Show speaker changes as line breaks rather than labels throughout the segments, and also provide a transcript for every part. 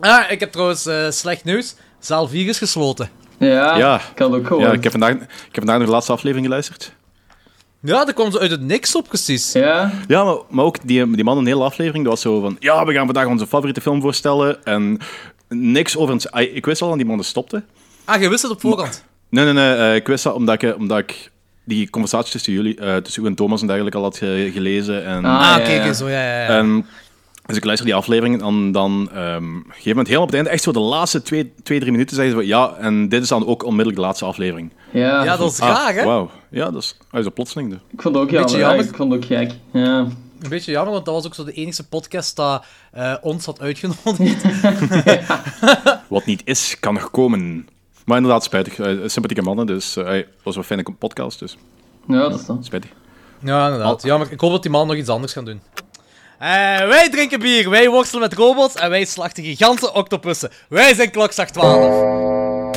Ik heb trouwens slecht nieuws. Zaal 4 is gesloten.
Ja, ik kan het ook gewoon.
Ja, ik heb vandaag naar de laatste aflevering geluisterd.
Ja, daar kwam ze uit het niks op, precies.
Ja,
Maar ook die man een hele aflevering, dat was zo van... Ja, we gaan vandaag onze favoriete film voorstellen. En niks over... Ik wist al dat die man stopte.
Je wist het op voorhand?
Nee. Ik wist dat omdat ik die conversatie tussen u en Thomas en dergelijke al had gelezen. En,
Kijk, zo, ja.
Dus ik luister die aflevering en dan op een gegeven moment helemaal op het einde, echt zo de laatste 2-3 minuten, zeggen ze van ja, en dit is dan ook onmiddellijk de laatste aflevering.
Ja, dat is raar, hè?
Wauw. Ja, dat is een plotseling. Dus.
Ik vond het ook jammer. Ja, ik vond het ook gek. Ja.
Een beetje jammer, want dat was ook zo de enige podcast dat ons had uitgenodigd.
Wat niet is, kan nog komen. Maar inderdaad, spijtig. Sympathieke mannen, dus het was een fijne podcast, dus...
Ja, dat is dan.
Spijtig.
Ja, inderdaad. Jammer. Ik hoop dat die man nog iets anders gaat doen. Wij drinken bier, wij worstelen met robots en wij slachten gigantische octopussen. Wij zijn klokslag 12.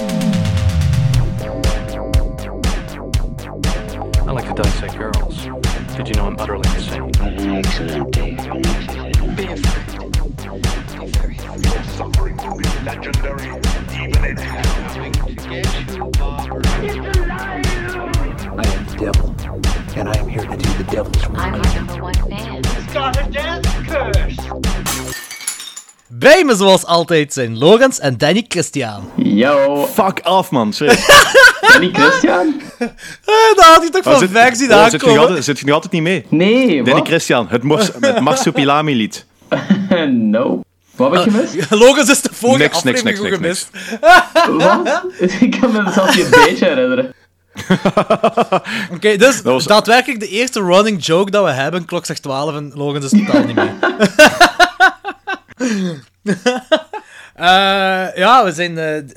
I like to dissect girls. Did you know I'm utterly insane?
Excellent day. Be afraid. Be very afraid.
Suffering to be legendary, even in hell.
I am the devil, and I am here to do the devil's work.
I'm our number one fan.
Got a death curse!
Bij me zoals altijd zijn Lorenz en Danny Christian.
Yo.
Fuck off, man. Serieus.
Danny Christian?
Dat had hij toch van ver zien aankomen.
Zit je nu altijd niet mee?
Nee,
Danny
wat?
Christian, het Marsupilami-lied.
No. Wat heb ik gemist?
Lorenz is de vorige
Niks.
aflevering goed gemist.
Wat? Ik kan me zelfs niet een beetje herinneren.
Oké, dus
was...
daadwerkelijk de eerste running joke dat we hebben, klokslag 12 en Lorenz is totaal niet mee. We zijn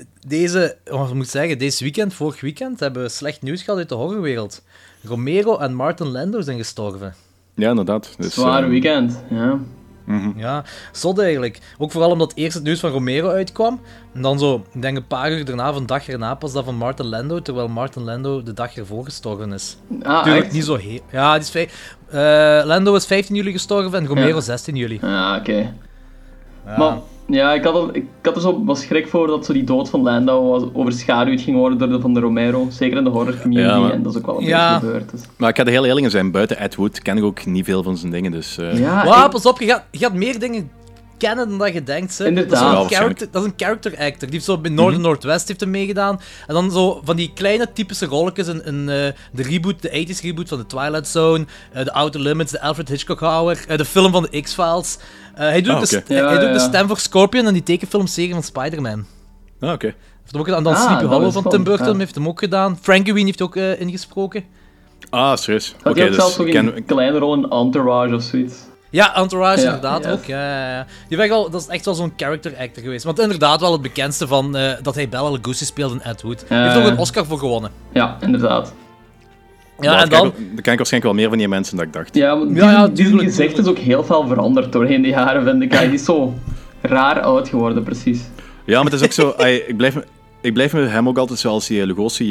deze weekend, vorig weekend, hebben we slecht nieuws gehad uit de horrorwereld. Romero en Martin Landau zijn gestorven.
Ja, inderdaad. Dus,
Zwaar weekend, ja.
Ja, zot eigenlijk. Ook vooral omdat eerst het nieuws van Romero uitkwam. En dan zo, ik denk een paar uur daarna, of een dag erna, pas dat van Martin Landau, terwijl Martin Landau de dag ervoor gestorven is. Natuurlijk
echt?
niet zo heel... Ja, die is Landau is 15 juli gestorven en Romero 16 juli.
Oké. Maar ja, ik had er zo wat schrik voor dat zo die dood van Landau overschaduwd ging worden door de van de Romero. Zeker in de horror community.
Ja,
en dat is ook wel een beetje gebeurd. Dus.
Maar ik ga er heel eerlijk in zijn, buiten Ed Wood ken ik ook niet veel van zijn dingen. Dus,
Pas op, je gaat meer dingen kennen dan dat je denkt. Hè.
Inderdaad.
Dat is een character actor. Die heeft zo bij Northern Northwest heeft hem meegedaan. En dan zo van die kleine typische rolletjes in de reboot, de 80s reboot van The Twilight Zone, The Outer Limits, de Alfred Hitchcock-houwer, de film van de X-Files. Hij doet, de stem voor Scorpion en die tekenfilmserie van Spider-Man.
Oké.
Heeft hem ook gedaan. Dan Sleepy Hollow van Tim Burton heeft hem ook gedaan. Frankenweenie heeft ook ingesproken.
Serieus.
Had hij ook zelfs ook een kleine rol in Entourage of zoiets?
Ja, Entourage inderdaad ook. Ja. Dat is echt wel zo'n character actor geweest. Want inderdaad wel het bekendste van dat hij Bela Lugosi speelde in Ed Wood. Hij heeft ook een Oscar voor gewonnen.
Ja, inderdaad.
Ja, en dan
ken ik waarschijnlijk wel meer van die mensen dan ik dacht.
Ja, maar die gezicht is ook heel veel veranderd doorheen die jaren, vind ik. Hij is zo raar oud geworden, precies.
Ja, maar het is ook zo... ik blijf me hem ook altijd zoals die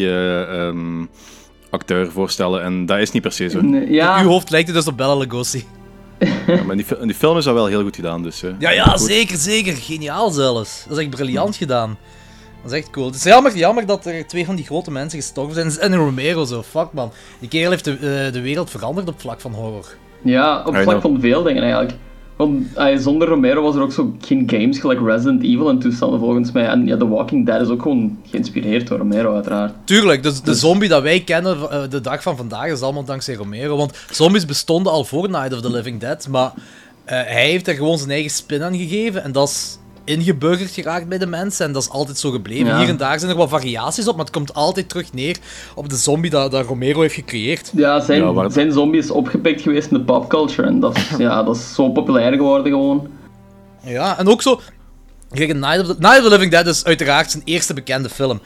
Lugosi-acteur voorstellen. En dat is niet per se zo.
Uw hoofd lijkt dus op Bela Lugosi.
Ja, maar in die film is dat wel heel goed gedaan. Dus,
zeker. Geniaal zelfs. Dat is echt briljant gedaan. Dat is echt cool. Het is jammer dat er 2 van die grote mensen gestorven zijn. En Romero zo, fuck man. Die kerel heeft de wereld veranderd op vlak van horror.
Ja, op vlak van veel dingen eigenlijk. Want zonder Romero was er ook zo geen games gelijk Resident Evil en toestanden volgens mij. En ja, The Walking Dead is ook gewoon geïnspireerd door Romero uiteraard.
Tuurlijk, dus de zombie dat wij kennen de dag van vandaag is allemaal dankzij Romero. Want zombies bestonden al voor Night of the Living Dead, maar hij heeft er gewoon zijn eigen spin aan gegeven. En dat is ingeburgerd geraakt bij de mensen en dat is altijd zo gebleven. Ja. Hier en daar zijn er wat variaties op, maar het komt altijd terug neer op de zombie dat Romero heeft gecreëerd.
Ja, zijn zombie is opgepikt geweest in de popculture en dat is zo populair geworden gewoon.
Ja, en ook zo... Kijk, Night of the Living Dead is uiteraard zijn eerste bekende film.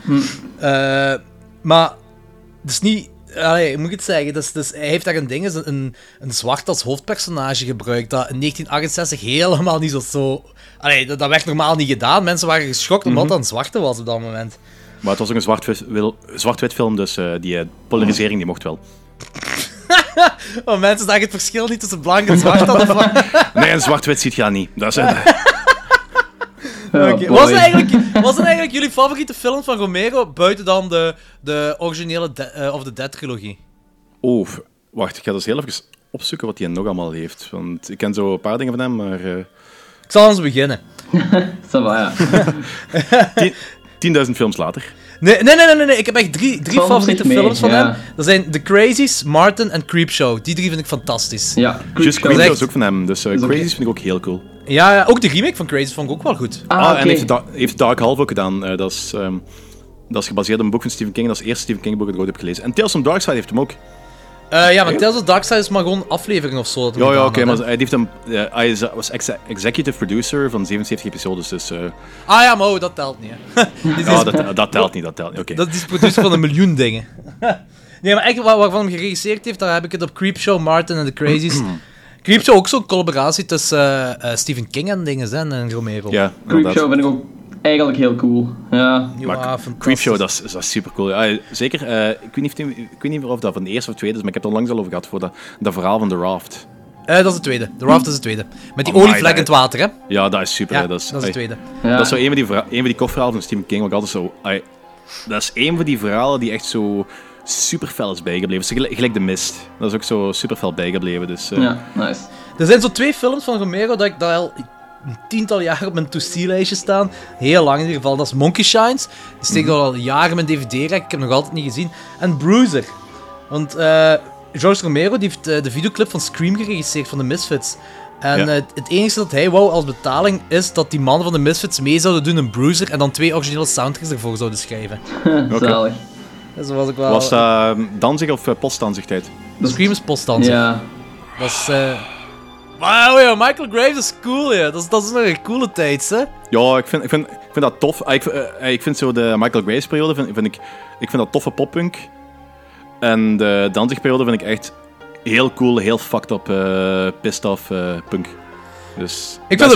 Maar het is niet... hoe moet ik het zeggen? Dus hij heeft daar een zwart als hoofdpersonage gebruikt dat in 1968 helemaal niet zo... dat werd normaal niet gedaan. Mensen waren geschokt omdat dat een zwarte was op dat moment.
Maar het was ook een zwart-wit film, dus die polarisering die mocht wel.
Mensen zagen het verschil niet tussen blank en zwart hadden.
Nee, een zwart-wit ziet je dat niet. Dat is...
Oké. Was het eigenlijk jullie favoriete film van Romero, buiten dan de originele of the Dead trilogie?
Oh, wacht, ik ga dus heel even opzoeken wat hij nog allemaal heeft. Want ik ken zo een paar dingen van hem, maar...
Ik zal eens beginnen.
Ça va, ja.
10.000 films later.
Nee. Ik heb echt drie favoriete films van hem. Dat zijn The Crazies, Martin en Creepshow. Die drie vind ik fantastisch.
Ja,
Just
Creepshow.
Creepshow is ook van hem, dus Crazies vind ik ook heel cool.
Ja, ook de remake van Crazies vond ik ook wel goed.
Ah,
En heeft Dark Half ook gedaan. Dat is gebaseerd op een boek van Stephen King. Dat is het eerste Stephen King boek dat ik ooit heb gelezen. En Tales from Darkside heeft hem ook.
Ja, maar Tales of Darkside is maar gewoon aflevering of zo.
Ja, oké, maar hij was executive producer van 77 episodes, dus...
Ah ja, maar dat telt niet, hè.
dat telt niet, oké.
Dat is producer van 1 miljoen dingen. Nee, maar echt, waarvan hem geregisseerd heeft, daar heb ik het op Creepshow, Martin en The Crazies. Creepshow ook zo'n collaboratie tussen Stephen King en dingen, en Romero.
Ja,
Creepshow vind ik ook eigenlijk heel cool. Ja.
Maar Creepshow, dat is super cool. Ja, zeker, ik weet niet of dat van de eerste of tweede is, maar ik heb het er langs al over gehad voor dat verhaal van The Raft.
Dat is de tweede. The Raft is de tweede. Met die olievlek in het water, hè?
Ja, dat is super.
Ja,
hè.
dat is de tweede.
Ja.
Dat is zo een van die kofverhalen van Stephen King, wat ik altijd zo... dat is een van die verhalen die echt zo super fel is bijgebleven. Gelijk The Mist. Dat is ook zo super fel bijgebleven. Dus,
Ja, nice.
Er zijn zo 2 films van Romero dat al een 10-tal jaar op mijn to-see-lijstje staan. Heel lang in ieder geval. Dat is Monkey Shines. Die steekt al jaren in mijn DVD-rek. Ik heb hem nog altijd niet gezien. En Bruiser. Want George Romero die heeft de videoclip van Scream geregisseerd van de Misfits. En het enige dat hij wou als betaling is dat die mannen van de Misfits mee zouden doen in Bruiser en dan 2 originele soundtracks ervoor zouden schrijven.
Zalig.
Dus was ik wel...
Was dat Danzig of postdanzigheid?
Scream is postdanzig.
Ja.
Dat is... Wauw, ja, Michael Graves is cool, ja. Dat is nog een coole tijd, hè?
Ja, ik vind dat tof. Ik vind zo de Michael Graves periode, ik vind dat toffe poppunk. En de Danzig-periode vind ik echt heel cool, heel fucked up, pissed off punk. Dus,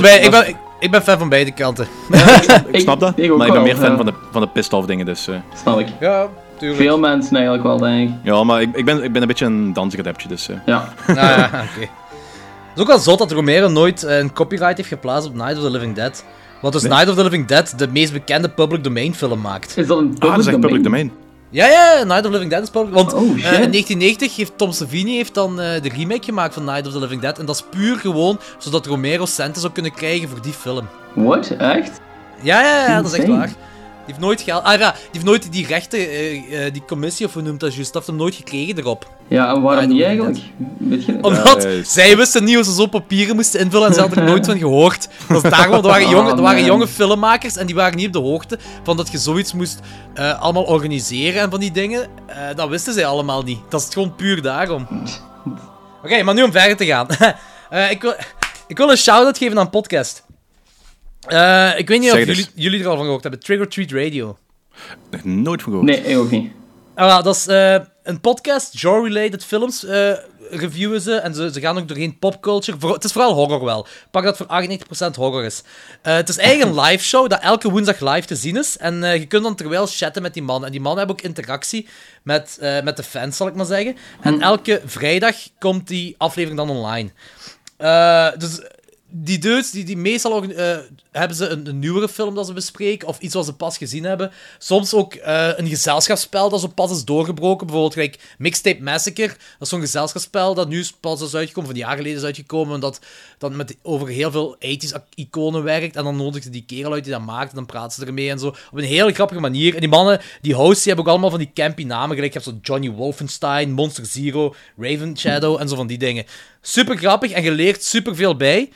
ik ben fan van beide kanten.
ik snap dat,
ik ook
maar ik ben
wel,
meer fan van de pissed off dingen. Dus,
snap ik.
Ja, tuurlijk.
Veel mensen eigenlijk wel, denk ik.
ja, maar ik ben een beetje een Danzig-adeptje, dus...
Ja.
Oké. Het is ook wel zot dat Romero nooit een copyright heeft geplaatst op Night of the Living Dead. Want dus Night of the Living Dead de meest bekende public domain film maakt.
Is dat een
dat is echt public domain.
Ja, Night of the Living Dead is public. Want in
shit.
1990 heeft Tom Savini dan de remake gemaakt van Night of the Living Dead. En dat is puur gewoon zodat Romero centen zou kunnen krijgen voor die film.
What? Echt?
Ja, dat is echt
Insane.
waar. Die heeft nooit geld... die heeft nooit die rechten, die commissie of hoe noemt dat juist, dat heeft hem nooit gekregen erop.
Ja, en waarom
Ja,
niet
dat
eigenlijk? Weet je?
Omdat zij wisten niet hoe ze zo papieren moesten invullen en ze hadden er nooit van gehoord. Dat is daarom, er waren jonge filmmakers en die waren niet op de hoogte van dat je zoiets moest allemaal organiseren en van die dingen. Dat wisten zij allemaal niet. Dat is gewoon puur daarom. Oké, maar nu om verder te gaan. Ik wil een shout-out geven aan een podcast. Ik weet niet of jullie er al van gehoord hebben. Trick or Treat Radio.
Nog nooit van gehoord.
Nee, ik ook niet.
Dat is een podcast, genre-related films reviewen ze. En ze gaan ook doorheen popculture. Het is vooral horror wel. Pak dat voor 98% horror is. Het is eigenlijk een live show dat elke woensdag live te zien is. En je kunt dan terwijl chatten met die mannen. En die mannen hebben ook interactie met de fans, zal ik maar zeggen. En elke vrijdag komt die aflevering dan online. Dus... Die dudes, die meestal hebben ze een nieuwere film dat ze bespreken, of iets wat ze pas gezien hebben. Soms ook een gezelschapsspel dat zo pas is doorgebroken. Bijvoorbeeld gelijk Mixtape Massacre. Dat is zo'n gezelschapsspel dat nu pas is uitgekomen, van een jaar geleden is uitgekomen, dat over heel veel 80s iconen werkt. En dan nodigde die kerel uit die dat maakt, en dan praten ze ermee en zo. Op een hele grappige manier. En die mannen, die hosts, die hebben ook allemaal van die campy namen. Gelijk, je hebt zo Johnny Wolfenstein, Monster Zero, Raven Shadow en zo van die dingen. Super grappig en je leert super veel bij.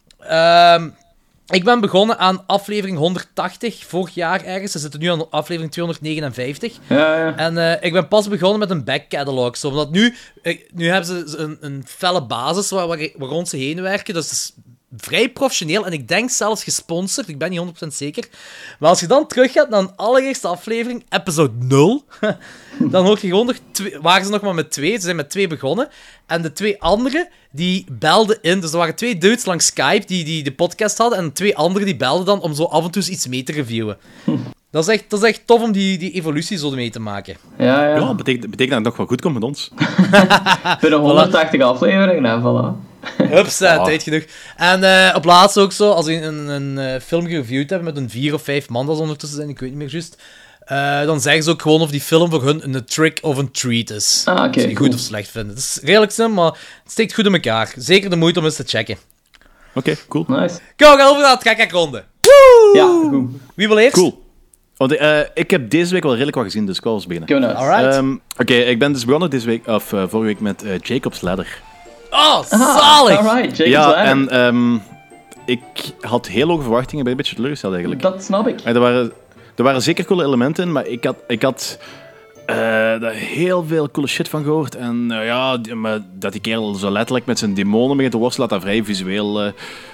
Ik ben begonnen aan aflevering 180, vorig jaar ergens. We zitten nu aan aflevering 259.
Ja.
En ik ben pas begonnen met een backcatalog. Want nu hebben ze een felle basis waar rond ze heen werken. Dus het is vrij professioneel en ik denk zelfs gesponsord. Ik ben niet 100% zeker. Maar als je dan terug gaat naar een allereerste aflevering, episode 0, dan hoor je gewoon nog waren ze nog maar met 2. Ze zijn met 2 begonnen. En de 2 anderen, die belden in. Dus er waren 2 dudes langs Skype die de podcast hadden. En 2 anderen die belden dan om zo af en toe iets mee te reviewen. Dat is echt tof om die evolutie zo mee te maken.
Ja.
Ja, betekent dat het nog wel goed komt met ons.
Voor de 180 afleveringen, voilà.
Hupsa, tijd genoeg. En op laatst ook zo, als we een film gereviewd hebben met een 4 of 5 man dat ondertussen zijn, ik weet niet meer juist, dan zeggen ze ook gewoon of die film voor hun een trick of een treat is.
Oké.
Of ze die goed of slecht vinden. Het is redelijk simpel, maar het steekt goed in elkaar. Zeker de moeite om eens te checken.
Oké, cool.
Nice.
Kom, we gaan over naar het ronde.
Ja, goed.
Wie wil eerst?
Cool. Want, ik heb deze week wel redelijk wat gezien, dus ik wil eens beginnen.
Go nuts.
Alright.
Oké, ik ben dus begonnen deze week, of vorige week met Jacob's Ladder.
Oh, zalig!
Alright, Jacob's
Ja,
Ladder.
en ik had heel hoge verwachtingen, ben een beetje teleurgesteld eigenlijk.
Dat snap ik.
Er waren zeker coole elementen in, maar ik had daar heel veel coole shit van gehoord. En maar dat die kerel zo letterlijk met zijn demonen begint te worstelen, dat vrij visueel...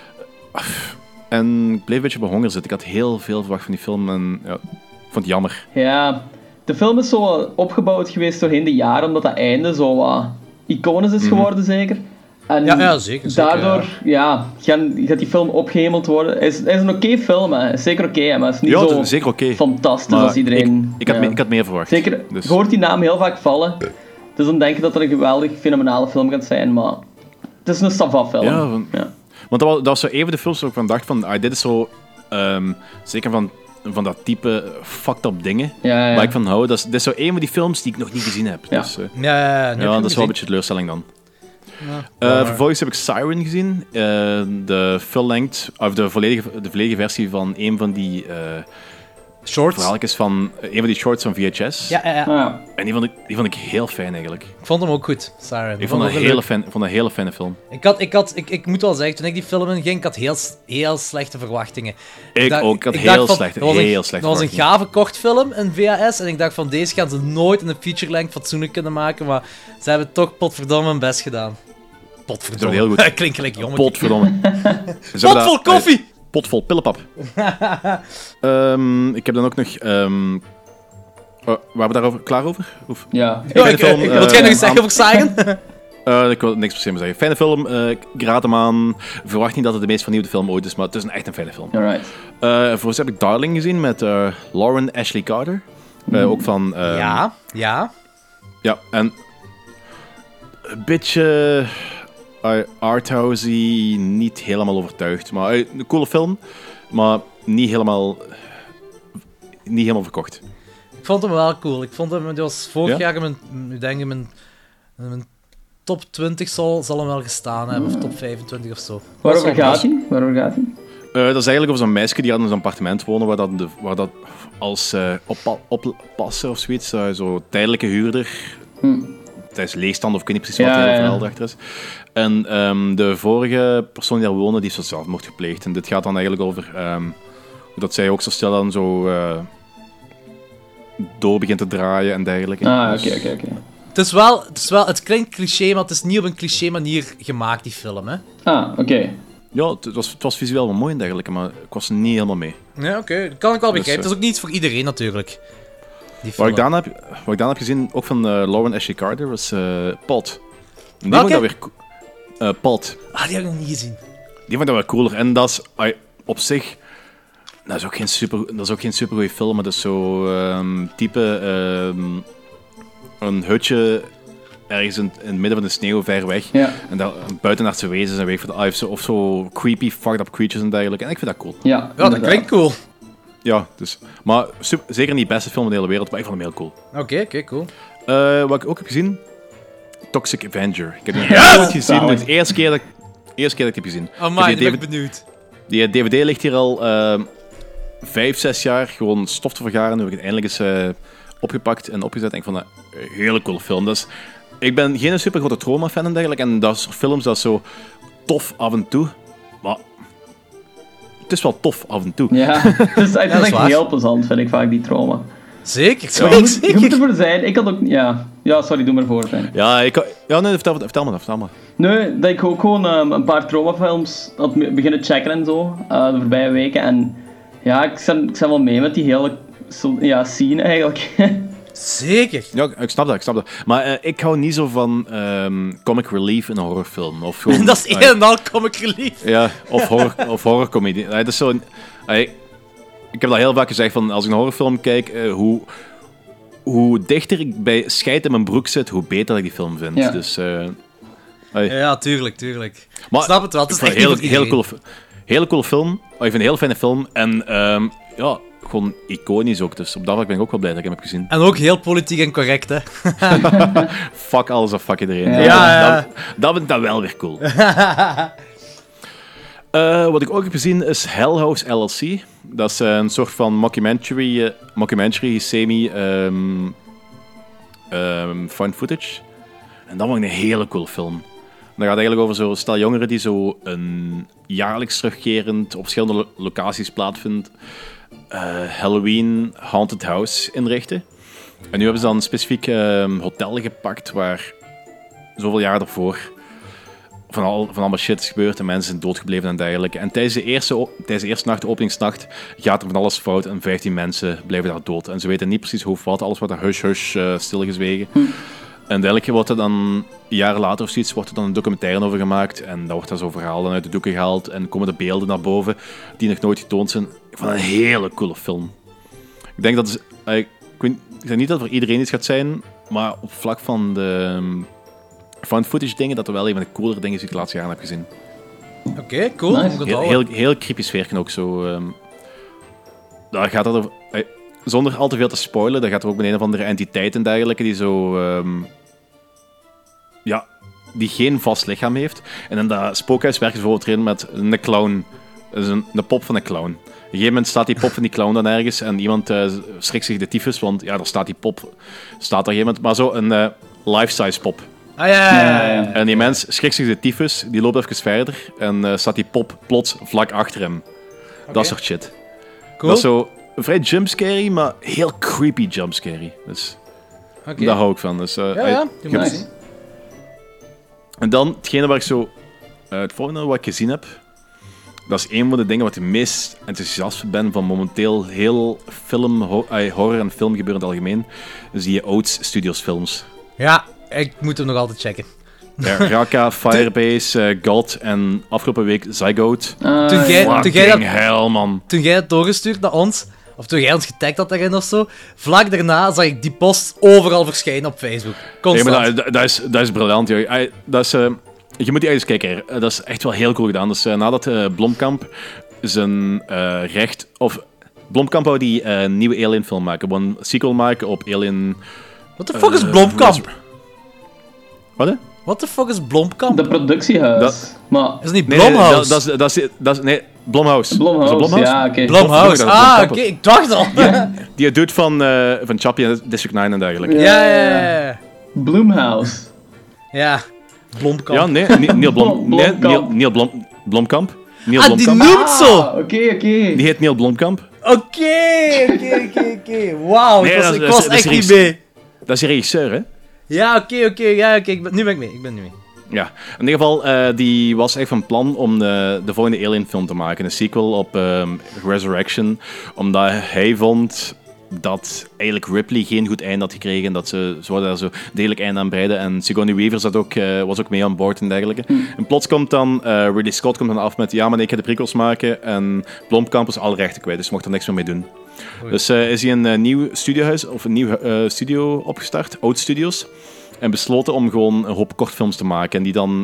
en ik bleef een beetje op mijn honger zitten. Ik had heel veel verwacht van die film en ja, ik vond het jammer.
Ja, de film is zo opgebouwd geweest doorheen de jaren, omdat dat einde zo wat iconisch is geworden, zeker. En
Ja, zeker.
daardoor gaat die film opgehemeld worden. Het is een oké film, hè. Is zeker oké, maar het is niet
Ja,
zo
het is zeker oké.
fantastisch
Maar
als iedereen...
ik had meer verwacht.
Zeker,
Dus.
je hoort die naam heel vaak vallen. Dus dan denk je dat het een geweldig, fenomenale film gaat zijn, maar het is een savaf film.
Ja, want dat was zo even de films waar ik van dacht van, dit is zo, zeker van dat type fucked up dingen,
Ja.
waar ik van hou. Dit is zo een van die films die ik nog niet gezien heb.
Ja.
Dus,
Ja,
dat is wel een beetje teleurstelling dan. Vervolgens heb ik Siren gezien, de full-length, of de volledige versie van een van die
Shorts.
verhaaltjes van een van die shorts van VHS.
Ja.
Ah,
En die vond ik heel fijn eigenlijk.
Ik vond hem ook goed, Siren.
Ik vond dat een hele fijne film.
Ik moet wel zeggen, toen ik die film inging, ik had heel slechte verwachtingen.
Ik had
dacht
heel
van,
slechte
dat was een
verwachtingen.
gave kortfilm in VHS en ik dacht van, deze gaan ze nooit in een feature-length fatsoenlijk kunnen maken, maar ze hebben toch potverdomme hun best gedaan. Potverdomme.
Dat is heel goed.
Klinkt gelijk jongen.
Potverdomme.
Pot vol koffie!
Pot vol pillenpap. Ik heb dan ook nog... waren we daarover klaar over? Of?
ja.
Fijne film,
Wat jij nog eens zeggen over Siren?
Ik wil niks per se meer zeggen. Fijne film, ik raad hem aan. Verwacht niet dat het de meest vernieuwde film ooit is, maar het is echt een fijne film.
Alright.
Vervolgens heb ik Darling gezien met Lauren Ashley Carter. Ook van...
Ja.
Ja, en... Een beetje... arthousey, niet helemaal overtuigd. Maar een coole film, maar niet helemaal verkocht.
Ik vond hem wel cool. Ik vond hem, die was vorig
Ja?
jaar in mijn top 20 zal hem wel gestaan hebben, of top 25 of zo.
Waarover gaat hij?
Dat is eigenlijk over zo'n meisje die had in zo'n appartement wonen, waar dat als oppasser of zoiets, zo tijdelijke huurder, tijdens leegstand of ik weet niet precies wat het hele verhaal erachter is. En de vorige persoon die daar woonde, die heeft zelfmoord gepleegd. En dit gaat dan eigenlijk over hoe dat zij ook zo stil dan zo door begint te draaien en dergelijke.
Oké.
Het klinkt cliché, maar het is niet op een cliché manier gemaakt, die film, hè.
Oké.
Ja, het was visueel wel mooi en dergelijke, maar ik was er niet helemaal mee.
Ja, oké. Dat kan ik wel begrijpen.
Dus,
Het is ook niet voor iedereen, natuurlijk. Die
Wat
film.
ik dan heb gezien, ook van Lauren Ashley Carter, was Pod. Die
Welke?
vond ik dat weer... Pod.
Die heb ik nog niet gezien.
Die vond ik dat wel cooler. En dat is op zich... Dat is ook geen super goede film, maar dat is zo type... een hutje ergens in het midden van de sneeuw, ver weg.
Ja.
En daar buitenaardse wezens en weet ik veel. Of zo creepy, fucked up creatures en dergelijke. En ik vind dat cool.
Ja,
Dat klinkt cool.
Ja, dus... Maar zeker niet de beste film in de hele wereld, maar ik vond hem heel cool.
Oké, cool.
Wat ik ook heb gezien... Toxic Avenger. Ik heb die nooit gezien. Het is de eerste keer dat ik die heb gezien.
Amai, ben ik benieuwd.
Die DVD ligt hier al 5-6 jaar gewoon stof te vergaren. Nu heb ik het eindelijk eens opgepakt en opgezet. En ik vond dat een hele coole film. Dus, ik ben geen super grote trauma-fan en dergelijke. En dat soort films, dat is zo tof af en toe. Maar het is wel tof af en toe.
Ja, het is echt
waar.
heel plezant, vind ik vaak, die trauma.
Zeker,
Je moet ervoor zijn. Ik had ook... Ja, sorry, doe maar voor.
Vertel me.
Nee, dat ik ook gewoon een paar traumafilms had beginnen checken en zo, de voorbije weken. En ja, ik ben wel mee met die hele scene eigenlijk.
Zeker.
Ja, ik snap dat. Maar ik hou niet zo van comic relief in een horrorfilm. Of gewoon,
Dat is een en al comic relief.
Ja, of horrorcomedie. Dat is zo... Ik heb dat heel vaak gezegd, van als ik een horrorfilm kijk, hoe dichter ik bij scheid in mijn broek zit, hoe beter ik die film vind.
Ja.
Dus,
Ja, tuurlijk.
Maar,
Snap het wel, het is echt
heel cool film. Ik vind het een heel fijne film. En gewoon iconisch ook. Dus op dat vlak ben ik ook wel blij dat ik hem heb gezien.
En ook heel politiek en correct, hè.
Fuck alles of fuck iedereen.
Ja.
Dat vind ik dan wel weer cool. Wat ik ook heb gezien is Hell House LLC. Dat is een soort van mockumentary semi found footage. En dat vond ik een hele cool film. Dat gaat eigenlijk over zo'n stel jongeren die zo een jaarlijks terugkerend op verschillende locaties plaatsvindt Halloween Haunted House inrichten. En nu hebben ze dan een specifiek hotel gepakt waar zoveel jaar daarvoor van allemaal shit is gebeurd en mensen zijn doodgebleven en dergelijke. En tijdens de eerste nacht, de openingsnacht, gaat er van alles fout en 15 mensen blijven daar dood. En ze weten niet precies hoe of wat, alles wordt daar hush stilgezwegen. En uiteindelijk wordt er dan, jaren later of zoiets, wordt er dan een documentaire over gemaakt. En dan wordt dat zo'n verhaal dan uit de doeken gehaald. En komen er beelden naar boven die nog nooit getoond zijn. Ik vond het een hele coole film. Ik denk dat ik zeg niet dat het voor iedereen iets gaat zijn, maar op vlak van de found footage dingen, dat er wel een van de coolere dingen is die ik de laatste jaren heb gezien.
Oké, cool.
Nice. Heel creepy sfeerken ook zo. Daar gaat het over... Zonder al te veel te spoilen, daar gaat er ook een of andere entiteit en dergelijke die zo... die geen vast lichaam heeft. En in dat spookhuis werken ze bijvoorbeeld met een clown. Dat is een pop van een clown. Op een gegeven moment staat die pop van die clown dan ergens en iemand schrikt zich de tyfus, want ja, daar staat die pop. Staat er iemand, maar zo een life-size pop.
Ja.
En die mens schrikt zich de tyfus, die loopt even verder en staat die pop plots vlak achter hem. Okay. Dat soort shit.
Cool.
Dat is zo vrij jumpscary, maar heel creepy jumpscary. Dus daar hou ik van. Dus,
nice.
En dan, hetgene waar ik zo... het volgende wat ik gezien heb, dat is een van de dingen wat ik meest enthousiast ben van momenteel heel horror en filmgebeuren in het algemeen. Dus die Oats Studios films.
Ja, ik moet hem nog altijd checken.
Ja, Raka, Firebase, God en afgelopen week Zygote.
Toen jij het doorgestuurd naar ons, of toen jij ons getagd had daarin of zo, vlak daarna zag ik die post overal verschijnen op Facebook. Constant.
Ja, maar dat is briljant. Dat is, je moet die eens kijken. Dat is echt wel heel cool gedaan. Dus nadat Blomkamp zijn recht... Of Blomkamp wou die nieuwe Alien film maken. Wou een sequel maken op Alien...
What the fuck is Blomkamp?
Wat?
What the fuck is Blomkamp?
De productiehuis. Maar...
Is het niet Blomhouse?
Nee, Blomhouse.
Blomhouse, ja, oké.
Blomhouse, oké, ik dacht al.
Die doet van Chappie en District 9 en dergelijke.
Ja.
Blumhouse.
Ja, Blomkamp.
Ja, nee, Neil Blomkamp.
Die noemt zo!
Oké.
Die heet Neil Blomkamp.
Oké. Wauw, ik was echt niet mee.
Dat is de regisseur, hè?
Ja, oké. Nu ben ik mee.
Ja, in ieder geval, die was echt van plan om de volgende Alien-film te maken. Een sequel op Resurrection. Omdat hij vond dat eigenlijk Ripley geen goed einde had gekregen. Dat ze daar zo degelijk einde aan breiden. En Sigourney Weaver was ook mee aan boord en dergelijke. En plots komt dan Ridley Scott komt dan af met... Ja, maar ik ga de prequels maken. En Blomkamp is alle rechten kwijt, dus mocht er niks meer mee doen. Oei. Dus is hij een nieuw studiohuis of een nieuw studio opgestart. Oats Studios. En besloten om gewoon een hoop kortfilms te maken. En die dan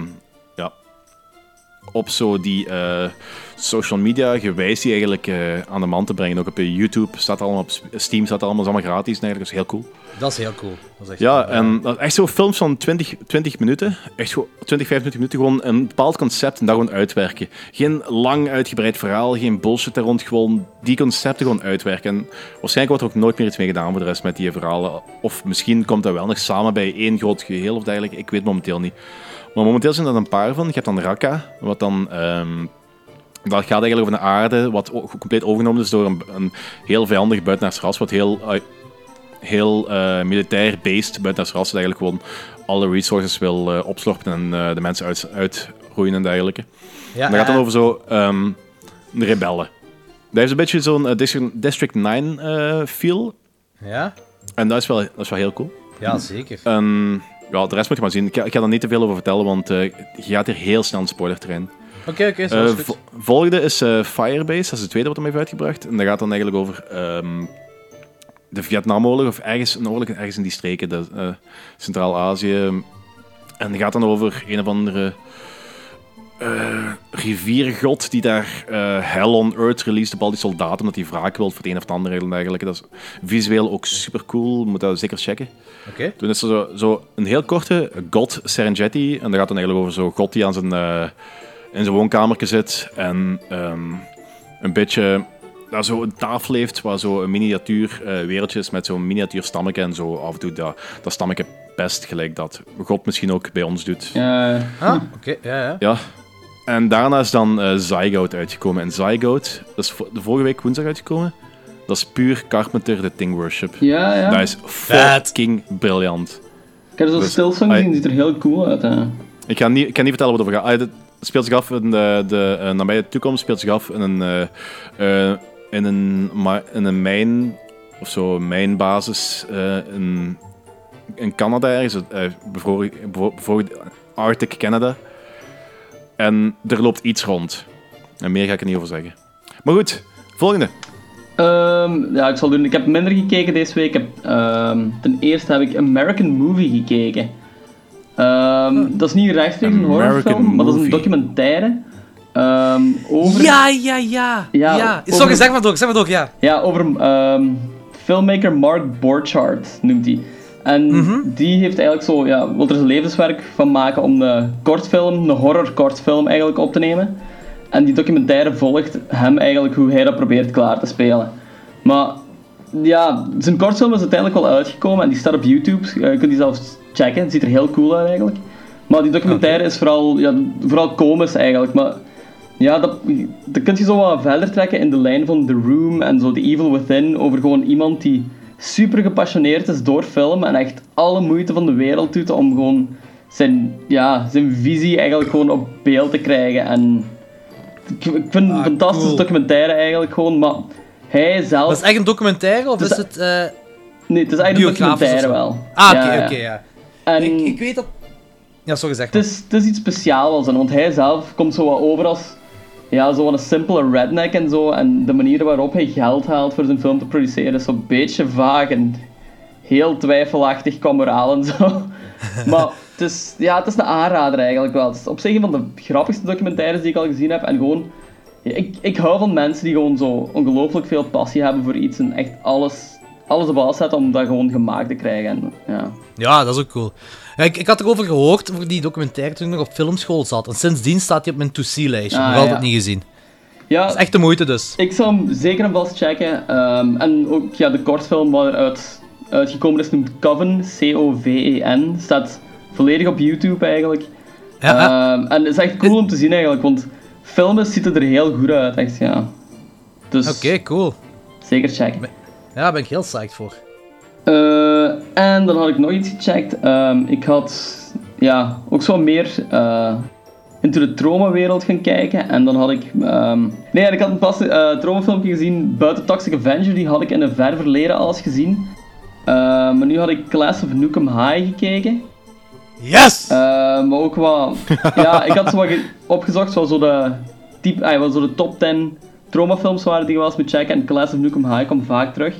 op zo die social media gewijs die eigenlijk aan de man te brengen. Ook op YouTube staat allemaal, op Steam staat allemaal, is allemaal gratis. Eigenlijk. Dat is heel cool.
Dat is heel cool. Dat is echt
cool. En dat echt zo films van 20 minuten. Echt gewoon 20, 25 minuten. Gewoon een bepaald concept en dat gewoon uitwerken. Geen lang uitgebreid verhaal, geen bullshit er rond. Gewoon die concepten gewoon uitwerken. En waarschijnlijk wordt er ook nooit meer iets mee gedaan voor de rest met die verhalen. Of misschien komt dat wel nog samen bij één groot geheel of dergelijke. Ik weet momenteel niet. Maar momenteel zijn er een paar van. Je hebt dan Raka, wat dan... dat gaat eigenlijk over een aarde wat compleet overgenomen is door een heel vijandig buitenaards ras, wat heel militair-based buitenaards ras, dat eigenlijk gewoon alle resources wil opslorpen en de mensen uitroeien en dergelijke. Ja, en dat gaat dan over zo de rebellen. Dat heeft een beetje zo'n District 9 feel.
Ja.
En dat is wel heel cool.
Ja, zeker.
Ja, de rest moet je maar zien. Ik ga er niet te veel over vertellen, want je gaat hier heel snel een spoilerterrein.
Oké, zo is goed.
Volgende is Firebase, dat is de tweede wat hem heeft uitgebracht. En dat gaat dan eigenlijk over de Vietnamoorlog, of een oorlog ergens in die streken, Centraal-Azië. En het gaat dan over een of andere riviergod die daar Hell on Earth released op al die soldaten, omdat hij wraak wil voor het een of het ander en dergelijke. Dat is visueel ook super cool, moet dat zeker checken.
Oké.
Toen is er zo een heel korte God Serengeti, en dat gaat dan eigenlijk over zo'n god die aan in zijn woonkamertje zit en een beetje daar zo een tafel heeft waar zo een miniatuur wereldje is met zo'n miniatuur stammetje en zo af en toe dat stammetje pest gelijk dat God misschien ook bij ons doet.
Oké. Ja.
Ja. En daarna is dan Zygote uitgekomen. En Zygote, dat is de vorige week woensdag uitgekomen. Dat is puur Carpenter The Thing Worship.
Ja.
Dat is fucking briljant.
Ik heb zo'n stilsong gezien, ziet er heel cool uit. Hè.
Ik kan niet vertellen wat het over gaat. Het speelt zich af in de nabije toekomst, speelt zich af in een mijn, of zo, mijnbasis in Canada ergens, bijvoorbeeld Arctic Canada. En er loopt iets rond. En meer ga ik er niet over zeggen. Maar goed, volgende.
Ik zal doen. Ik heb minder gekeken deze week. Ten eerste heb ik American Movie gekeken. Dat is niet rechtstreeks een horrorfilm, maar dat is een documentaire. Over...
Ja. Sorry, zeg maar toch, ja.
Ja, over filmmaker Mark Borchardt noemt hij. En die heeft eigenlijk zo, wil er zijn levenswerk van maken om een horror kortfilm eigenlijk op te nemen. En die documentaire volgt hem eigenlijk hoe hij dat probeert klaar te spelen. Maar ja, zijn kortfilm is uiteindelijk wel uitgekomen en die staat op YouTube. Je kunt die zelfs checken, het ziet er heel cool uit eigenlijk. Maar die documentaire is vooral komisch eigenlijk. Maar ja, dat kun je zo wat verder trekken in de lijn van The Room en zo The Evil Within. Over gewoon iemand die super gepassioneerd is door film en echt alle moeite van de wereld doet om gewoon zijn visie eigenlijk gewoon op beeld te krijgen. En ik vind het een fantastische documentaire eigenlijk gewoon, maar hij zelf...
Dat is echt een documentaire of is het...
Nee, het is eigenlijk een documentaire wel.
Oké.
En
ik weet dat... Ja, sorry, zeg maar.
Het is iets speciaals wel, want hij zelf komt zo wat over als zo'n simpele redneck en zo, en de manier waarop hij geld haalt voor zijn film te produceren is zo'n beetje vaag en heel twijfelachtig qua moraal en zo. Maar het is een aanrader eigenlijk wel. Het is op zich een van de grappigste documentaires die ik al gezien heb en gewoon... Ik hou van mensen die gewoon zo ongelooflijk veel passie hebben voor iets en echt alles op alles zetten om dat gewoon gemaakt te krijgen. En,
ja, dat is ook cool. Ik had erover gehoord, over die documentaire, toen ik nog op filmschool zat. En sindsdien staat hij op mijn to-see-lijstje. Nog altijd niet gezien. Ja, dat is echt de moeite dus.
Ik zou hem zeker en vast checken. En ook de kortfilm waar eruit uitgekomen is, noemt Coven, C-O-V-E-N. Staat volledig op YouTube eigenlijk. En het is echt cool om te zien eigenlijk, want filmen ziet er heel goed uit, echt, ja. Dus
Oké, cool.
Zeker checken.
Ja, daar ben ik heel psyched voor.
En dan had ik nog iets gecheckt. Ik had ook zo meer into de trauma-wereld gaan kijken. En dan had ik... ik had een pas traumafilmpje gezien buiten Toxic Avenger. Die had ik in een ver verleden al eens gezien. Maar nu had ik Class of Nukem High gekeken.
Yes!
Maar ook wat... ik had zo wat opgezocht zoals zo de top 10 traumafilms waren die je wel eens moet checken. En Class of Nukem High komt vaak terug.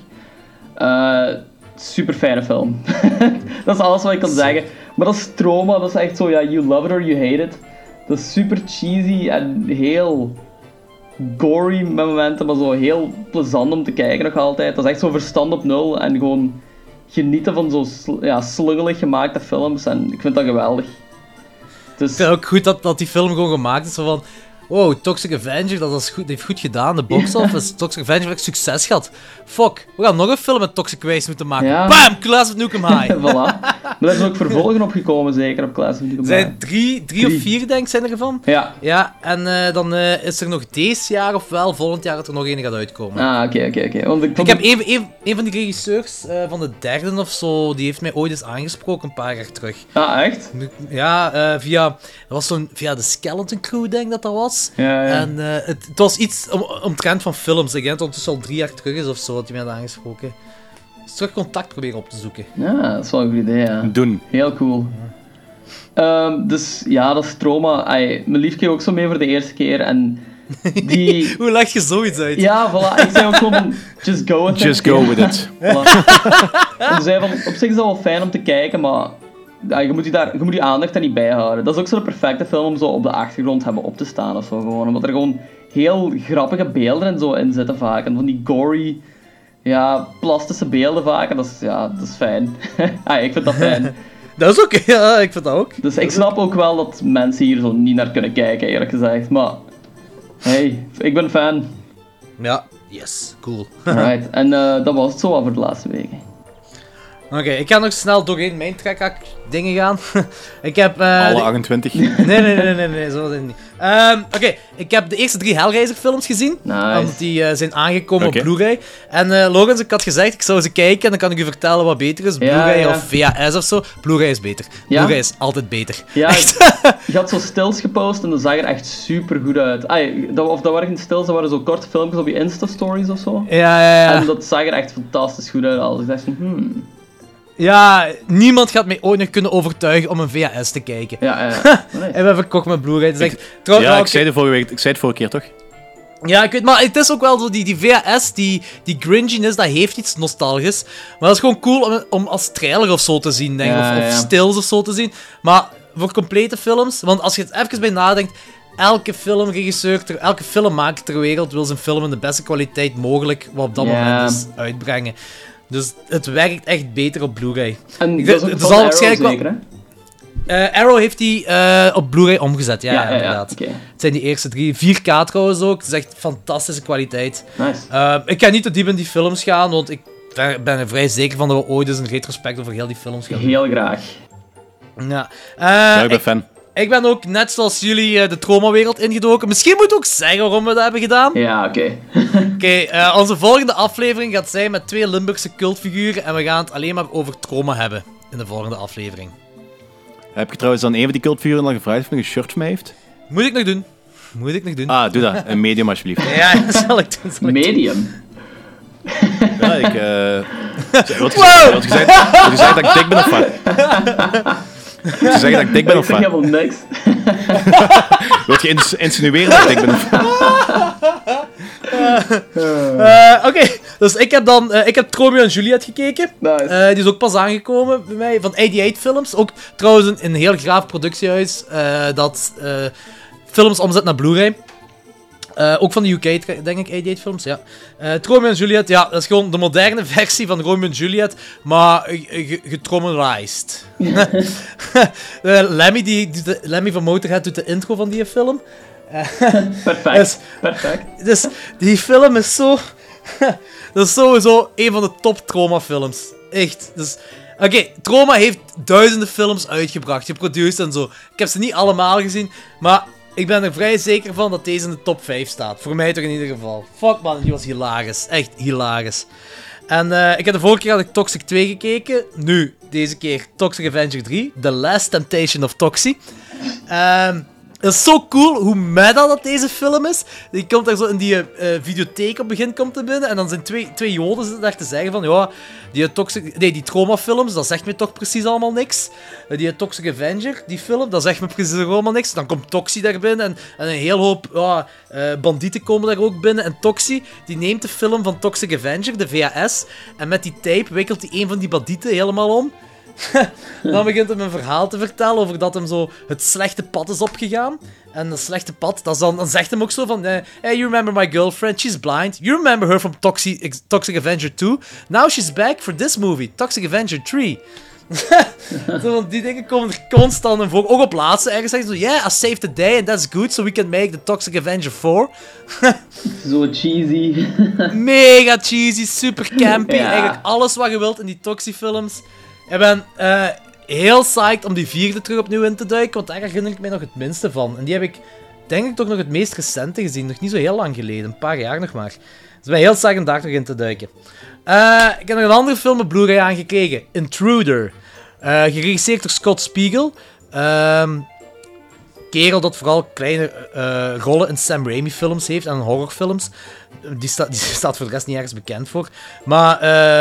Super fijne film. Dat is alles wat ik kan zeggen. Maar dat is trauma, dat is echt zo, you love it or you hate it. Dat is super cheesy en heel gory met momenten, maar zo heel plezant om te kijken nog altijd. Dat is echt zo verstand op nul en gewoon genieten van zo slungelig gemaakte films en ik vind dat geweldig. Dus...
Ik vind het ook goed dat die film gewoon gemaakt is, zo van... Wow, Toxic Avenger, dat heeft goed gedaan. De box office, Toxic Avenger heeft succes gehad. Fuck, we gaan nog een film met Toxic Waste moeten maken. Ja. Bam, Class of Nukem High.
Voilà. Maar daar zijn ook vervolgen op gekomen, zeker, op Class of Nukem High.
Zijn drie of vier, denk ik, zijn er ervan.
Ja.
Ja, en dan is er nog deze jaar, ofwel volgend jaar, dat er nog één gaat uitkomen.
Ah, oké.
Ik heb een van die regisseurs van de derde of zo, die heeft mij ooit eens aangesproken, een paar jaar terug.
Ah, echt?
Ja, via de Skeleton Crew, denk ik dat was.
Ja.
En het was iets omtrent van films. Ik denk dat het ondertussen al 3 jaar terug is of zo, dat hij mij had aangesproken. Dus terug contact proberen op te zoeken.
Ja, dat is wel een goed idee, ja.
Doen.
Heel cool. Dus ja, dat is trauma. Mijn lief kreeg ook zo mee voor de eerste keer en die...
Hoe leg je zoiets uit?
Ja, voilà. Ik zei ook gewoon, just go with it.
Just go with it.
Voilà. En ze zei van, op zich is dat wel fijn om te kijken, maar je moet je aandacht daar niet bij houden. Dat is ook zo'n perfecte film om zo op de achtergrond hebben op te staan of zo. Gewoon, omdat er gewoon heel grappige beelden en zo in zitten vaak. En van die gory, plastische beelden vaak. En dat is fijn. Ik vind dat fijn.
Dat is ook, ja, ik vind dat ook.
Dus ik snap ook wel dat mensen hier zo niet naar kunnen kijken, eerlijk gezegd. Maar, hey, ik ben fan.
Ja, yes, cool.
Right, en dat was het zo al voor de laatste weken.
Oké, ik ga nog snel doorheen mijn trekhaak dingen gaan. Ik heb...
Alle 28.
Nee, zo is het niet. Oké, ik heb de eerste 3 Hellraiser films gezien.
Nice.
Want die zijn aangekomen op Blu-ray. En Logans, ik had gezegd, ik zou ze kijken en dan kan ik u vertellen wat beter is. Blu-ray of VHS of zo. Blu-ray is beter.
Ja?
Blu-ray is altijd beter.
Ja,
echt.
Je had zo stills gepost en dat zag er echt super goed uit. Dat waren geen stills, dat waren zo korte filmpjes op je Insta-stories of zo.
Ja.
En dat zag er echt fantastisch goed uit. Dus ik dacht van,
Ja, niemand gaat mij ooit nog kunnen overtuigen om een VHS te kijken.
Ja. Nice.
En we hebben verkocht met Blu-ray. Dus
ik zei het vorige keer toch?
Ja, ik weet, maar het is ook wel zo, die VHS, die gringiness, dat heeft iets nostalgisch. Maar dat is gewoon cool om als trailer of zo te zien, denk ik. Of stills of zo te zien. Maar voor complete films, want als je het even bij nadenkt, elke filmregisseur, elke filmmaker ter wereld wil zijn film in de beste kwaliteit mogelijk, wat op dat moment is, uitbrengen. Dus het werkt echt beter op Blu-ray.
En dat is ook van Arrow zeker, hè?
Arrow heeft die op Blu-ray omgezet, ja, inderdaad.
Okay.
Het zijn die eerste 3. 4K trouwens ook. Het is echt fantastische kwaliteit.
Nice.
Ik ga niet te diep in die films gaan, want ik ben er vrij zeker van dat we ooit eens een retrospect over heel die films gaan doen.
Heel graag.
Ja.
Ik ben fan.
Ik ben ook, net zoals jullie, de trauma-wereld ingedoken. Misschien moet ik ook zeggen waarom we dat hebben gedaan.
Ja, oké.
Oké, onze volgende aflevering gaat zijn met 2 Limburgse cultfiguren en we gaan het alleen maar over trauma hebben in de volgende aflevering.
Heb je trouwens aan een van die cultfiguren al gevraagd of hij een shirt van mij heeft?
Moet ik nog doen.
Ah, doe dat. Een medium alsjeblieft.
Ja, dat zal ik doen.
Medium?
Ja, Wat je zei dat ik dik ben of wat? Ze zeggen dat ik dik ben of wat?
Ik zeg helemaal niks.
Wil je insinueren dat ik dik ben of wat?
Oké, dus ik heb Romeo en Juliet gekeken.
Nice.
Die is ook pas aangekomen bij mij, van 88 Films. Ook trouwens een heel graaf productiehuis dat films omzet naar Blu-ray. Ook van de UK, denk ik, 88 Films, ja. Romeo en Juliet, ja, dat is gewoon de moderne versie van Romeo en Juliet, maar getrommelized. Lemmy van Motorhead doet de intro van die film.
Perfect.
Dus die film is zo... dat is sowieso een van de top trauma-films. Echt. Dus... Oké, Trauma heeft duizenden films uitgebracht, geproduceerd en zo. Ik heb ze niet allemaal gezien, maar... Ik ben er vrij zeker van dat deze in de top 5 staat. Voor mij toch in ieder geval. Fuck man, die was hilarisch. Echt hilarisch. En ik heb de vorige keer had ik Toxic 2 gekeken. Nu, deze keer Toxic Avenger 3. The Last Temptation of Toxie. Het is zo cool hoe meta dat deze film is. Die komt daar zo in die videotheek op het begin komt er binnen. En dan zijn twee joden zitten daar te zeggen van... Ja, die trauma-films, dat zegt me toch precies allemaal niks. Die Toxic Avenger, die film, dat zegt me precies allemaal niks. Dan komt Toxie daar binnen en een heel hoop bandieten komen daar ook binnen. En Toxie, die neemt de film van Toxic Avenger, de VHS. En met die tape wikkelt hij een van die bandieten helemaal om. Dan begint hij een verhaal te vertellen over dat hem zo het slechte pad is opgegaan. En dat slechte pad, dan zegt hem ook zo van... Hey, you remember my girlfriend? She's blind. You remember her from Toxic Avenger 2? Now she's back for this movie, Toxic Avenger 3. Zo, die dingen komen er constant in voor. Ook op laatste ergens zeggen ze zo... Yeah, I saved the day and that's good, so we can make the Toxic Avenger 4.
Zo cheesy.
Mega cheesy, super campy.
Ja.
Eigenlijk alles wat je wilt in die Toxie-films. Ik ben heel psyched om die 4e terug opnieuw in te duiken, want daar herinner ik mij nog het minste van. En die heb ik, denk ik, toch nog het meest recente gezien. Nog niet zo heel lang geleden, een paar jaar nog maar. Dus ik ben heel psyched om daar nog in te duiken. Ik heb nog een andere film op Blu-ray aangekregen. Intruder. Geregisseerd door Scott Spiegel. Kerel dat vooral kleine rollen in Sam Raimi films heeft en in horrorfilms. Die staat voor de rest niet ergens bekend voor. Maar...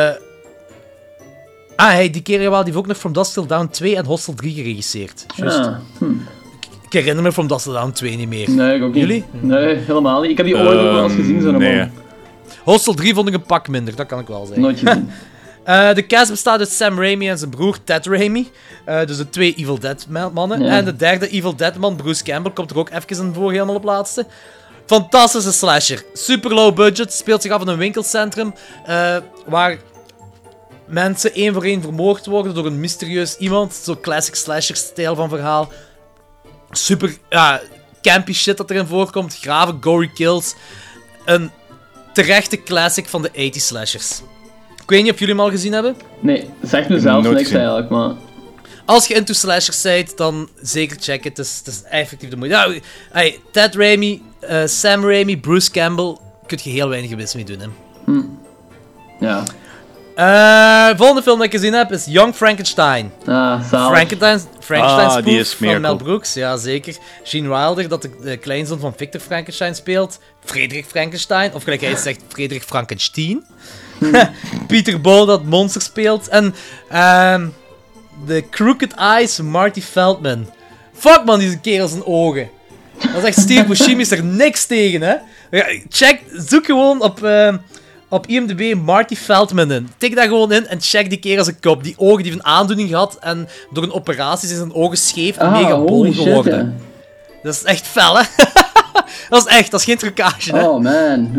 die kerel wel, die heeft ook nog From Dusk Till Dawn 2 en Hostel 3 geregisseerd. Just. Ik herinner me From Dusk Till Dawn 2 niet meer.
Nee, ik ook niet.
Jullie?
Nee, helemaal niet. Ik heb die ooit ook wel eens gezien, zo'n
nee.
man.
Hostel 3 vond ik een pak minder, dat kan ik wel zeggen.
Nooit gezien.
De cast bestaat uit Sam Raimi en zijn broer Ted Raimi. Dus de 2 Evil Dead mannen.
Ja.
En de derde Evil Dead man, Bruce Campbell, komt er ook even in voor, helemaal op laatste. Fantastische slasher. Super low budget. Speelt zich af in een winkelcentrum. Waar mensen 1 voor 1 vermoord worden door een mysterieus iemand. Zo'n classic slasher-stijl van verhaal. Super campy shit dat erin voorkomt. Grave gory kills. Een terechte classic van de 80s slashers. Ik weet niet of jullie hem al gezien hebben.
Nee, zegt me zelf
Nooit
niks
gezien.
eigenlijk, maar...
Als je into slashers bent, dan zeker checken. Het is effectief de moeite. Ja, hey, Ted Raimi, Sam Raimi, Bruce Campbell. Kun je heel weinig mis mee doen, hè.
Ja.
Volgende film dat ik gezien heb is Young Frankenstein.
Zalig.
Frankenstein
die
spoof
is
van
meer
Mel
cool.
Brooks, ja zeker. Gene Wilder, dat de kleinzoon van Victor Frankenstein speelt. Frederik Frankenstein, of gelijk hij zegt, Frederik Frankenstein. Peter Ball, dat monster speelt. En de Crooked Eyes, Marty Feldman. Fuck man, die kerel zijn ogen. Dat is echt Steve Buscemi, is er niks tegen, hè. Ja, zoek gewoon op IMDb Marty Feldman in. Tik dat gewoon in en check die kerel zijn kop. Die ogen die heeft een aandoening gehad en door een operatie zijn zijn ogen scheef en mega bol
holy shit,
geworden. Dat is echt fel, hè. Dat is echt, dat is geen trucage, hè.
Oh man,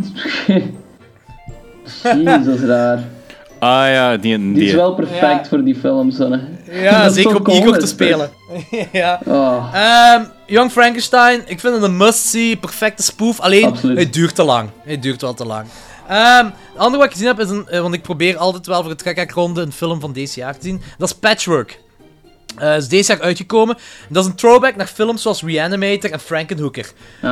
Jezus, raar.
Ja,
Die is wel perfect
Ja.
voor die films, hè.
Ja,
Dat is
zeker
zo
om Igor
komisch,
te spelen. Ja.
Oh.
Young Frankenstein, ik vind het een must-see, perfecte spoof. Alleen,
Absoluut.
het duurt te lang. Het duurt wel te lang. Het andere wat ik gezien heb is want ik probeer altijd wel voor het Trekhaak-ronde een film van deze jaar te zien. Dat is Patchwork. Is deze jaar uitgekomen. Dat is een throwback naar films zoals Reanimator en Frankenhooker.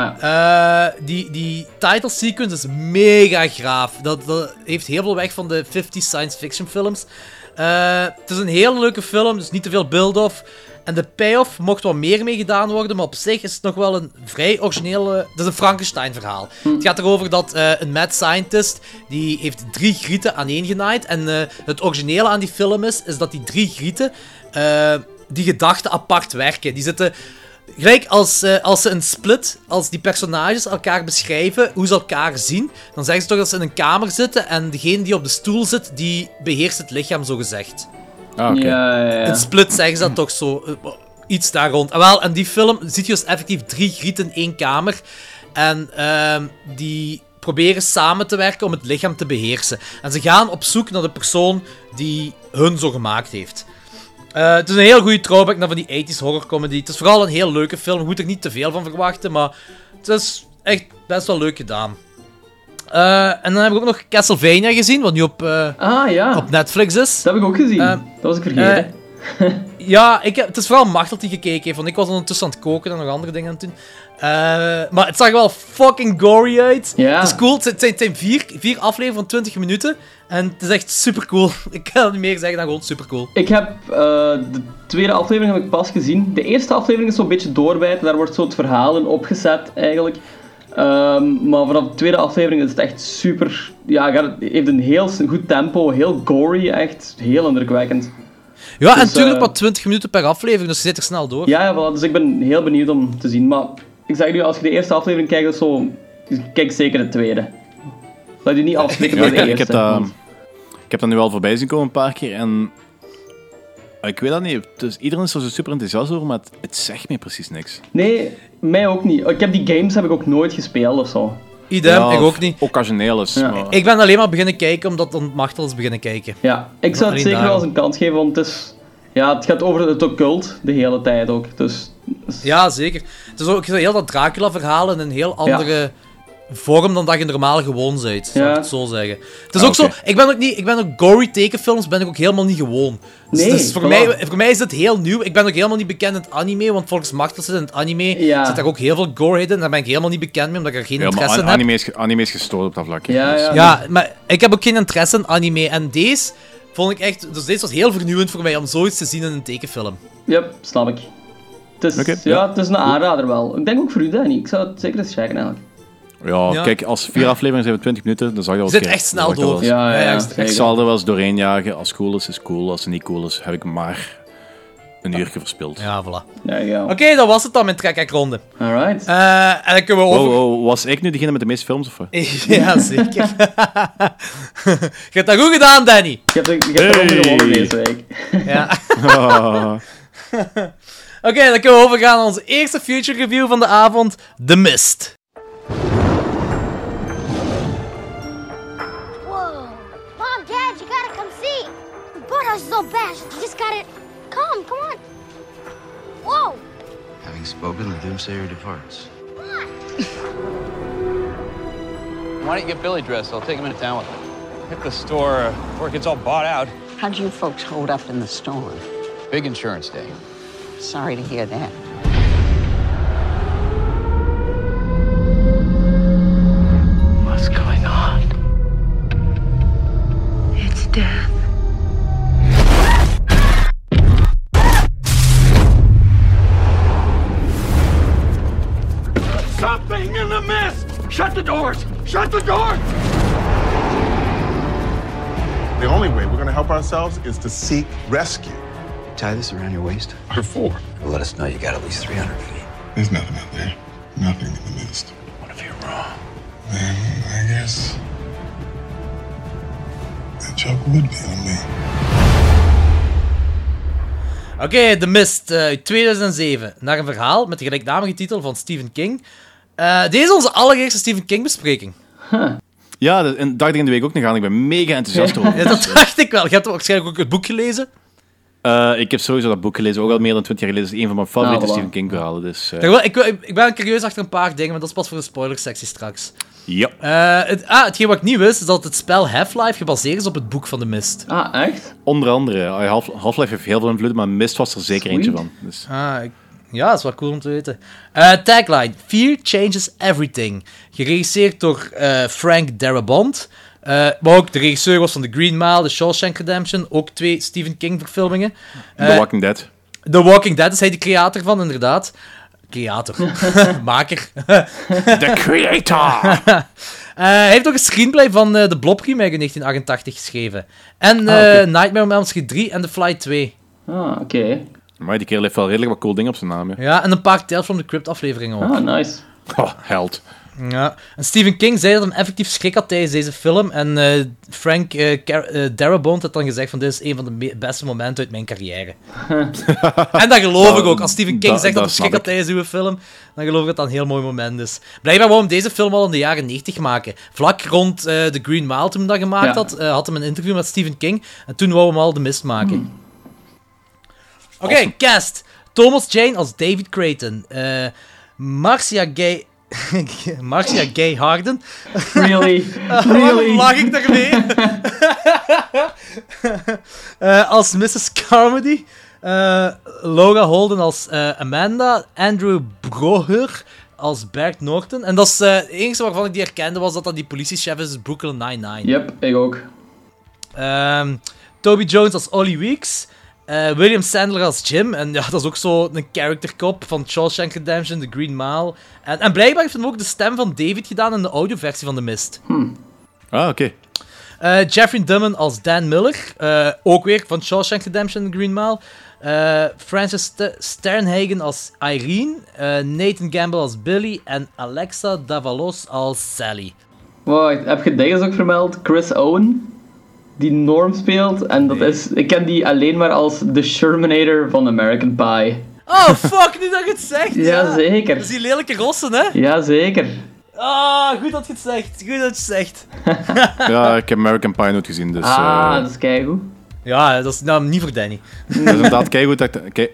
Die title sequence is mega graaf. Dat heeft heel veel weg van de 50s science fiction films. Het is een hele leuke film, dus niet te veel build-off. En de payoff mocht wat meer mee gedaan worden, maar op zich is het nog wel een vrij originele... Het is een Frankenstein-verhaal. Het gaat erover dat een mad scientist, die heeft 3 grieten aaneengenaaid. En het originele aan die film is dat die 3 grieten, die gedachten apart werken. Die zitten... Gelijk als ze een Split, als die personages elkaar beschrijven, hoe ze elkaar zien, dan zeggen ze toch dat ze in een kamer zitten en degene die op de stoel zit, die beheerst het lichaam, zogezegd.
Ah, oké.
Ja.
In Split zeggen ze dat toch zo, iets daar rond. En wel, in die film ziet je dus effectief 3 grieten in 1 kamer. En die proberen samen te werken om het lichaam te beheersen. En ze gaan op zoek naar de persoon die hun zo gemaakt heeft. Het is een heel goede throwback naar van die 80s horrorcomedy. Het is vooral een heel leuke film. Je moet er niet te veel van verwachten, maar het is echt best wel leuk gedaan. En dan heb ik ook nog Castlevania gezien, wat nu op Netflix is.
Dat heb ik ook gezien. Dat was ik vergeten.
Ja, het is vooral Machteld die gekeken heeft, want ik was ondertussen aan het koken en nog andere dingen aan het doen. Maar het zag er wel fucking gory uit.
Ja.
Het is cool, het zijn 4 afleveringen van 20 minuten. En het is echt super cool. Ik kan niet meer zeggen dan gewoon super cool.
Ik heb de tweede aflevering heb ik pas gezien. De eerste aflevering is zo'n beetje doorbijten. Daar wordt zo het verhaal in opgezet, eigenlijk. Maar vanaf de tweede aflevering is het echt super... Ja, het heeft een heel goed tempo, heel gory, echt heel indrukwekkend.
Ja,
Dus,
en natuurlijk maar 20 minuten per aflevering, dus je zit er snel door.
Ja, voilà, dus ik ben heel benieuwd om te zien. Maar ik zeg nu, als je de eerste aflevering kijkt, is zo... Kijk zeker de tweede. Laat je niet afschrikken door de eerste.
Ik heb dat nu al voorbij zien komen een paar keer en... Ik weet dat niet, dus iedereen is er zo super enthousiast over, maar het zegt me precies niks.
Nee, mij ook niet. Ik heb die games heb ik ook nooit gespeeld of zo.
Idem, ik ook niet.
Occasioneel is.
Ja.
Maar...
Ik ben alleen maar beginnen kijken omdat dan Machtel is beginnen kijken.
Ja, ik zou het
Alleen
zeker wel
daarom.
eens een kans geven, want het is... Ja, het gaat over het occult de hele tijd ook, dus...
Ja, zeker. Het is ook heel dat Dracula-verhaal in een heel andere vorm dan dat je normaal gewoon bent, zou ik het zo zeggen. Het is ook zo, ik ben ook gory tekenfilms ben ik ook helemaal niet gewoon. Dus voor mij is dit heel nieuw. Ik ben ook helemaal niet bekend in het anime, want volgens Machtel zit in het anime zit daar ook heel veel gore in. Daar ben ik helemaal niet bekend mee, omdat ik er geen interesse in heb.
Anime is gestoord op dat vlak.
Ja, maar ik heb ook geen interesse in anime. En deze vond ik echt... Dus deze was heel vernieuwend voor mij om zoiets te zien in een tekenfilm.
Yep, snap ik. Het is, het is een aanrader wel. Ik denk ook voor u, Danny. Ik zou het zeker eens checken eigenlijk.
Ja, kijk, als 4 afleveringen zijn we 20 minuten, dan zag je wel
zit echt snel door.
Ik zal er wel eens doorheen jagen. Als het cool is, is cool. Als het niet cool is, heb ik maar Een uurtje verspild.
Ja, voilà.
There you go.
Oké, dat was het dan, mijn trek-ronde.
Alright.
En dan kunnen we over...
Oh, was ik nu degene met de meeste films, of wat?
Ja, zeker. Je hebt dat goed gedaan, Danny.
Ik heb de ronde gewonnen deze week.
Ja.
Ah.
Oké, dan kunnen we overgaan naar onze eerste feature review van de avond, The Mist.
Whoa. Mom, Dad, you gotta come see. The birdhouse is all bashed. You just gotta... Come on. Whoa.
Having spoken, the doomsayer departs.
Come on.
Why don't you get Billy dressed? I'll take him into town with me. Hit the store before it gets all bought out.
How do you folks hold up in the storm?
Big insurance day.
Sorry to hear that.
What's going on? It's death.
Something in the mist! Shut the doors! Shut the doors!
The only way we're going to help ourselves is to seek rescue.
Tie this around your waist.
What for?
It'll let us know you got at least 300 feet.
There's nothing out there. Nothing in the mist.
What if you're wrong?
Then I guess the joke would be on me.
Oké, The Mist uit 2007. Naar een verhaal met de gelijknamige titel van Stephen King. Deze is onze allereerste Stephen King bespreking.
Ja, dat dacht ik in de week ook nog aan. Ik ben mega enthousiast over.
Ja, dat dacht ik wel. Je hebt waarschijnlijk ook het boek gelezen.
Ik heb sowieso dat boek gelezen, ook al meer dan 20 jaar geleden. Dat is een van mijn favoriete Stephen King verhalen. Dus,
ik ben curieus achter een paar dingen, maar dat is pas voor de spoilersectie straks.
Ja.
Hetgeen wat ik niet wist, is dat het spel Half-Life gebaseerd is op het boek van The Mist.
Ah, echt?
Onder andere. Half-Life heeft heel veel invloed, maar Mist was er zeker eentje van. Dus.
Ja, dat is wel cool om te weten. Tagline: Fear changes everything. Geregisseerd door Frank Darabont. Maar ook de regisseur was van The Green Mile, The Shawshank Redemption. Ook 2 Stephen King verfilmingen.
The Walking Dead.
The Walking Dead is hij de creator van, inderdaad. Creator. Maker.
The creator!
Hij heeft ook een screenplay van The Blob remake in 1988 geschreven. En Nightmare on Elm Street 3 en The Fly 2.
Ah, oké.
Maar die kerel heeft wel redelijk wat cool dingen op zijn naam.
Ja, en een paar Tales from the Crypt afleveringen ook.
Ah, nice.
Oh, held.
Ja, en Stephen King zei dat hem effectief schrik had tijdens deze film. En Frank Darabont had dan gezegd van dit is een van de beste momenten uit mijn carrière. En dat geloof ik ook. Als Stephen King zegt dat hij schrik had tijdens uw film, dan geloof ik dat dat een heel mooi moment is. Blijkbaar wou hem deze film al in de jaren 90 maken. Vlak rond The Green Mile, toen hij dat gemaakt had hem een interview met Stephen King. En toen wou hem al The Mist maken. Oké, cast. Thomas Jane als David Creighton. Marcia Gay Harden.
Really?
Waarom lag ik daarmee? Als Mrs. Carmody. Laura Holden als Amanda. Andrew Broher als Bert Norton. En dat is het enige waarvan ik die herkende, was dat die politiechef is, Brooklyn Nine-Nine.
Yep, ik ook.
Toby Jones als Ollie Weeks. William Sandler als Jim. En ja, dat is ook zo een character cop van Shawshank Redemption, The Green Mile. En blijkbaar heeft hij ook de stem van David gedaan in de audioversie van The Mist.
Ah, oké.
Jeffrey Dummen als Dan Miller. Ook weer van Shawshank Redemption, The Green Mile. Frances Sternhagen als Irene. Nathan Gamble als Billy. En Alexa Davalos als Sally.
Wow, heb je deze ook vermeld? Chris Owen? Die Norm speelt. En dat is... Ik ken die alleen maar als de Shermanator van American Pie.
Oh, fuck, nu dat je het zegt.
Jazeker.
Dat is die lelijke rossen, hè?
Jazeker.
Goed dat je het zegt. Goed dat je het zegt.
Ja, ik heb American Pie nooit gezien, dus...
dat is keigoed.
Ja, dat is nou niet voor Danny.
Dat is inderdaad keigoed dat ik...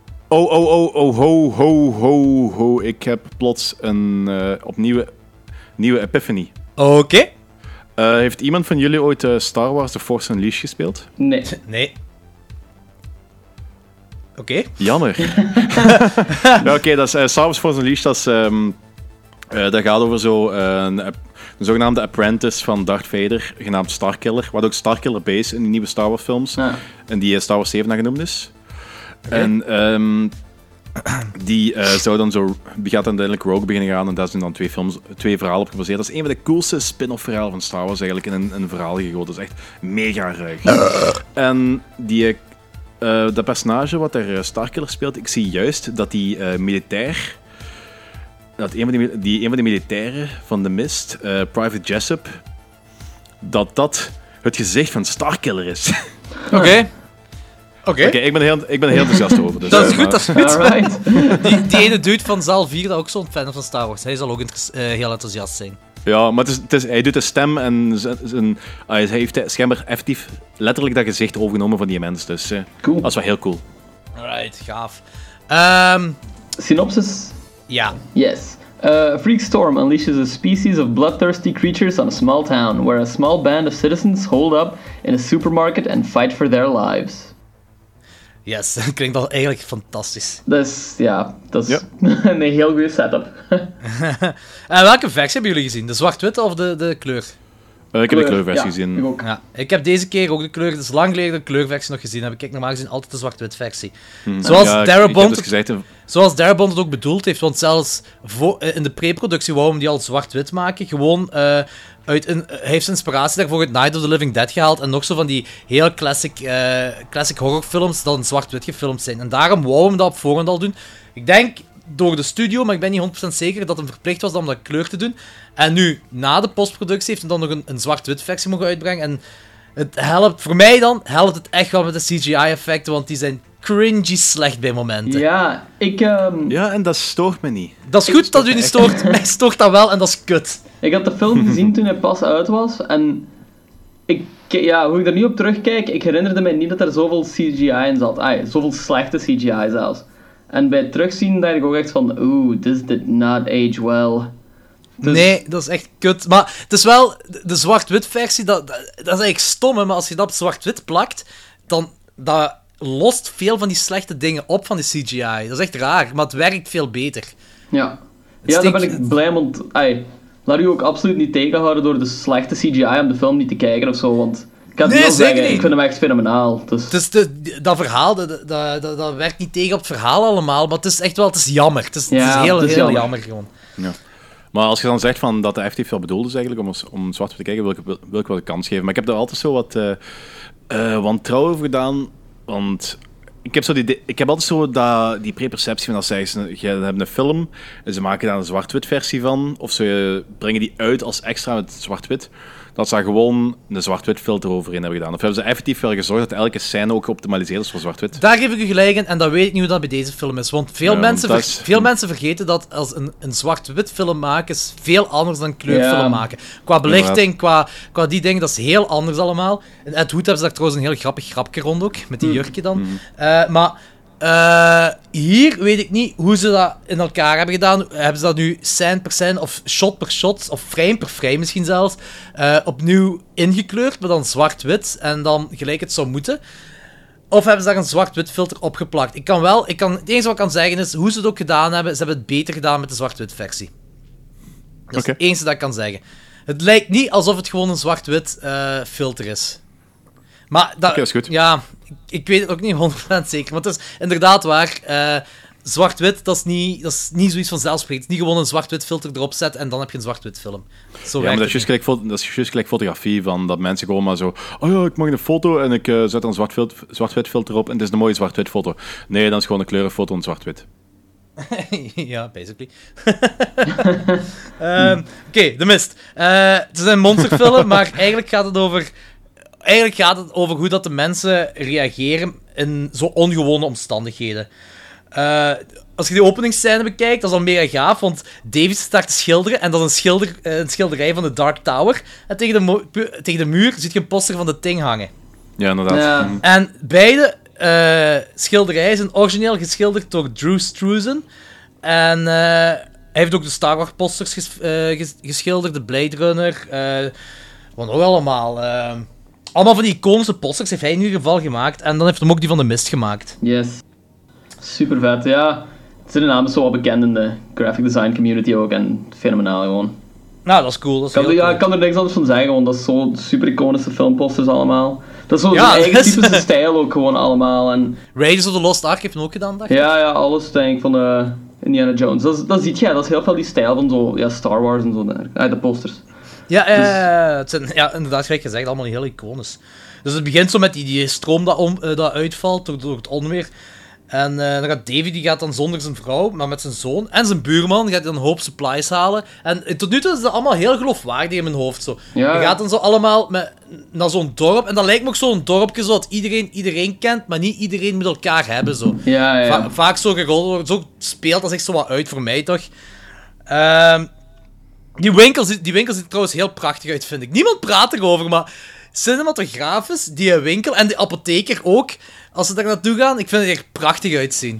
Ho. Ik heb plots een nieuwe epiphany.
Oké.
Heeft iemand van jullie ooit Star Wars The Force Unleashed gespeeld?
Nee.
Oké.
Jammer. Ja, oké, dat is Star Wars Force Unleashed. Dat gaat over een zogenaamde apprentice van Darth Vader, genaamd Starkiller. Wat ook Starkiller Base in die nieuwe Star Wars films. Ja. En die Star Wars 7 naar genoemd is. Okay. En die gaat uiteindelijk Rogue beginnen gaan. En daar zijn dan 2 verhalen op gebaseerd. Dat is een van de coolste spin-off verhalen van Star Wars eigenlijk in een verhaal gegoten. Dat is echt mega ruig. En die dat personage wat er Starkiller speelt, ik zie juist dat die militair... Dat een van die militairen van de Mist, Private Jessup, dat het gezicht van Starkiller is.
Oké,
ik ben heel enthousiast over. Dus,
dat is goed, dat is goed.
Alright.
Die ene dude van zaal 4, dat ook zo'n fan van Star Wars. Hij zal ook heel enthousiast zijn.
Ja, maar hij doet de stem en hij heeft schijnbaar effectief letterlijk dat gezicht overgenomen van die mens. Dus
cool.
Dat is wel heel cool.
Alright, gaaf.
Synopsis?
Ja.
Yes. A freak storm unleashes a species of bloodthirsty creatures on a small town, where a small band of citizens hold up in a supermarket and fight for their lives.
Yes, dat klinkt al eigenlijk fantastisch.
Dat is een heel goede setup.
Welke versie hebben jullie gezien? De zwart-wit of de kleur?
Ik heb de kleurversie gezien.
Ik ook.
Ja, ik heb deze keer ook de kleur... Het is lang geleden de kleurversie nog gezien heb. Ik normaal gezien altijd de zwart-wit versie. Zoals Darabont het ook bedoeld heeft. Want zelfs in de pre-productie wou hem die al zwart-wit maken. Gewoon... hij heeft inspiratie daarvoor uit Night of the Living Dead gehaald. En nog zo van die heel classic horrorfilms dat in zwart-wit gefilmd zijn. En daarom wou hem dat op voorhand al doen. Ik denk door de studio, maar ik ben niet 100% zeker dat hem verplicht was om dat kleur te doen. En nu, na de postproductie, heeft hij dan nog een zwart-wit versie mogen uitbrengen. En het helpt, voor mij dan, helpt het echt wel met de CGI-effecten, want die zijn cringy slecht bij momenten.
Ja,
Ja, en dat stoort me niet.
Dat is goed dat u niet stoort. Mij stoort dat wel en dat is kut.
Ik had de film gezien toen hij pas uit was en hoe ik er nu op terugkijk, ik herinnerde mij niet dat er zoveel CGI in zat. Zoveel slechte CGI zelfs. En bij het terugzien dacht ik ook echt van, this did not age well. Dus...
Nee, dat is echt kut. Maar het is wel, de zwart-wit versie, dat is eigenlijk stom, hè? Maar als je dat op zwart-wit plakt, dan dat lost veel van die slechte dingen op van die CGI. Dat is echt raar, maar het werkt veel beter.
Ja, daar ben ik blij, want laat u ook absoluut niet tegenhouden door de slechte CGI om de film niet te kijken of zo, want... Ik kan het wel zeggen, ik vind hem echt fenomenaal. Dus...
Dat verhaal, dat werkt niet tegen op het verhaal allemaal, maar het is echt wel, het is jammer. Het is heel jammer gewoon.
Ja. Maar als je dan zegt van dat hij effectief wel bedoeld is eigenlijk om zwart te kijken, wil ik wel de kans geven. Maar ik heb er altijd zo wat wantrouwen over gedaan, want ik heb altijd zo die preperceptie van als je hebt een film en ze maken daar een zwart-wit versie van, of ze brengen die uit als extra met zwart-wit, dat ze daar gewoon een zwart-wit filter overheen hebben gedaan. Of hebben ze effectief wel gezorgd dat elke scène ook geoptimaliseerd is voor zwart-wit?
Daar geef ik u gelijk in, en dat weet ik niet hoe dat bij deze film is. Want veel mensen vergeten dat als een zwart-wit film maken is veel anders dan een kleurfilm maken. Qua belichting, qua die dingen, dat is heel anders allemaal. En Ed Wood hebben ze daar trouwens een heel grappig grapje rond ook, met die jurkje dan. Maar hier weet ik niet hoe ze dat in elkaar hebben gedaan. Hebben ze dat nu scène per scène, of shot per shot, of frame per frame misschien zelfs, opnieuw ingekleurd, maar dan zwart-wit, en dan gelijk het zou moeten? Of hebben ze daar een zwart-wit filter opgeplakt? Het enige wat ik kan zeggen is, hoe ze het ook gedaan hebben, ze hebben het beter gedaan met de zwart-wit versie. Dat is het enige dat ik kan zeggen. Het lijkt niet alsof het gewoon een zwart-wit filter is. Maar dat
is goed.
Ja, ik weet het ook niet 100% zeker. Maar het is inderdaad waar. Zwart-wit, dat is niet zoiets vanzelfsprekend. Het is niet gewoon een zwart-wit filter erop zetten en dan heb je een zwart-wit film. Zo
maar dat is juist gelijk fotografie. Van dat mensen gewoon maar zo... Oh ja, ik maak een foto en ik zet er een zwart-wit filter op en het is een mooie zwart-wit foto. Nee, dan is gewoon een kleurenfoto in zwart-wit.
Ja, basically. Oké, The Mist. Het is een monsterfilm, maar eigenlijk gaat het over hoe dat de mensen reageren in zo ongewone omstandigheden. Als je die openingsscène bekijkt, dat is al mega gaaf, want David start te schilderen en dat is een schilderij van de Dark Tower. En tegen de muur zit je een poster van The Thing hangen.
Ja, inderdaad.
Ja.
En beide schilderijen zijn origineel geschilderd door Drew Struzan. En hij heeft ook de Star Wars posters geschilderd, de Blade Runner, wat nog allemaal... Allemaal van die iconische posters heeft hij in ieder geval gemaakt. En dan heeft hij ook die van The Mist gemaakt.
Yes. Super vet, ja. Zijn naam is zo wel bekend in de graphic design community ook. En fenomenaal gewoon.
Nou, dat is cool. Dat is cool.
Ik kan er niks anders van zeggen, want dat is zo super iconische filmposters allemaal. Dat is zo zijn eigen typische stijl ook gewoon allemaal. En...
Raiders of the Lost Ark heeft hem ook gedaan, dacht ik.
Ja, alles denk ik van Indiana Jones. Dat ziet je, dat is heel veel die stijl van zo, Star Wars en zo. De posters.
Ja, het zijn, inderdaad, gelijk gezegd, allemaal heel iconisch. Dus het begint zo met die stroom dat uitvalt door het onweer. En dan gaat Davy, die gaat dan zonder zijn vrouw, maar met zijn zoon en zijn buurman, gaat hij dan een hoop supplies halen. En tot nu toe is dat allemaal heel geloofwaardig in mijn hoofd. Zo.
Ja.
Je gaat dan zo allemaal naar zo'n dorp, en dat lijkt me ook zo'n dorpje zo dat iedereen kent, maar niet iedereen met elkaar hebben. Zo.
Ja.
Vaak zo gerold wordt, zo speelt dat zich zo wat uit voor mij, toch? Die winkel ziet er trouwens heel prachtig uit, vind ik. Niemand praat erover, maar cinematografisch, die winkel en de apotheker ook, als ze daar naartoe gaan, ik vind het er echt prachtig uitzien.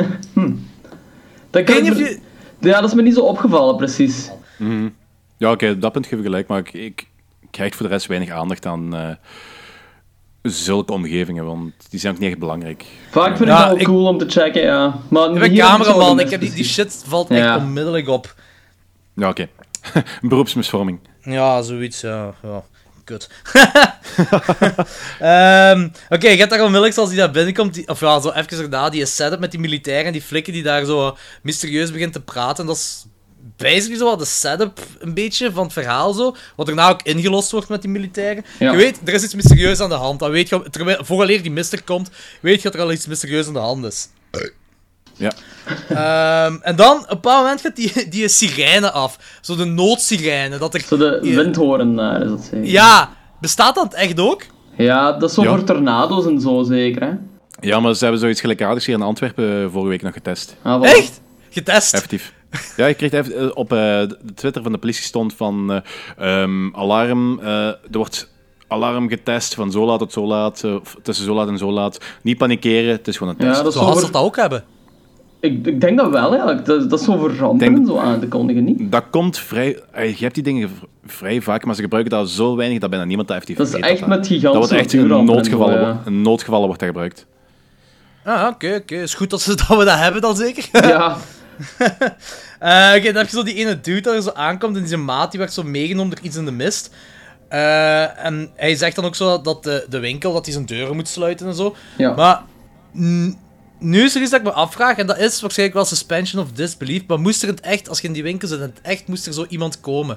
Ja, dat is me niet zo opgevallen, precies.
Mm-hmm. Ja, oké, dat punt geef ik gelijk, maar ik krijg voor de rest weinig aandacht aan zulke omgevingen, want die zijn ook niet echt belangrijk.
Vaak vind ik dat wel cool om te checken, ja. Maar
ik ben cameraman, ik heb die shit valt echt onmiddellijk op.
Ja, oké. Beroepsmisvorming.
Ja, zoiets, ja. Kut. Oké, je hebt daar onmiddellijk, als die daar binnenkomt, of ja, zo even erna, die setup met die militairen en die flikken die daar zo mysterieus begint te praten. En dat is basically zo wat de setup een beetje van het verhaal zo, wat daarna ook ingelost wordt met die militairen.
Ja.
Je weet, er is iets mysterieus aan de hand. Dan weet je, vooraleer die mister komt, weet je dat er al iets mysterieus aan de hand is.
Ja.
En dan, op een bepaald moment gaat die sirene af. Zo de noodsirene.
Zo de windhoren daar, is dat zeker?
Ja, bestaat dat echt ook?
Ja, dat is zo voor tornado's en zo, zeker, hè?
Ja, maar ze hebben zoiets gelijkaardigs hier in Antwerpen vorige week nog getest.
Echt? Getest?
Effectief. Ja, ik kreeg even op de Twitter van de politie stond van alarm, er wordt alarm getest van zo laat tot zo laat, tussen zo laat en zo laat. Niet panikeren, het is gewoon een test.
Ja, Zoals ze dat ook hebben.
Ik denk dat wel, eigenlijk. Dat is zo voor rampen en zo aan te kondigen, niet?
Dat komt vrij... Je hebt die dingen vrij vaak, maar ze gebruiken dat zo weinig dat bijna niemand dat effectief
weet. Dat is echt
dat
met gigantische
dat wordt echt in noodgevallen wordt dat gebruikt.
Ah, oké. Is goed dat we dat hebben dan zeker?
Ja.
Oké, dan heb je zo die ene dude dat er zo aankomt en die zijn maat die werd zo meegenomen door iets in de mist. En hij zegt dan ook zo dat de winkel, dat hij zijn deuren moet sluiten en zo.
Ja.
Maar... Nu is er iets dat ik me afvraag, en dat is waarschijnlijk wel suspension of disbelief, maar moest er in het echt, als je in die winkel zit, in het echt moest er zo iemand komen.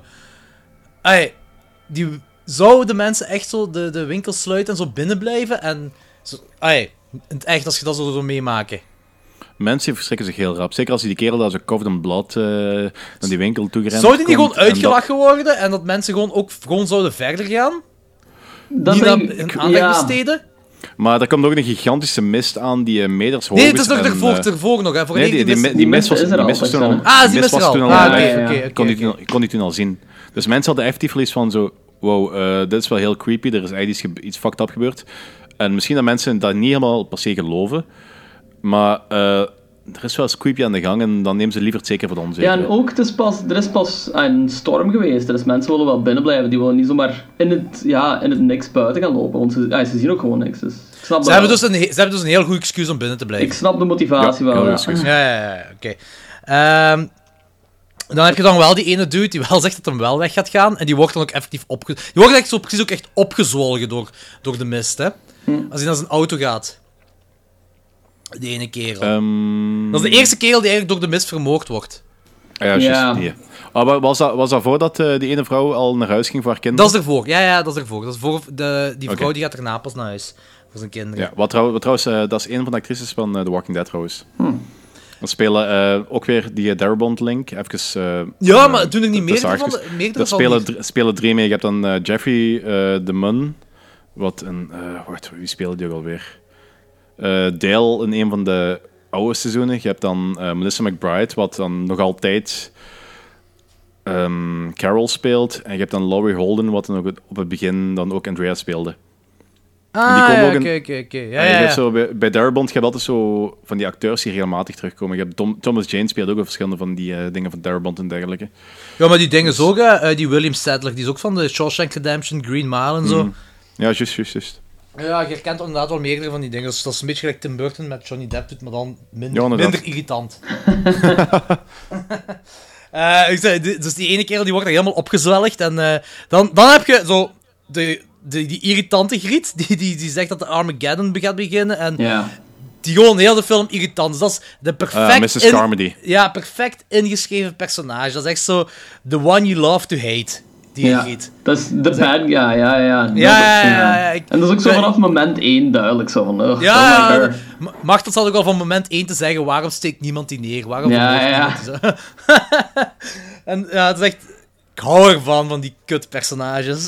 Zouden de mensen echt zo de winkel sluiten en zo binnen blijven? En zo, in het echt, als je dat zo meemaken.
Mensen verschrikken zich heel rap. Zeker als je die kerel dat zo covered in blood naar die winkel toe gerend
Zou die niet gewoon uitgelachen worden en dat mensen gewoon zouden verder gaan?
Dat
niet aan aandacht besteden?
Maar er komt ook een gigantische mist aan die meters hoog is.
Nee, het is nog ervoor nog, hè.
Die mist was toen al.
Die mist er al. Oké.
Kon die toen al zien. Dus mensen hadden effectief iets van zo... Wow, dit is wel heel creepy. Er is eigenlijk iets fucked up gebeurd. En misschien dat mensen dat niet helemaal per se geloven. Maar er is wel eens creepy aan de gang en dan nemen ze liever het zeker voor de onzeker.
Ja, en ook, er is pas een storm geweest. Dus mensen willen wel binnen blijven. Die willen niet zomaar in het niks buiten gaan lopen. Want ze zien ook gewoon niks. Dus ik snap
ze hebben dus een heel goed excuus om binnen te blijven.
Ik snap de motivatie wel.
Ja, oké. Dan heb je dan wel die ene dude die wel zegt dat hem wel weg gaat gaan. En die wordt dan ook effectief die wordt echt zo precies ook echt opgezwolgen door de mist, hè. Als hij naar zijn auto gaat. Die ene kerel. Dat is de eerste kerel die eigenlijk door de mist vermoord wordt.
Ja, juist. Ja. Was dat voordat die ene vrouw al naar huis ging voor haar kinderen?
Dat is ervoor. Ja, dat is ervoor. Dat is voor die vrouw die gaat erna pas naar huis. Voor zijn kinderen.
Ja, wat trouwens, dat is een van de actrices van The Walking Dead trouwens. We spelen ook weer die Darabont link.
Ja, maar doen er niet meer van?
Er spelen 3 mee. Je hebt dan Jeffrey de Munn. Wacht, wie speelde die ook alweer? Dale in een van de oude seizoenen. Je hebt dan Melissa McBride, wat dan nog altijd Carol speelt. En je hebt dan Laurie Holden, wat dan ook op het begin dan ook Andrea speelde.
Oké. Ja.
Zo, bij Darabont heb je altijd zo van die acteurs die regelmatig terugkomen. Je hebt Thomas Jane speelt ook verschillende van die dingen van Darabont en dergelijke.
Ja, maar die dingen is ook, die William Sadler, die is ook van de Shawshank Redemption, Green Mile en zo.
Ja, juist.
Ja, je herkent inderdaad wel meerdere van die dingen. Dus dat is een beetje gelijk Tim Burton met Johnny Depp doet, maar dan minder irritant. Dus die ene kerel die wordt er helemaal opgezwelgd. En dan heb je zo die irritante griet, die zegt dat de Armageddon gaat beginnen. En die gewoon heel de film irritant. Dus dat is de
Mrs. Carmody.
Ja, perfect ingeschreven personage. Dat is echt zo the one you love to hate. die giet.
Dat is de bad guy, ja.
Ja.
En dat is ook zo vanaf moment 1 duidelijk zo van...
Machtel zat ook al van moment 1 te zeggen, waarom steekt niemand die neer? Waarom
ja.
En ja, het is echt... Ik hou ervan, van die kutpersonages.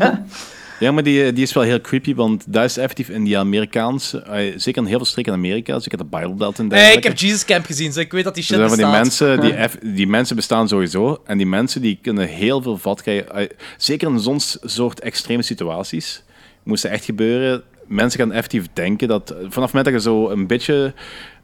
Ja, maar die is wel heel creepy, want dat is effectief in die Amerikaanse... zeker in heel veel streken in Amerika, zeker de Bible Belt en dergelijke.
Ik heb Jesus Camp gezien, dus ik weet dat die shit
bestaat.
bestaat.
Die mensen bestaan sowieso, en die mensen die kunnen heel veel vat krijgen. Zeker in zo'n soort extreme situaties moest het echt gebeuren. Mensen gaan effectief denken dat... Vanaf het moment dat je zo een beetje...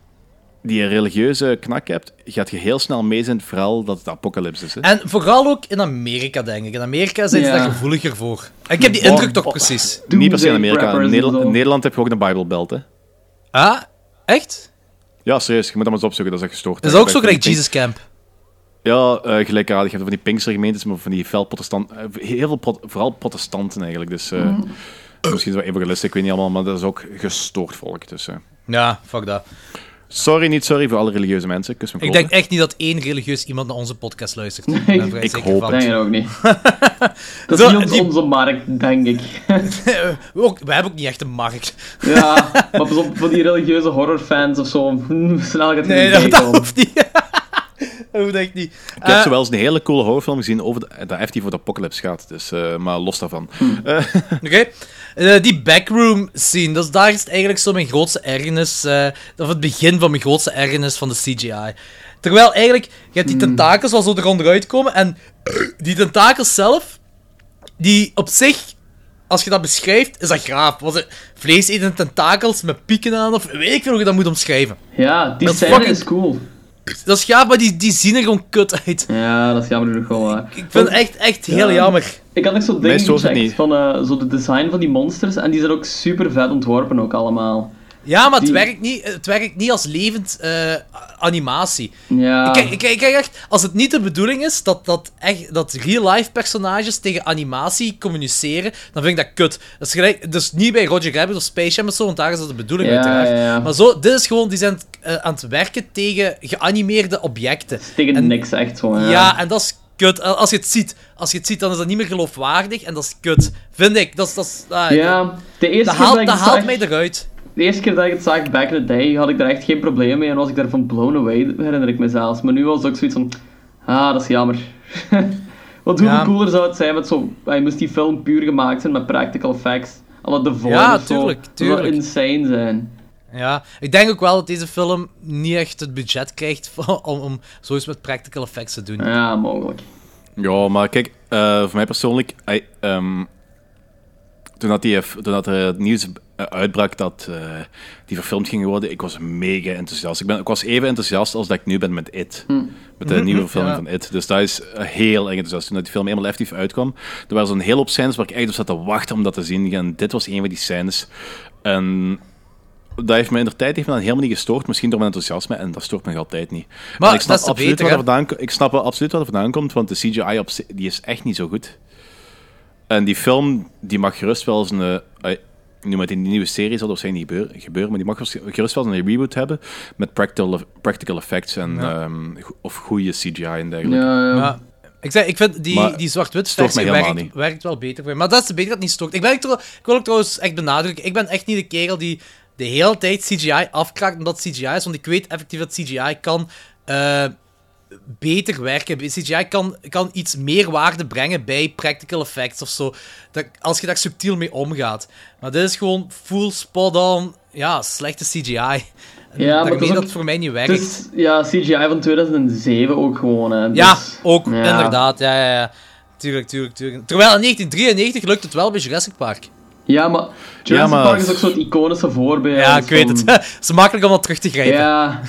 die religieuze knak hebt, gaat je heel snel mee zijn, vooral dat het apocalypse is. Hè?
En vooral ook in Amerika, denk ik. In Amerika zijn ze daar gevoeliger voor. Ik heb die indruk toch precies.
Niet per se in Amerika. In Nederland heb je ook een Bible Belt, hè.
Ah, echt?
Ja, serieus. Je moet dat maar eens opzoeken, dat is echt gestoord.
Dat is ook zo gelijk Jesus Camp.
Ja, gelijkaardig. Je hebt van die Pinkstergemeentes, maar van die fel protestanten... heel veel vooral protestanten, eigenlijk. Dus misschien is het wel evangelisten, ik weet niet allemaal, maar dat is ook gestoord volk. Dus,
ja, fuck dat.
Niet sorry voor alle religieuze mensen. Kus me
ik denk echt niet dat één religieus iemand naar onze podcast luistert.
Nee,
ik hoop het.
Ik denk ook niet. Dat is niet onze markt, denk ik.
Wij hebben ook niet echt een markt.
Ja, maar pas op, voor die religieuze horrorfans of zo, snel gaat het
niet dat hoeft niet. Dat hoeft echt niet.
Ik heb zo wel eens een hele coole horrorfilm gezien dat effectief voor de apocalypse gaat. Dus, maar los daarvan.
Oké. Die backroom scene, daar is het eigenlijk zo mijn grootste ergernis, of het begin van mijn grootste ergernis van de CGI. Terwijl eigenlijk, je hebt die tentakels al zo eronderuit komen, en die tentakels zelf, die op zich, als je dat beschrijft, is dat graaf. Was het vleesetende tentakels met pieken aan, of weet ik veel hoe je dat moet omschrijven.
Ja, die scène is cool.
Dat is gaaf, maar die zien er gewoon kut uit.
Ja, dat is jammer genoeg wel.
Ik vind het echt heel jammer.
Ik had ook zo dingen gecheckt van zo de design van die monsters, en die zijn ook super vet ontworpen ook allemaal.
Ja, maar het werkt niet als levend animatie.
Ja.
Kijk echt, als het niet de bedoeling is dat real-life personages tegen animatie communiceren, dan vind ik dat kut. Dat is gelijk, dus niet bij Roger Rabbit of Space Jam of zo, want daar is dat de bedoeling uiteraard.
Ja.
Maar zo, dit is gewoon, die zijn aan het werken tegen geanimeerde objecten.
Tegen niks, echt zo.
Ja, en dat is kut. Als je het ziet, dan is dat niet meer geloofwaardig, en dat is kut. Vind ik. Dat haalt mij eruit.
De eerste keer dat ik het zag, back in the day, had ik daar echt geen probleem mee en was ik daarvan blown away, herinner ik me zelfs. Maar nu was het ook zoiets van, dat is jammer. Want hoeveel cooler zou het zijn met zo, hij moest die film puur gemaakt zijn met practical effects. Alle de vorm
tuurlijk.
zou insane zijn.
Ja, ik denk ook wel dat deze film niet echt het budget krijgt om zoiets met practical effects te doen.
Ja, mogelijk.
Ja, maar kijk, voor mij persoonlijk, toen dat er het nieuws uitbrak dat die verfilmd ging worden, ik was mega enthousiast. Ik was even enthousiast als dat ik nu ben met It. Met de nieuwe verfilming van It. Dus dat is heel erg enthousiast. Toen dat die film eenmaal effectief uitkwam, er waren zo'n hele hoop scènes waar ik echt op zat te wachten om dat te zien. En dit was een van die scènes. En dat heeft me in de tijd helemaal niet gestoord. Misschien door mijn enthousiasme, en dat stoort me nog altijd niet. Maar ik snap absoluut waar het vandaan komt, want de CGI die is echt niet zo goed. En die film, die mag gerust wel eens nu met die nieuwe serie zal dat waarschijnlijk niet gebeuren, maar die mag gerust wel eens een reboot hebben met practical effects en of goede CGI en dergelijke.
Ja. Ik vind die zwart-wit versie werkt wel beter voor mij. Maar dat is beter dat het niet stoort. Ik wil ook trouwens echt benadrukken, ik ben echt niet de kerel die de hele tijd CGI afkraakt omdat het CGI is, want ik weet effectief dat CGI kan beter werken. CGI kan iets meer waarde brengen bij practical effects of zo. Als je daar subtiel mee omgaat. Maar dit is gewoon full spot-on, slechte CGI. Ja, maar dat het voor mij niet werkt.
Dus, CGI van 2007 ook gewoon. Hè. Dus,
ja, ook, inderdaad. Ja. Tuurlijk. Terwijl in 1993 lukt het wel bij Jurassic Park.
Ja, maar Jurassic Park is ook zo'n iconische voorbeeld.
Ja, ik weet het. Het is makkelijk om dat terug te grijpen.
Ja.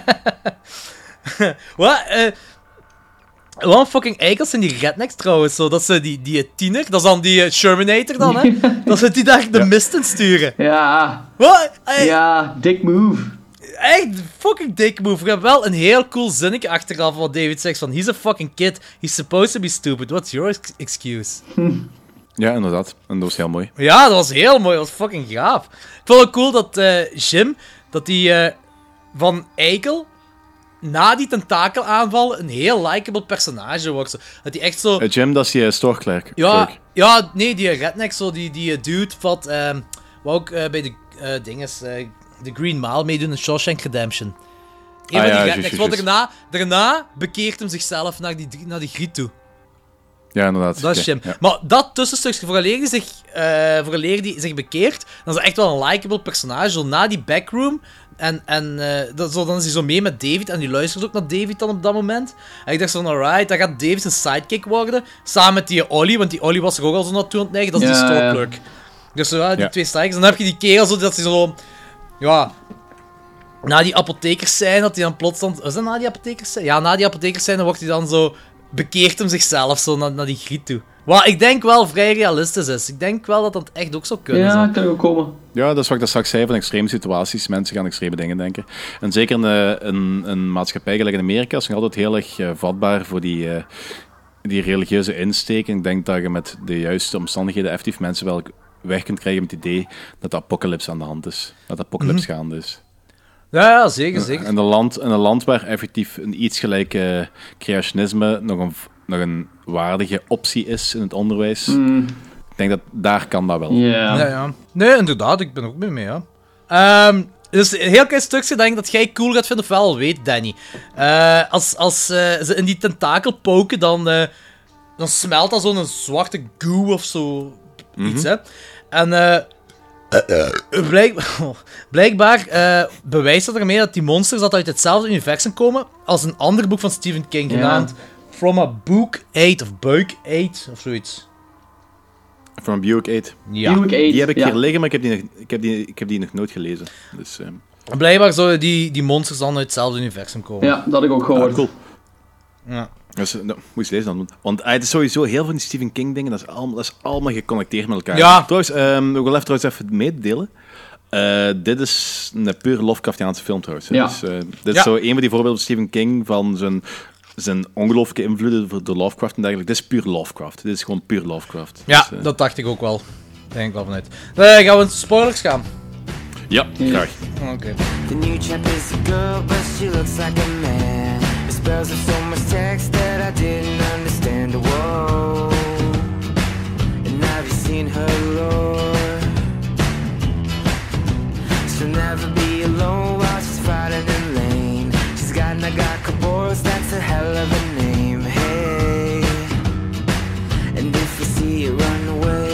Wat een fucking eikels zijn die rednecks trouwens. Zo, dat ze die tiener, dat is dan die Shermanator dan, hè? Dat ze die daar de mist in sturen.
Ja.
Wat?
Ja, dick move.
Echt fucking dick move. We hebben wel een heel cool zinnetje achteraf wat David zegt van he's a fucking kid, he's supposed to be stupid, what's your excuse?
Ja, inderdaad. En dat was heel mooi.
Ja, dat was heel mooi. Dat was fucking gaaf. Ik vond het cool dat Jim, dat die van Eikel na die tentakelaanval een heel likable personage wordt. Zo. Dat hij echt zo...
Jim, dat is die storeklerk.
Ja, nee, die redneck, zo, die dude wat ook bij de dinges, de Green Mile meedoen in Shawshank Redemption. Een van die rednecks. Want daarna bekeert hem zichzelf naar die griet toe.
Ja, inderdaad.
Dat is Jim. Ja. Maar dat tussenstukje, vooraleer die zich bekeert, dan is hij echt wel een likable personage. Zo na die backroom. En dan is hij zo mee met David. En die luistert ook naar David dan op dat moment. En ik dacht zo van, alright, dan gaat David zijn sidekick worden. Samen met die Ollie, want die Ollie was er ook al zo naartoe aan het neigen. Dat is die store clerk. Dus die twee sidekicks. En dan heb je die kerel zo, dat hij zo... Ja... Na die apothekers zijn, dat hij dan plots dan... Was dat na die apothekers zijn? Ja, na die apothekers zijn, dan wordt hij dan zo... Bekeert hem zichzelf zo naar die griet toe. Wat ik denk wel vrij realistisch is. Ik denk wel dat dat echt ook zou kunnen.
Ja, kan ook komen.
Ja, dat is wat ik straks zei van extreme situaties. Mensen gaan extreme dingen denken. En zeker in een maatschappij gelijk in Amerika is nog altijd heel erg vatbaar voor die religieuze insteek. En ik denk dat je met de juiste omstandigheden effectief mensen wel weg kunt krijgen met het idee dat de apocalypse aan de hand is. Dat de apocalypse gaande is.
Ja, zeker.
In een land waar effectief een iets gelijk creationisme nog een waardige optie is in het onderwijs. Ik denk dat daar kan dat wel.
Ja. Nee, inderdaad, ik ben ook mee, ja. Dus een heel klein stukje denk ik dat jij cool gaat vinden, of wel al weet, Danny. Als ze in die tentakel poken, dan smelt dat zo'n zwarte goo of zo. Iets, hè. En... Blijkbaar bewijst dat ermee dat die monsters dat uit hetzelfde universum komen als een ander boek van Stephen King, genaamd From a Book 8 of Buik 8 of zoiets.
From a Buick 8.
Ja.
Buick 8,
die heb ik hier liggen, maar ik heb die nog nooit gelezen. Dus,
blijkbaar zouden die monsters dan uit hetzelfde universum komen.
Ja, dat had ik ook gehoord.
Cool.
Ja.
Dus, moet je lezen dan. Want het is sowieso heel veel van die Stephen King dingen, dat is allemaal geconnecteerd met elkaar.
Ja.
Trouwens, ik wil even meedelen. Dit is een puur Lovecraftiaanse film trouwens.
Ja.
Dus, dit is zo een van die voorbeelden van Stephen King van zijn ongelooflijke invloeden door Lovecraft en dergelijke. Dit is puur Lovecraft. Dit is gewoon puur Lovecraft.
Ja,
dus,
dat dacht ik ook wel. Daar denk ik wel vanuit. Gaan we in spoilers gaan?
Ja, graag.
Oké.
The new chap is a girl, but she looks like a man. The spells of so much text that I didn't understand. Whoa. And have you seen her lore? She'll never be alone while she's fighting in lane. She's got Nagakaboros, that's a hell of a name. Hey. And if you see it, run away.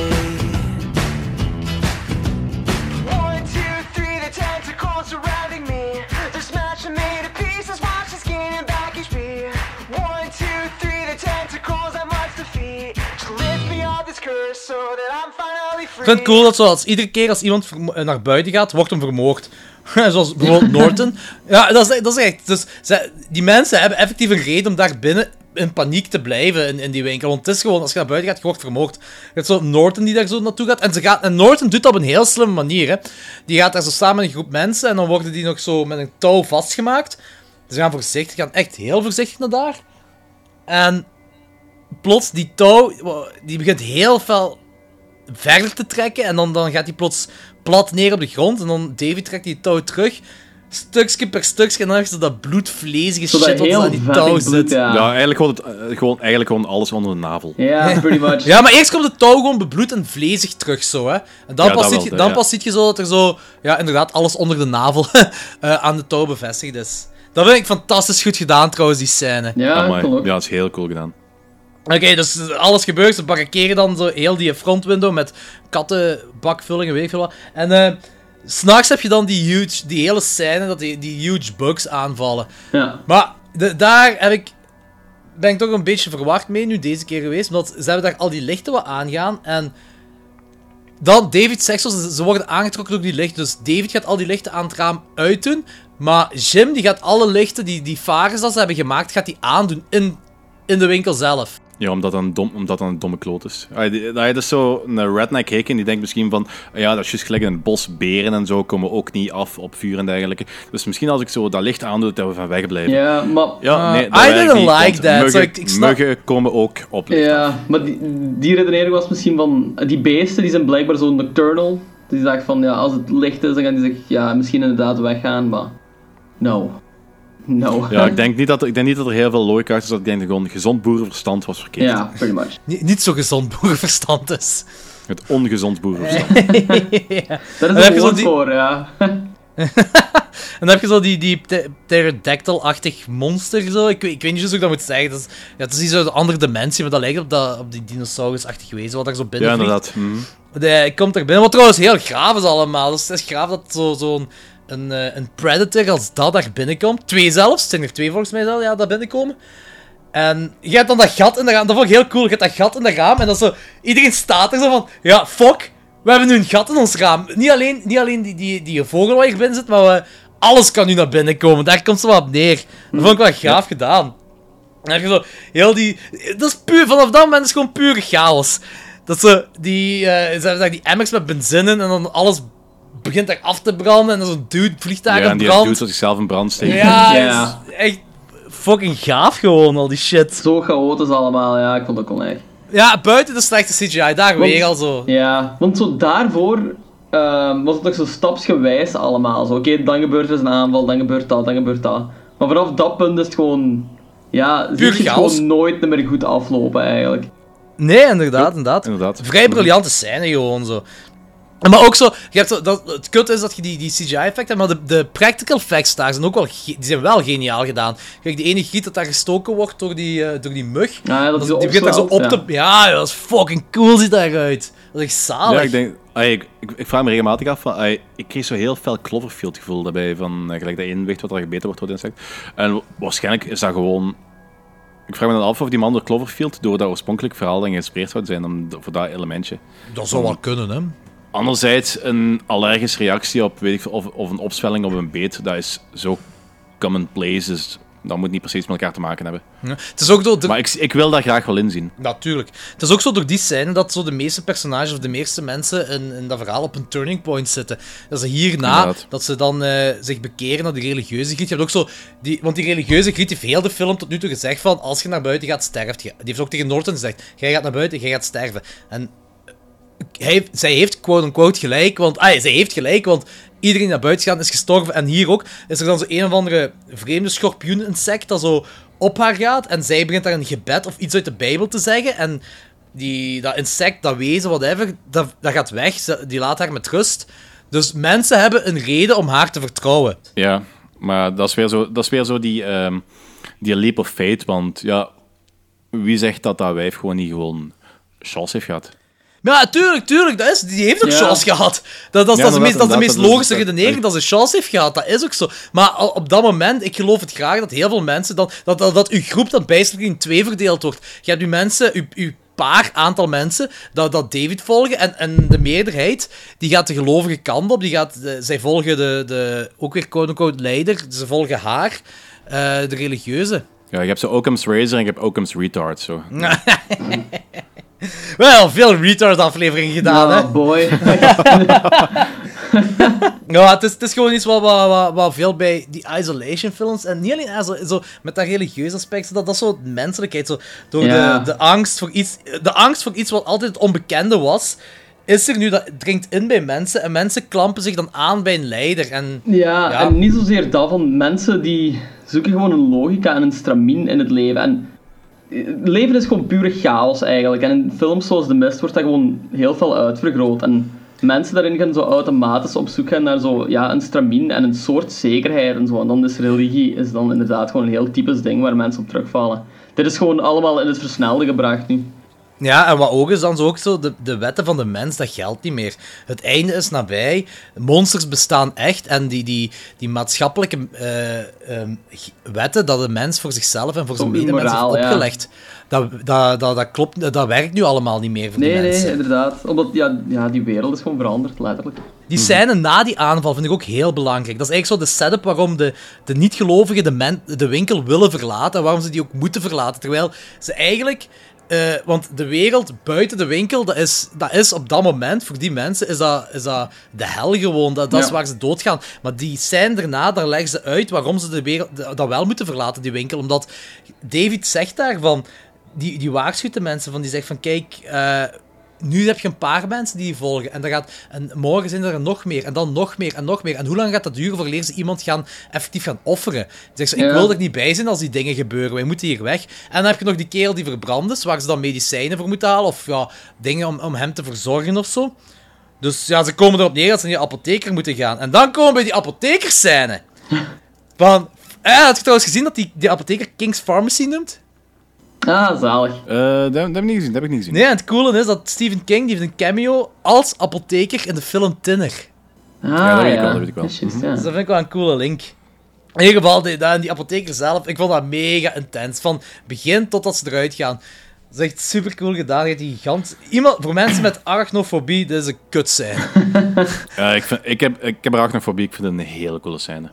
Surrounding me, they're smashing me to pieces while she's gaining back HP. 1, 2, 3, the tentacles I must defeat. To lift me off this curse so that I'm finally free.
Ik vind het cool dat zoals iedere keer als iemand naar buiten gaat, wordt hem vermoord. Zoals bijvoorbeeld Norton. Ja, dat is echt. Dus die mensen hebben effectief een reden om daar binnen in paniek te blijven in die winkel. Want het is gewoon, als je naar buiten gaat, je wordt vermoord. Je hebt zo Norton die daar zo naartoe gaat. En Norton doet dat op een heel slimme manier. Hè. Die gaat daar zo samen met een groep mensen en dan worden die nog zo met een touw vastgemaakt. Dus ze gaan voorzichtig, gaan echt heel voorzichtig naar daar. En plots, die touw, die begint heel veel verder te trekken. En dan gaat die plots plat neer op de grond. En dan David trekt die touw terug. Stukje per stukje. En dan heb je dat bloedvlezige shit wat aan die touw zit.
Ja, eigenlijk gewoon alles onder de navel.
Ja, pretty much.
Ja, maar eerst komt de touw gewoon bebloed en vlezig terug zo, hè. En dan pas ziet je zo dat er zo... Ja, inderdaad, alles onder de navel aan de touw bevestigd is. Dat vind ik fantastisch goed gedaan, trouwens, die scène.
Ja, cool.
Ja, dat is heel cool gedaan.
Oké, dus alles gebeurt. Ze barricaderen dan zo heel die front window met kattenbakvullingen, weet ik veel wat. En... 'S'nachts heb je dan die hele scène dat die huge bugs aanvallen.
Ja.
Maar daar ben ik toch een beetje verward mee nu deze keer geweest. Omdat ze hebben daar al die lichten wat aangaan. En dan David zegt zo, ze worden aangetrokken door die lichten. Dus David gaat al die lichten aan het raam uitdoen. Maar Jim die gaat alle lichten, die varens dat ze hebben gemaakt, gaat die aandoen in de winkel zelf.
Ja, omdat dat een domme kloot is. Dat is zo een redneck hick en die denkt misschien van... Ja, dat is juist gelijk in het bos, beren en zo komen ook niet af op vuur en dergelijke. Dus misschien als ik zo dat licht aandoe, dat we van weg blijven.
Ja, maar...
Ja, nee,
I didn't like that.
Muggen komen ook op licht.
Ja, maar die redenering was misschien van... Die beesten, die zijn blijkbaar zo nocturnal. Die zegt van, ja, als het licht is, dan gaan die zich misschien inderdaad weggaan, maar... No. No.
Ja, ik denk niet dat er heel veel logica is. Ik denk dat gewoon gezond boerenverstand was verkeerd.
Ja, pretty much.
Niet zo gezond boerenverstand is.
Het ongezond boerenverstand.
Ja. Dat is een woord voor, ja.
En dan heb je zo die pterodactyl-achtig monster, zo. Ik weet niet eens hoe ik dat moet zeggen. Het is iets uit een andere dimensie, maar dat lijkt op die dinosaurus-achtig wezen, wat daar zo binnen vliegt.
Ja, inderdaad.
Die komt er binnen, wat trouwens heel graaf is allemaal. Dus het is graaf dat zo'n predator als dat daar binnenkomt. 2 zelfs, het zijn er 2 volgens mij zelf, ja, dat binnenkomen. En je hebt dan dat gat in de raam, dat vond ik heel cool. Je hebt dat gat in de raam en dat zo... Iedereen staat er zo van, ja, fuck, we hebben nu een gat in ons raam. Niet alleen die vogel waar je binnen zit, maar alles kan nu naar binnen komen. Daar komt ze wel op neer. Dat vond ik wel graaf gedaan. En heb je zo heel dat is puur, vanaf dat moment is gewoon pure chaos. Dat ze ze hebben daar die emmers met benzine en dan alles begint daar af te branden en dan zo'n dude vliegt daar in brand.
Ja, en die dude dat zichzelf in brand steekt.
Ja, is echt fucking gaaf gewoon, al die shit.
Zo chaotisch allemaal, ja, ik vond het ook wel echt.
Ja, buiten de slechte CGI, daar weer al zo.
Ja, want zo daarvoor was het toch zo stapsgewijs allemaal. Oké, dan gebeurt er een aanval, dan gebeurt dat, dan gebeurt dat. Maar vanaf dat punt is het gewoon... Ja, zie je het gewoon nooit meer goed aflopen, eigenlijk.
Nee, inderdaad. Vrij briljante scène gewoon zo. Maar ook zo, je hebt zo het kut is dat je die CGI-effecten hebt, maar de practical effects daar zijn ook wel, die zijn wel geniaal gedaan. Kijk, die ene giet dat daar gestoken wordt door die mug.
Ja, dat
die begint daar zo op te... Ja, dat is fucking cool, ziet daaruit. Dat is echt zalig.
Ja, ik denk... Ik vraag me regelmatig af van... Ik kreeg zo heel veel Cloverfield gevoel daarbij, van gelijk dat inwicht wat er gebeten wordt door het insect. En waarschijnlijk is dat gewoon... Ik vraag me dan af of die man door Cloverfield, door dat oorspronkelijk verhaal, dan geïnspireerd zou zijn voor dat elementje.
Dat zou wel kunnen, hè.
Anderzijds, een allergische reactie op, weet ik, of een opzwelling op een beet, dat is zo commonplace, dus dat moet niet precies met elkaar te maken hebben.
Ja, het is ook door
maar ik wil daar graag wel inzien.
Natuurlijk. Het is ook zo door die scène dat zo de meeste personages of de meeste mensen in dat verhaal op een turning point zitten. Dat ze hierna, inderdaad, dat ze dan zich bekeren naar de religieuze griet. Je hebt ook zo want die religieuze griet heeft heel de film tot nu toe gezegd van, als je naar buiten gaat, sterft je. Die heeft ook tegen Norton gezegd, jij gaat naar buiten, jij gaat sterven. En zij heeft quote-unquote gelijk, want... zij heeft gelijk, want iedereen die naar buiten gaat is gestorven. En hier ook is er dan zo een of andere vreemde schorpioen-insect dat zo op haar gaat. En zij begint daar een gebed of iets uit de Bijbel te zeggen. En dat insect, dat wezen, whatever, dat gaat weg. Die laat haar met rust. Dus mensen hebben een reden om haar te vertrouwen.
Ja, maar dat is weer zo die leap of faith. Want ja, wie zegt dat wijf gewoon niet gewoon chance heeft gehad?
Ja, tuurlijk, die heeft ook chance gehad. Dat is de meest logische redenering, dat ze chance heeft gehad. Dat is ook zo. Maar op dat moment, ik geloof het graag, dat heel veel mensen dan... Dat uw groep dan bijstelijk in 2 verdeeld wordt. Je hebt uw mensen, uw aantal mensen, dat David volgen, en de meerderheid, die gaat de gelovige kant op. Zij volgen de ook weer quote-unquote leider. Ze volgen haar, de religieuze.
Ja, je hebt zo Occam's Razor en je hebt Occam's Retard, zo.
Wel, veel retard-afleveringen gedaan, hè?
Boy.
Ja, het is gewoon iets wat veel bij die isolation-films, en niet alleen zo met dat religieuze aspect, dat is zo menselijkheid, zo, door de angst voor iets wat altijd het onbekende was, is er nu, dat dringt in bij mensen, en mensen klampen zich dan aan bij een leider. En niet zozeer dat, van mensen die zoeken gewoon een logica en een stramien in het leven, en het leven is gewoon pure chaos eigenlijk. En in films zoals The Mist wordt dat gewoon heel veel uitvergroot. En mensen daarin gaan zo automatisch op zoek gaan naar zo, een stramien en een soort zekerheid en zo. En dan is religie dan inderdaad gewoon een heel typisch ding waar mensen op terugvallen. Dit is gewoon allemaal in het versnelde gebracht nu. Ja, en wat ook is dan ook zo, de wetten van de mens, dat geldt niet meer. Het einde is nabij, monsters bestaan echt, en die maatschappelijke wetten dat de mens voor zichzelf en voor zijn medemensen heeft opgelegd, dat klopt, dat werkt nu allemaal niet meer voor die mensen. Nee,
inderdaad. Omdat die wereld is gewoon veranderd, letterlijk.
Die scène na die aanval vind ik ook heel belangrijk. Dat is eigenlijk zo de setup waarom de niet-gelovigen de winkel willen verlaten, en waarom ze die ook moeten verlaten, terwijl ze eigenlijk... want de wereld buiten de winkel, dat is op dat moment, voor die mensen, is dat de hel gewoon. Dat is waar ze doodgaan. Maar die scène daarna, daar leggen ze uit waarom ze de wereld dat wel moeten verlaten, die winkel. Omdat David zegt daarvan, die waarschuwt de mensen, die zegt van, kijk, nu heb je een paar mensen die je volgen. En morgen zijn er nog meer. En dan nog meer en nog meer. En hoe lang gaat dat duren voordat ze iemand effectief gaan offeren? Zeg ze, ik wil er niet bij zijn als die dingen gebeuren. Wij moeten hier weg. En dan heb je nog die kerel die verbrand is, waar ze dan medicijnen voor moeten halen. Of dingen om hem te verzorgen of zo. Dus ze komen erop neer dat ze naar die apotheker moeten gaan. En dan komen we bij die apothekerscène. Had je trouwens gezien dat die apotheker King's Pharmacy noemt?
Ah, zalig.
Dat heb ik niet gezien.
Nee, en het coole is dat Stephen King die heeft een cameo als apotheker in de film Thinner.
Dat weet ik wel.
Dus dat
vind ik wel een coole link. In ieder geval, die apotheker zelf, ik vond dat mega intens. Van begin tot dat ze eruit gaan. Dat is echt super cool gedaan. Voor mensen met arachnofobie, dit is een kutscène.
Ik heb arachnofobie, ik vind het een hele coole scène.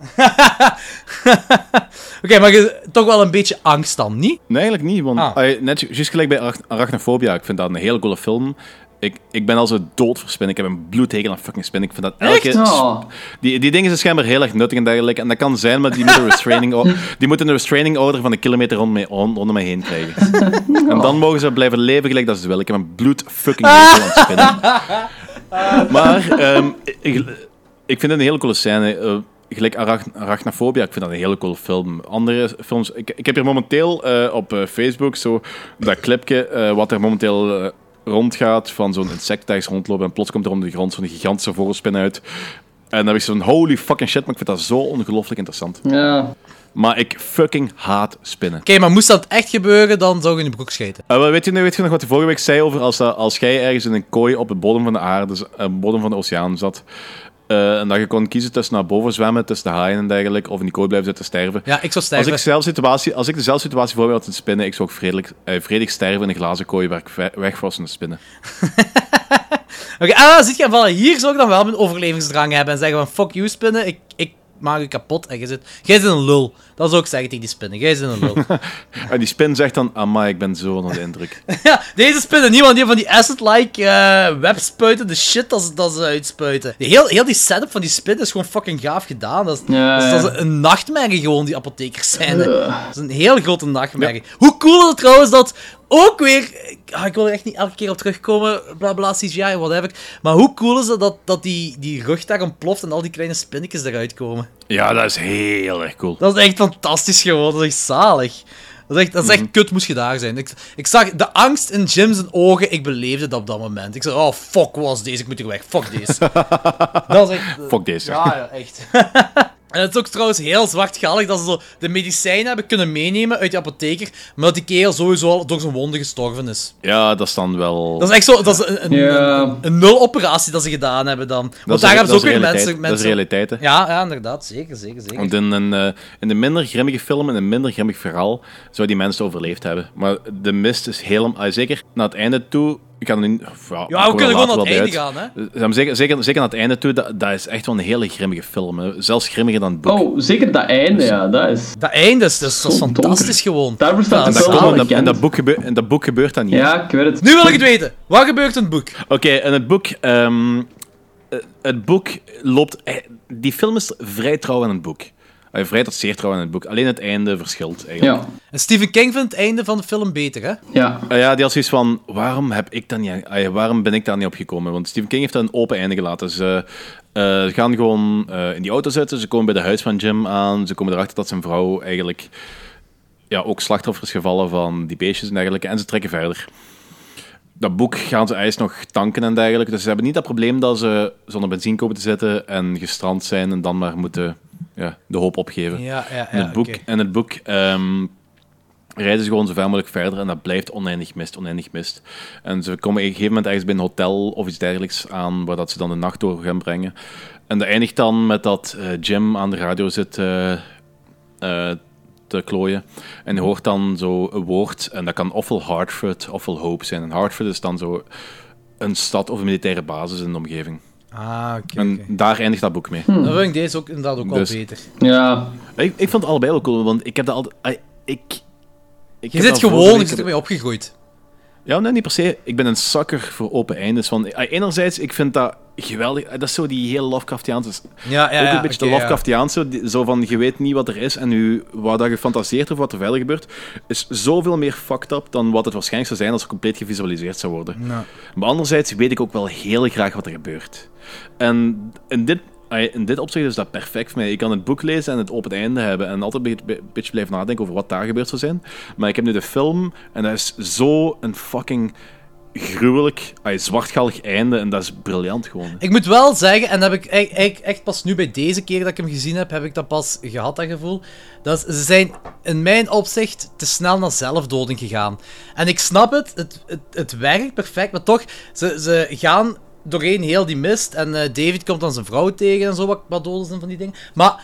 Oké, maar je toch wel een beetje angst dan, niet?
Nee, eigenlijk niet, want net juist gelijk bij Arachnofobia, ik vind dat een hele coole film. Ik ben al zo dood voor spinnen. Ik heb een bloedhekel aan fucking spinnen. Ik vind dat elke... Die dingen zijn schijnbaar heel erg nuttig en dergelijke. En dat kan zijn, maar die moeten een restraining order van een kilometer rond mij heen krijgen. En dan mogen ze blijven leven gelijk dat ze willen. Ik heb een bloedfucking hekel aan spinnen. Maar ik vind het een hele coole scène. Gelijk Arachnofobia, ik vind dat een hele coole film. Andere films... Ik heb hier momenteel op Facebook zo dat clipje wat er momenteel... rondgaat van zo'n insect dat rondlopen en plots komt er onder de grond zo'n gigantische vogelspin uit. En dan heb ik zo'n holy fucking shit, maar ik vind dat zo ongelooflijk interessant.
Ja.
Maar ik fucking haat spinnen.
Oké, maar moest dat echt gebeuren, dan zou je in de broek scheten.
Weet je nog wat de vorige week zei over als jij ergens in een kooi op de bodem van de aarde, bodem van de oceaan zat, en dat je kon kiezen tussen naar boven zwemmen, tussen de haaien en dergelijke, of in die kooi blijven zitten sterven.
Ja, ik zou sterven.
Als ik dezelfde situatie voor me had te spinnen, ik zou ook vredig sterven in een glazen kooi waar ik weg was van de spinnen.
Oké, zit je vallen. Hier zou ik dan wel mijn overlevingsdrang hebben en zeggen van fuck you spinnen, ik maak je kapot en jij zit een lul. Dat zou ik zeggen tegen die spinnen. Jij zit een lul.
En die spin zegt dan, amai, ik ben zo onder de indruk.
Ja, deze spinnen, niemand die van die acid-like webspuiten, de shit dat ze uitspuiten. Heel die setup van die spin is gewoon fucking gaaf gedaan. Dat is een nachtmerrie gewoon, die apothekers zijn. Dat is een heel grote nachtmerrie. Ja. Hoe cool is het trouwens dat ook weer... ik wil er echt niet elke keer op terugkomen, bla bla, CGI, whatever. Maar hoe cool is het dat die rug daar ontploft en al die kleine spinnetjes eruit komen?
Ja, dat is heel erg cool.
Dat is echt fantastisch gewoon, dat is echt zalig. Dat is echt kut, moest je daar zijn. Ik zag de angst in Jim zijn ogen, ik beleefde dat op dat moment. Ik zei, oh fuck, was deze, ik moet hier weg, fuck deze. Dat is echt...
Fuck deze.
Ja, echt. En het is ook trouwens heel zwartgallig dat ze zo de medicijnen hebben kunnen meenemen uit de apotheker, maar dat die kerel sowieso al door zijn wonden gestorven is.
Ja, dat is dan wel...
Dat is echt zo, dat is een nul-operatie dat ze gedaan hebben dan. Want daar hebben ze ook weer mensen...
Dat is realiteit, hè?
Ja, inderdaad, zeker.
Want in een minder grimmige film en een minder grimmig verhaal zou die mensen overleefd hebben. Maar de mist is helemaal... Zeker naar het einde toe... we kunnen
gewoon naar het einde gaan, hè?
Zeker naar het einde toe, dat is echt wel een hele grimmige film. Hè. Zelfs grimmiger dan het boek.
Oh, zeker dat einde, ja. Dat
einde is fantastisch gewoon.
Daar bestaat de film wel
in dat boek gebeurt dat niet.
Ja, ik weet het.
Nu wil ik het weten. Wat gebeurt in het boek?
Oké, in het boek... het boek loopt... Die film is vrij trouw aan het boek. Vrij tot zeer trouw aan het boek. Alleen het einde verschilt, eigenlijk.
Ja.
En Stephen King vindt het einde van de film beter, hè?
Ja.
Ja, die had zoiets van... Waarom ben ik daar niet op gekomen? Want Stephen King heeft dat een open einde gelaten. Ze gaan gewoon in die auto zitten. Ze komen bij de huis van Jim aan. Ze komen erachter dat zijn vrouw eigenlijk... ook slachtoffer is gevallen van die beestjes en dergelijke. En ze trekken verder. Dat boek gaan ze eerst nog tanken en dergelijke. Dus ze hebben niet dat probleem dat ze zonder benzine komen te zitten en gestrand zijn en dan maar moeten de hoop opgeven. In het boek rijden ze gewoon zo ver mogelijk verder en dat blijft oneindig mist. En ze komen op een gegeven moment ergens bij een hotel of iets dergelijks aan waar dat ze dan de nacht door gaan brengen. En dat eindigt dan met dat Jim aan de radio zit te klooien. En je hoort dan zo een woord, en dat kan ofwel Hartford ofwel Hope zijn. En Hartford is dan zo een stad of een militaire basis in de omgeving. En daar eindigt dat boek mee.
Dan vind ik deze ook inderdaad ook wel beter.
Ja.
Ik vond het allebei wel cool, want ik heb dat altijd...
Je zit gewoon, je zit ermee opgegroeid.
Ja, nee, niet per se. Ik ben een sukker voor open eindes. Want enerzijds, ik vind dat geweldig. Dat is zo die hele Lovecraftiaanse...
Ja,
ook een beetje de Lovecraftiaanse. Zo van, je weet niet wat er is en wat dat je fantaseert over wat er verder gebeurt, is zoveel meer fucked up dan wat het waarschijnlijk zou zijn als het compleet gevisualiseerd zou worden.
Ja.
Maar anderzijds weet ik ook wel heel graag wat er gebeurt. En in dit opzicht is dat perfect voor mij. Ik kan het boek lezen en het open einde hebben en altijd een beetje blijven nadenken over wat daar gebeurd zou zijn. Maar ik heb nu de film en dat is zo een fucking gruwelijk, zwartgallig einde en dat is briljant gewoon.
Ik moet wel zeggen, en dat heb ik echt pas nu bij deze keer dat ik hem gezien heb ik dat pas gehad, dat gevoel. Dat ze zijn in mijn opzicht te snel naar zelfdoding gegaan. En ik snap het werkt perfect, maar toch, ze gaan doorheen heel die mist en David komt dan zijn vrouw tegen en zo, wat doden zijn van die dingen. Maar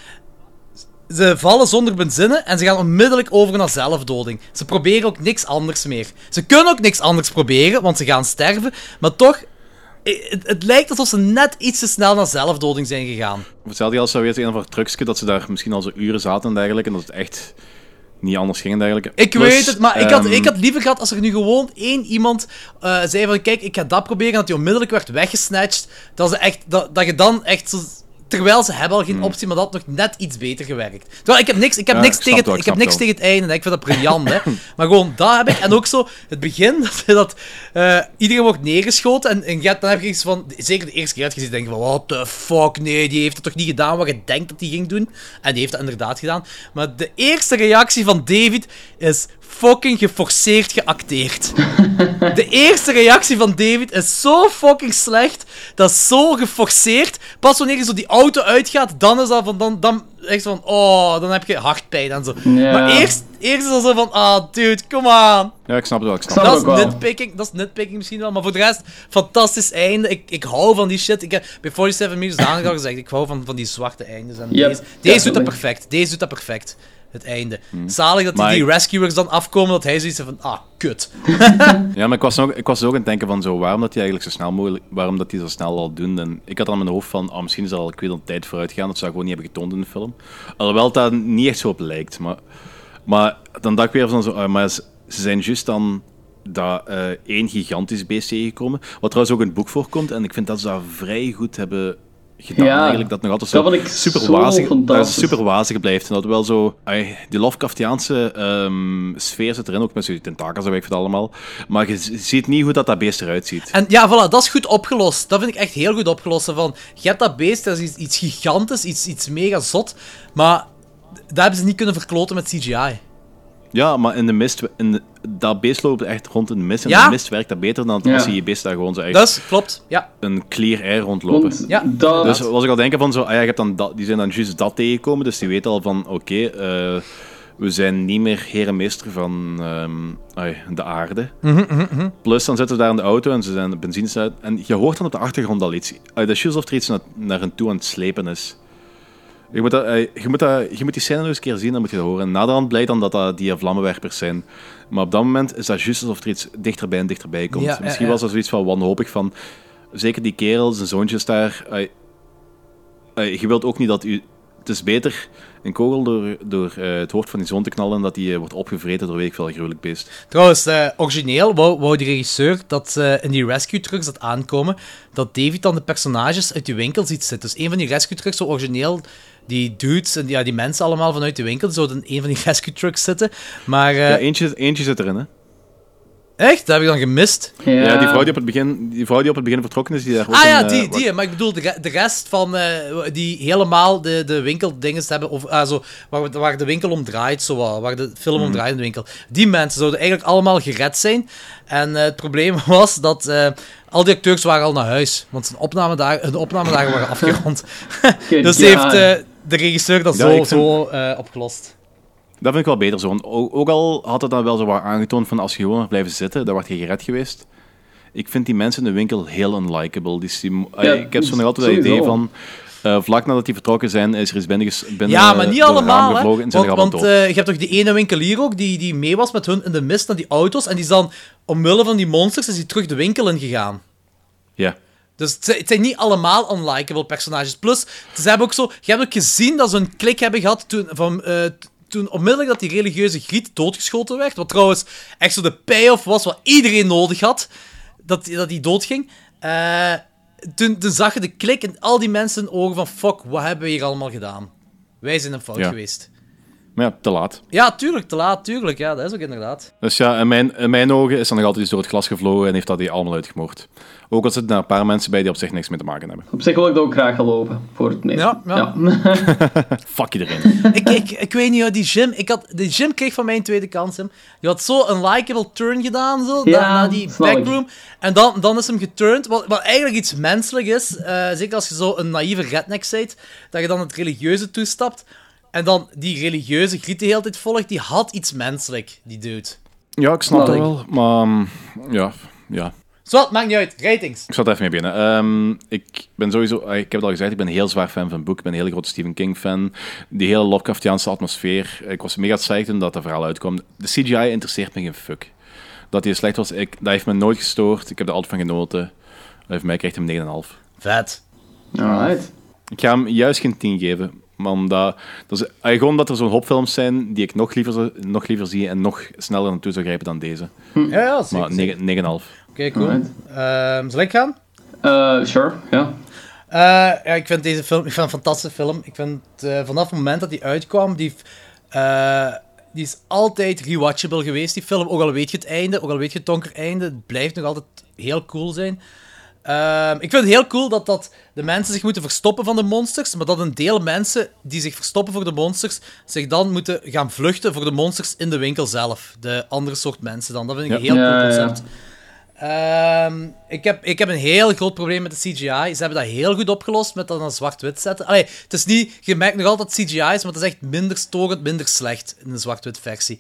ze vallen zonder benzine en ze gaan onmiddellijk over naar zelfdoding. Ze proberen ook niks anders meer. Ze kunnen ook niks anders proberen, want ze gaan sterven. Maar toch, het lijkt alsof ze net iets te snel naar zelfdoding zijn gegaan.
Hetzelfde als zou weten, een of ander trucje, dat ze daar misschien al zo uren zaten en dergelijke, en dat het echt niet anders ging en dergelijke.
Ik weet het, maar ik had liever gehad als er nu gewoon één iemand zei van, kijk, ik ga dat proberen, en dat hij onmiddellijk werd weggesnatcht. Dat je dan echt zo... Terwijl ze hebben al geen optie, maar dat had nog net iets beter gewerkt. Terwijl ik heb niks tegen het einde. Hè. Ik vind dat briljant, hè. Maar gewoon, dat heb ik. En ook zo, het begin, dat iedereen wordt neergeschoten. En dan heb je iets van... Zeker de eerste keer dat je ziet, denk je van... What the fuck, nee, die heeft het toch niet gedaan wat je denkt dat hij ging doen? En die heeft dat inderdaad gedaan. Maar de eerste reactie van David is fucking geforceerd geacteerd. De eerste reactie van David is zo fucking slecht. Dat is zo geforceerd. Pas wanneer je zo die auto uitgaat, dan is dat van... Dan echt van... Oh, dan heb je hartpijn en zo.
Ja.
Maar eerst is dat zo van... Dude, come on.
Ja, ik snap het wel.
Dat is nitpicking misschien wel. Maar voor de rest, fantastisch einde. Ik hou van die shit. Ik heb bij 47 Meters al gezegd. Ik hou van die zwarte eindes. En deze doet dat perfect. Deze doet dat perfect. Het einde. Zalig dat die rescuers dan afkomen, dat hij zoiets van, kut.
Ja, maar ik was ook aan het denken van zo, waarom dat die eigenlijk zo snel mogelijk, waarom dat die zo snel al doen. En ik had dan in mijn hoofd van, misschien is er al een tijd vooruit gegaan, dat ze dat gewoon niet hebben getoond in de film. Alhoewel dat niet echt zo op lijkt. Maar dan dacht ik weer van zo, maar ze zijn juist dan dat één gigantisch beest tegengekomen, wat trouwens ook in het boek voorkomt, en ik vind dat ze dat vrij goed hebben gedaan, eigenlijk, dat nog altijd zo super wazig blijft. En dat wel zo... die Lovecraftiaanse sfeer zit erin, ook met zo'n tentakels en weet ik het allemaal. Maar je ziet niet hoe dat beest eruit ziet.
En ja, voilà, dat is goed opgelost. Dat vind ik echt heel goed opgelost. Van, je hebt dat beest, dat is iets gigantisch, iets mega zot, maar dat hebben ze niet kunnen verkloten met CGI.
Ja, maar in de mist... dat beest loopt echt rond in de mist. En in de mist werkt dat beter dan als je beest daar gewoon zo echt...
Dat is, klopt, ja.
Een clear air rondlopen. Dus was ik al denken van zo... je hebt dan die zijn dan juist dat tegengekomen, dus die weten al van... Oké, we zijn niet meer heer en meester van de aarde. Plus, dan zitten ze daar in de auto en ze zijn de benzine uit. En je hoort dan op de achtergrond al iets. Dat is juist of er iets naar hen toe aan het slepen is. Je moet die scène nog eens een keer zien, dan moet je dat horen. En naderhand blijkt dan dat die vlammenwerpers zijn. Maar op dat moment is dat juist alsof er iets dichterbij komt. Ja, misschien was dat zoiets van wanhopig van... Zeker die kerel, zijn zoontjes daar... je wilt ook niet dat u... Het is beter een kogel door het hoofd van die zoon te knallen... dat die wordt opgevreten door weet ik veel gruwelijk beest.
Trouwens, origineel wou die regisseur dat in die rescue trucks dat aankomen... dat David dan de personages uit die winkel ziet zitten. Dus een van die rescue trucks, zo origineel... Die dudes en die mensen allemaal vanuit de winkel zouden in een van die rescue trucks zitten. Maar...
Ja, eentje zit erin, hè.
Echt? Dat heb ik dan gemist.
Ja, die vrouw die op het begin vertrokken is, die daar ook
die. Maar ik bedoel, de rest van die helemaal de winkeldinges hebben, of waar de winkel om draait, zowel, waar de film om draait in de winkel. Die mensen zouden eigenlijk allemaal gered zijn. En het probleem was dat al die acteurs waren al naar huis, want hun opnamedagen waren afgerond. Dus heeft de regisseur dat zo opgelost.
Dat vind ik wel beter zo. Ook al had het dan wel zo wat aangetoond van als je gewoon blijven zitten, dan word je gered geweest. Ik vind die mensen in de winkel heel unlikable. Ik heb zo nog altijd het idee van... vlak nadat die vertrokken zijn, is er iets binnen
ja, maar niet allemaal, hè. Want
je
hebt toch die ene winkelier ook, die mee was met hun in de mist naar die auto's, en die is dan, omwille van die monsters, is die terug de winkel in gegaan.
Ja.
Dus het zijn niet allemaal unlikable personages. Plus, je hebt ook gezien dat ze een klik hebben gehad toen onmiddellijk dat die religieuze griet doodgeschoten werd, wat trouwens echt zo de payoff was wat iedereen nodig had, dat die doodging, toen zag je de klik in al die mensen in ogen van fuck, wat hebben we hier allemaal gedaan? Wij zijn een fout geweest.
Maar ja, te laat.
Ja, tuurlijk, te laat, tuurlijk. Ja, dat is ook inderdaad.
Dus ja, in mijn ogen is dan nog altijd iets door het glas gevlogen en heeft dat die allemaal uitgemoord. Ook al zitten er een paar mensen bij die op zich niks mee te maken hebben.
Op zich wil ik dat ook graag geloven, voor het meeste.
Ja.
Fuck iedereen.
Ik weet niet, die Jim kreeg van mij een tweede kans. Hem. Die had zo een likable turn gedaan, zo, naar die backroom. En dan is hem geturnd, wat eigenlijk iets menselijk is. Zeker als je zo een naïeve redneck bent, dat je dan het religieuze toestapt. En dan die religieuze griet de hele tijd volgt, die had iets menselijk, die dude.
Ja, ik snap dat wel, maar ja.
Zo, maakt niet uit. Ratings.
Ik zal het even mee beginnen. Ik ben sowieso, ik heb het al gezegd, ik ben een heel zwaar fan van het boek. Ik ben een hele grote Stephen King fan. Die hele Lovecraftiaanse atmosfeer. Ik was mega psyched toen dat verhaal uitkwam. De CGI interesseert me geen fuck. Dat hij slecht was, dat heeft me nooit gestoord. Ik heb er altijd van genoten. Voor mij krijgt hij hem 9,5.
Vet.
Alright.
Ik ga hem juist geen 10 geven. Maar gewoon omdat er zo'n hoop films zijn die ik nog liever zie en nog sneller naartoe zou grijpen dan deze.
Ja, zeker.
Maar 9,5.
Oké, cool. Zal ik gaan?
Sure, ja.
Ik vind deze film een fantastische film. Ik vind vanaf het moment dat die uitkwam, die is altijd rewatchable geweest, die film. Ook al weet je het einde, ook al weet je het donker einde, het blijft nog altijd heel cool zijn. Ik vind het heel cool dat de mensen zich moeten verstoppen van de monsters, maar dat een deel mensen die zich verstoppen voor de monsters zich dan moeten gaan vluchten voor de monsters in de winkel zelf. De andere soort mensen dan. Dat vind ik een heel cool concept. Ik heb een heel groot probleem met de CGI. Ze hebben dat heel goed opgelost met dat naar zwart-wit zetten. Allee, het is niet... Je merkt nog altijd CGI is, maar het is echt minder storend, minder slecht in de zwart-wit versie.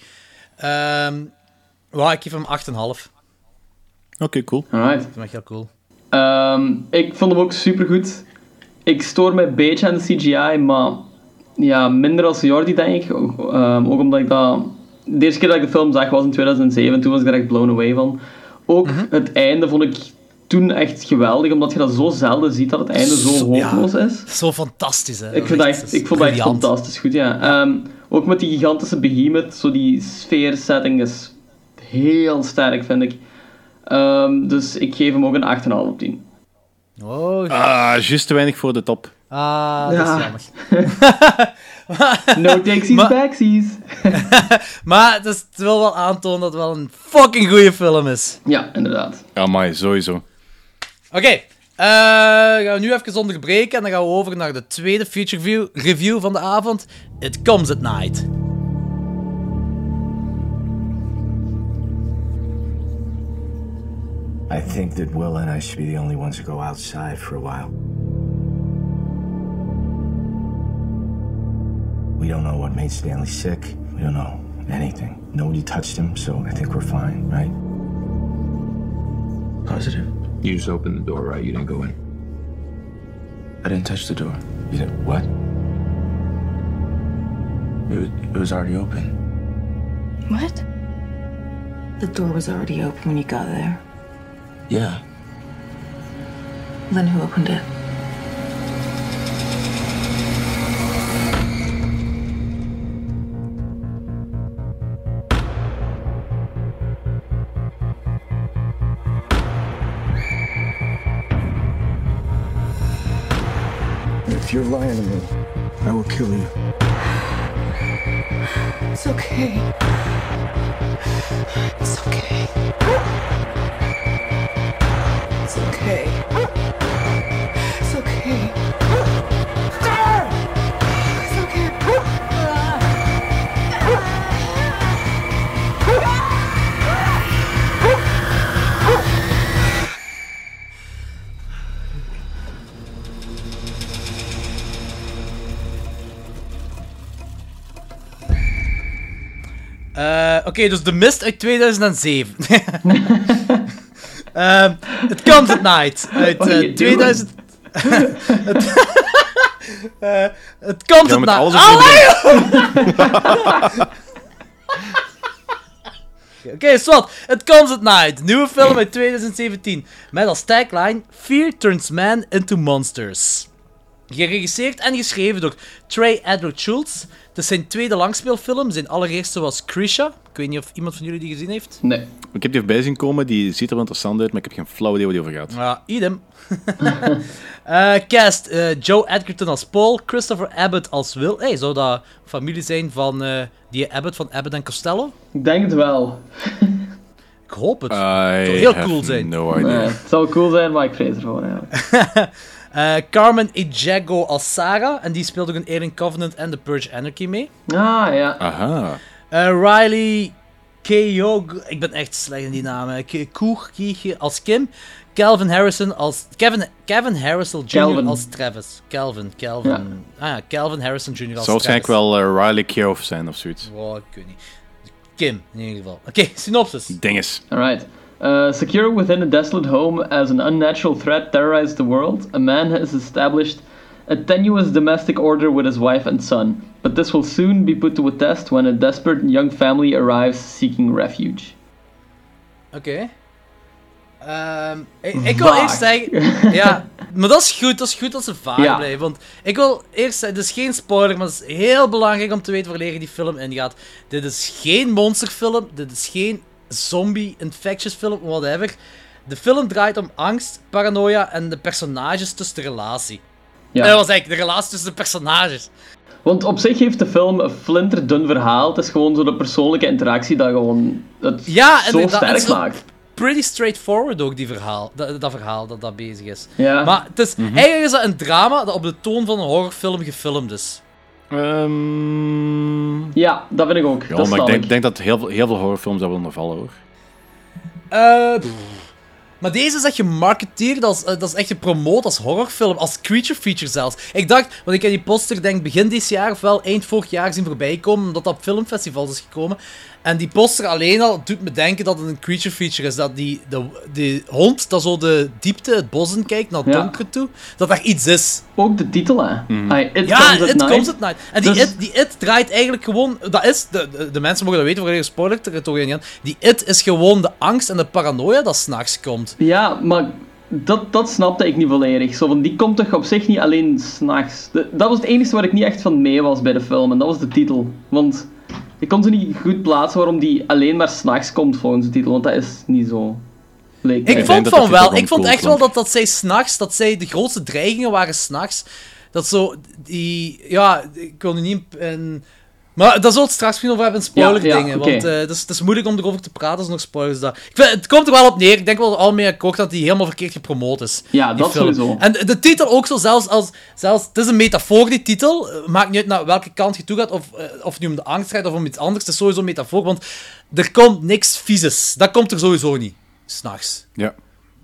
Ik geef hem 8,5.
Oké, cool.
Alright.
Ik vind hem echt heel cool.
Ik vond hem ook supergoed. Ik stoor me een beetje aan de CGI, maar ja, minder als Jordi, denk ik. Ook omdat ik dat... De eerste keer dat ik de film zag was in 2007, toen was ik er echt blown away van. Ook het einde vond ik toen echt geweldig, omdat je dat zo zelden ziet dat het einde zo hopeloos is.
Zo fantastisch, hè.
Ik vond dat echt fantastisch goed, ja. Ook met die gigantische behemoth, zo die sfeersetting is heel sterk, vind ik. Dus ik geef hem ook een 8,5 op 10.
Oh,
juist te weinig voor de top.
Dat is jammer.
No takesies, backsies.
Maar het wil wel aantonen dat het wel een fucking goede film is.
Ja, inderdaad.
Amai, sowieso.
Oké, gaan we nu even onderbreken en dan gaan we over naar de tweede feature review van de avond. It Comes at Night.
I think that Will and I should be the only ones who go outside for a while. We don't know what made Stanley sick. We don't know anything. Nobody touched him, so I think we're fine, right?
Positive. You just opened the door, right? You didn't go in.
I didn't touch the door. You did what? It was already open.
What? The door was already open when you got there.
Yeah.
Then who opened it?
If you're lying to me, I will kill you.
It's okay. It's okay. It's okay. It's okay. It's okay.
Oké, dus The Mist uit 2007. It Comes at Night uit 2000... Het Comes at Night... Oké, zwart. It Comes at Night. Nieuwe film uit 2017. Met als tagline... Fear turns man into monsters. Geregisseerd en geschreven door Trey Edward Schultz. Het is zijn tweede langspeelfilm. Zijn allereerste was Krisha. Ik weet niet of iemand van jullie die gezien heeft.
Nee.
Ik heb die voorbij zien komen, die ziet er wel interessant uit, maar ik heb geen flauw idee waar die over gaat.
Ja, idem. Cast, Joe Edgerton als Paul, Christopher Abbott als Will. Hey, zou dat familie zijn van die Abbott van Abbott en Costello?
Ik denk het wel.
Ik hoop het. Het zou heel cool zijn.
No idea.
Nee, het zou cool zijn, maar ik vrees ervoor eigenlijk.
Carmen Ejago als Sarah. En die speelt ook in Alien Covenant en The Purge Anarchy mee.
Ah, ja.
Aha.
Riley Keogh, ik ben echt slecht in die namen. Koech als Kim. Calvin Harrison als... Kevin Harrison Jr.
Calvin.
als Travis. Calvin.
Ja.
Ah ja, Calvin Harrison Jr. als
Zou
Travis.
waarschijnlijk wel Riley Keough zijn of zoiets.
Oh, ik weet niet. Kim, in ieder geval. Oké, synopsis.
Dinges.
Alright. Secure within a desolate home as an unnatural threat terrorized the world, a man has established a tenuous domestic order with his wife and son. But this will soon be put to a test when a desperate young family arrives seeking refuge.
Oké. Ik wil eerst zeggen... Ja, maar dat is goed dat ze vaag blijven. Want ik wil eerst zeggen, het is geen spoiler, maar het is heel belangrijk om te weten wanneer je die film ingaat. Dit is geen monsterfilm, dit is geen zombie, infectious film, whatever. De film draait om angst, paranoia en de personages tussen de relatie.
Ja.
Dat was eigenlijk de relatie tussen de personages.
Want op zich heeft de film een flinterdun verhaal. Het is gewoon zo de persoonlijke interactie dat gewoon het zo sterk maakt.
Pretty straightforward ook, die verhaal. Dat verhaal dat bezig is.
Ja.
Maar het is, eigenlijk is dat een drama dat op de toon van een horrorfilm gefilmd is.
Ja, dat vind ik ook.
Ja,
dat
maar
snap
ik denk dat heel veel horrorfilms dat wel ondervallen, hoor.
Maar deze is echt gemarketeerd als... dat is echt gepromoot als horrorfilm, als creature feature zelfs. Ik dacht, want ik heb die poster denk begin dit jaar of wel eind vorig jaar zien voorbij komen, omdat dat op filmfestivals is gekomen. En die poster alleen al doet me denken dat het een creature feature is. Dat die hond dat zo de diepte, het bos in kijkt, naar het donker toe. Dat daar iets is.
Ook de titel, hè.
It Comes at Night. En die It draait eigenlijk gewoon... Dat is... De mensen mogen dat weten, voor je spoilert er toch niet aan. Die It is gewoon de angst en de paranoia dat 's nachts komt.
Ja, maar... Dat snapte ik niet volledig. Zo van, die komt toch op zich niet alleen 's nachts. Dat was het enige waar ik niet echt van mee was bij de film. En dat was de titel. Want... Ik kon ze niet goed plaatsen waarom die alleen maar 's nachts komt volgens de titel, want dat is niet zo.
Ik vond van wel. Ik vond echt wel dat zij 's nachts, dat zij de grootste dreigingen waren 's nachts. Dat zo, ja, ik wil nu niet maar daar zullen we het straks misschien over hebben in spoiler-dingen.
Okay.
Want het is moeilijk om erover te praten als er nog spoilers zijn. Het komt er wel op neer. Ik denk wel al mee akkoord dat die helemaal verkeerd gepromoot is.
Ja, dat
film.
sowieso.
En de titel ook zo, zelfs het is een metafoor, die titel. Maakt niet uit naar welke kant je toe gaat, of het nu om de angst gaat of om iets anders. Het is sowieso een metafoor, want er komt niks vieses. Dat komt er sowieso niet. 's Nachts.
Ja.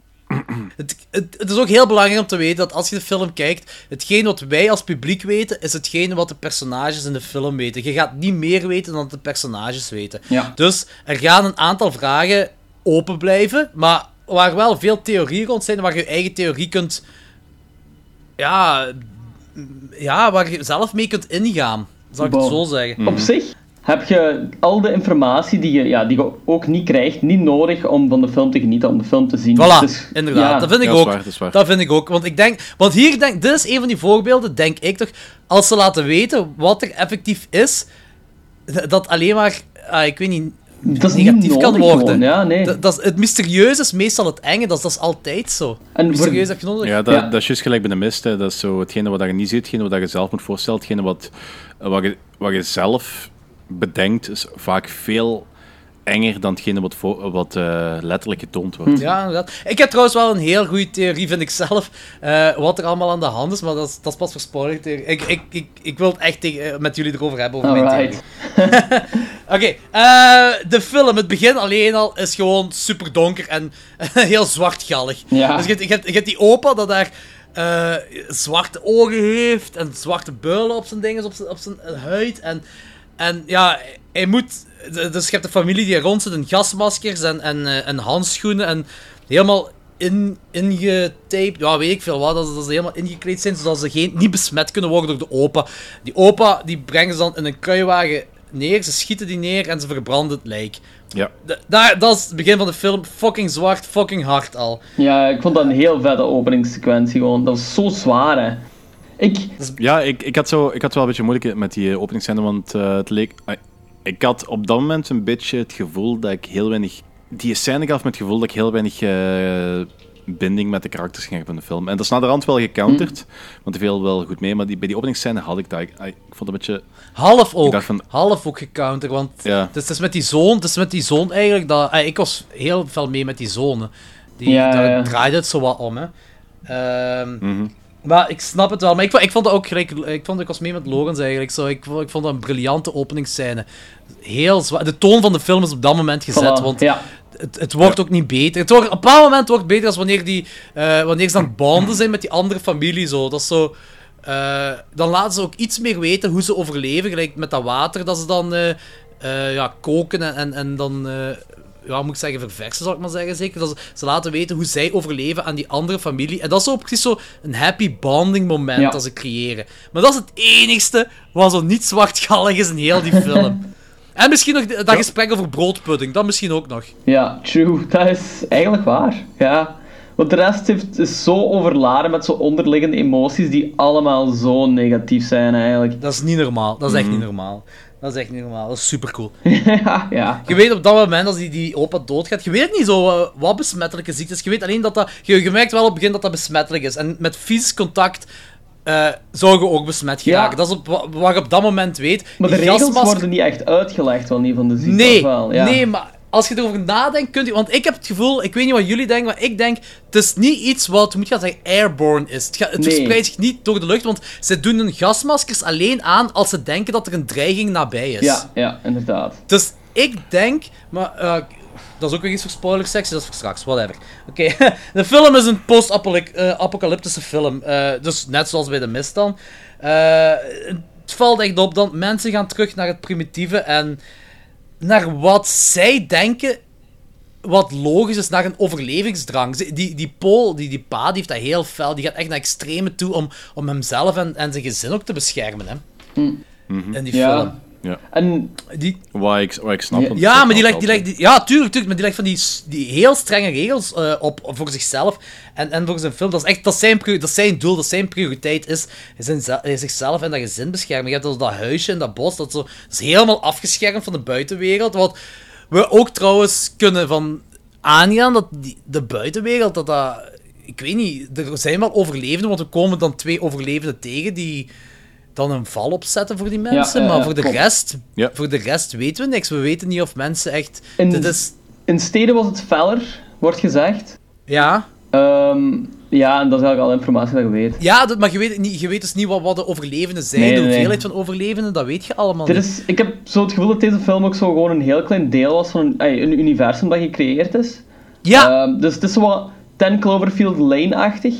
Het is ook heel belangrijk om te weten dat als je de film kijkt, hetgeen wat wij als publiek weten, is hetgeen wat de personages in de film weten. Je gaat niet meer weten dan de personages weten.
Ja.
Dus er gaan een aantal vragen open blijven, maar waar wel veel theorieën rond zijn, waar je eigen theorie kunt... Ja, waar je zelf mee kunt ingaan. Zal ik het zo zeggen.
Op zich heb je al de informatie die je ook niet krijgt, niet nodig om van de film te genieten, om de film te zien.
Voilà,
dus,
inderdaad. Dat vind ik ook. Dat vind ik ook. Want dit is een van die voorbeelden, denk ik toch, als ze laten weten wat er effectief is, dat alleen maar, ik weet niet,
dat
negatief
niet
kan worden.
Gewoon, ja, nee.
Het mysterieuze is meestal het enge, dat is altijd zo.
En
mysterieus heb je nodig.
Ja, dat is juist gelijk bij de mist. Hè. Dat is zo hetgene wat je niet ziet, hetgene wat je zelf moet voorstellen, hetgene wat je zelf bedenkt, is vaak veel enger dan hetgene wat letterlijk getoond wordt.
Ja, inderdaad. Ik heb trouwens wel een heel goede theorie, vind ik zelf, wat er allemaal aan de hand is, maar dat is pas voor spoiler. Ik wil het echt met jullie erover hebben, over mijn theorie. Oké, de film, het begin alleen al, is gewoon super donker en heel zwartgallig.
Ja.
Dus je hebt die opa dat daar zwarte ogen heeft en zwarte builen op zijn dingen, op zijn huid. En ja, hij moet... Dus je hebt de familie die rond zit in gasmaskers en handschoenen en helemaal ingetaped, ja, weet ik veel wat, dat ze helemaal ingekleed zijn, zodat ze niet besmet kunnen worden door de opa. Die opa, die brengen ze dan in een kruiwagen neer, ze schieten die neer en ze verbranden het lijk.
Ja.
Dat is het begin van de film, fucking zwart, fucking hard al.
Ja, ik vond dat een heel vette openingssequentie gewoon, dat was zo zwaar, hè.
Ik had wel een beetje moeilijk met die openingsscène, want het leek... Ik had op dat moment een beetje het gevoel dat ik heel weinig... Die scène gaf me het gevoel dat ik heel weinig binding met de karakters ging hebben in de film. En dat is naderhand wel gecounterd, want die viel wel goed mee, maar bij die openingsscène had ik dat. Ik vond het een beetje...
Half ook gecounterd, want het is met die zoon eigenlijk dat... ik was heel veel mee met die zoon. Daar draaide het zo wat om, hè. Maar ik snap het wel. Maar ik vond het ook gelijk... Ik was mee met Logans eigenlijk. Zo. Ik vond dat een briljante openingsscène. Heel zwaar. De toon van de film is op dat moment gezet. Want het wordt ook niet beter. Op een bepaald moment wordt het beter als wanneer ze aan het bonden zijn met die andere familie. Zo. Dat is zo... dan laten ze ook iets meer weten hoe ze overleven. Gelijk met dat water dat ze dan koken en dan... moet ik zeggen, verversen, zal ik maar zeggen, zeker. Dat ze laten weten hoe zij overleven aan die andere familie. En dat is zo precies zo een happy bonding moment dat ze creëren. Maar dat is het enigste wat zo niet zwartgallig is in heel die film. En misschien nog dat gesprek over broodpudding, dat misschien ook nog.
Ja, true. Dat is eigenlijk waar. Ja. Want de rest is zo overladen met zo onderliggende emoties die allemaal zo negatief zijn eigenlijk.
Dat is niet normaal. Dat is echt niet normaal. Dat is echt niet normaal. Dat is supercool.
Ja.
Je weet op dat moment, als die opa doodgaat, je weet niet zo wat besmettelijke ziekte is. Je weet alleen dat je merkt wel op het begin dat besmettelijk is. En met fysisch contact zou je ook besmet geraken. Dat is wat je op dat moment weet.
Maar de regels worden niet echt uitgelegd wel niet van de ziekte.
Nee, maar als je erover nadenkt, kunt je... Want ik heb het gevoel, ik weet niet wat jullie denken, maar ik denk, het is niet iets wat, moet je gaan zeggen, airborne is. Het verspreidt zich niet door de lucht, want ze doen hun gasmaskers alleen aan als ze denken dat er een dreiging nabij is.
Ja, inderdaad.
Dus ik denk, maar... dat is ook weer iets voor spoiler-sectie, dat is voor straks, whatever. Oké. De film is een post-apocalyptische film. Dus net zoals bij The Mist dan. Het valt echt op dat mensen gaan terug naar het primitieve en naar wat zij denken wat logisch is, naar een overlevingsdrang. Die Paul, die pa, die heeft dat heel fel. Die gaat echt naar extreme toe om hemzelf en zijn gezin ook te beschermen. Hè. In die film.
Ja.
En
waar ik snap.
Ja, maar die legt tuurlijk, maar die legt van die heel strenge regels op voor zichzelf en voor zijn film. Dat is zijn doel, dat zijn prioriteit is zichzelf en dat gezin beschermen. Je hebt dus dat huisje in dat bos, dat is helemaal afgeschermd van de buitenwereld. Wat we ook trouwens kunnen van aangaan, dat de buitenwereld, dat ik weet niet, er zijn wel overlevenden, want we komen dan 2 overlevenden tegen die dan een val opzetten voor die mensen, maar voor de rest weten we niks. We weten niet of mensen echt...
In steden was het feller, wordt gezegd.
Ja.
En dat is eigenlijk alle informatie dat je weet.
Ja, maar je weet dus niet wat de overlevenden zijn. De hoeveelheid van overlevenden, dat weet je allemaal niet.
Ik heb zo het gevoel dat deze film ook zo gewoon een heel klein deel was van een universum dat gecreëerd is.
Ja.
Dus het is zo wat 10 Cloverfield Lane-achtig.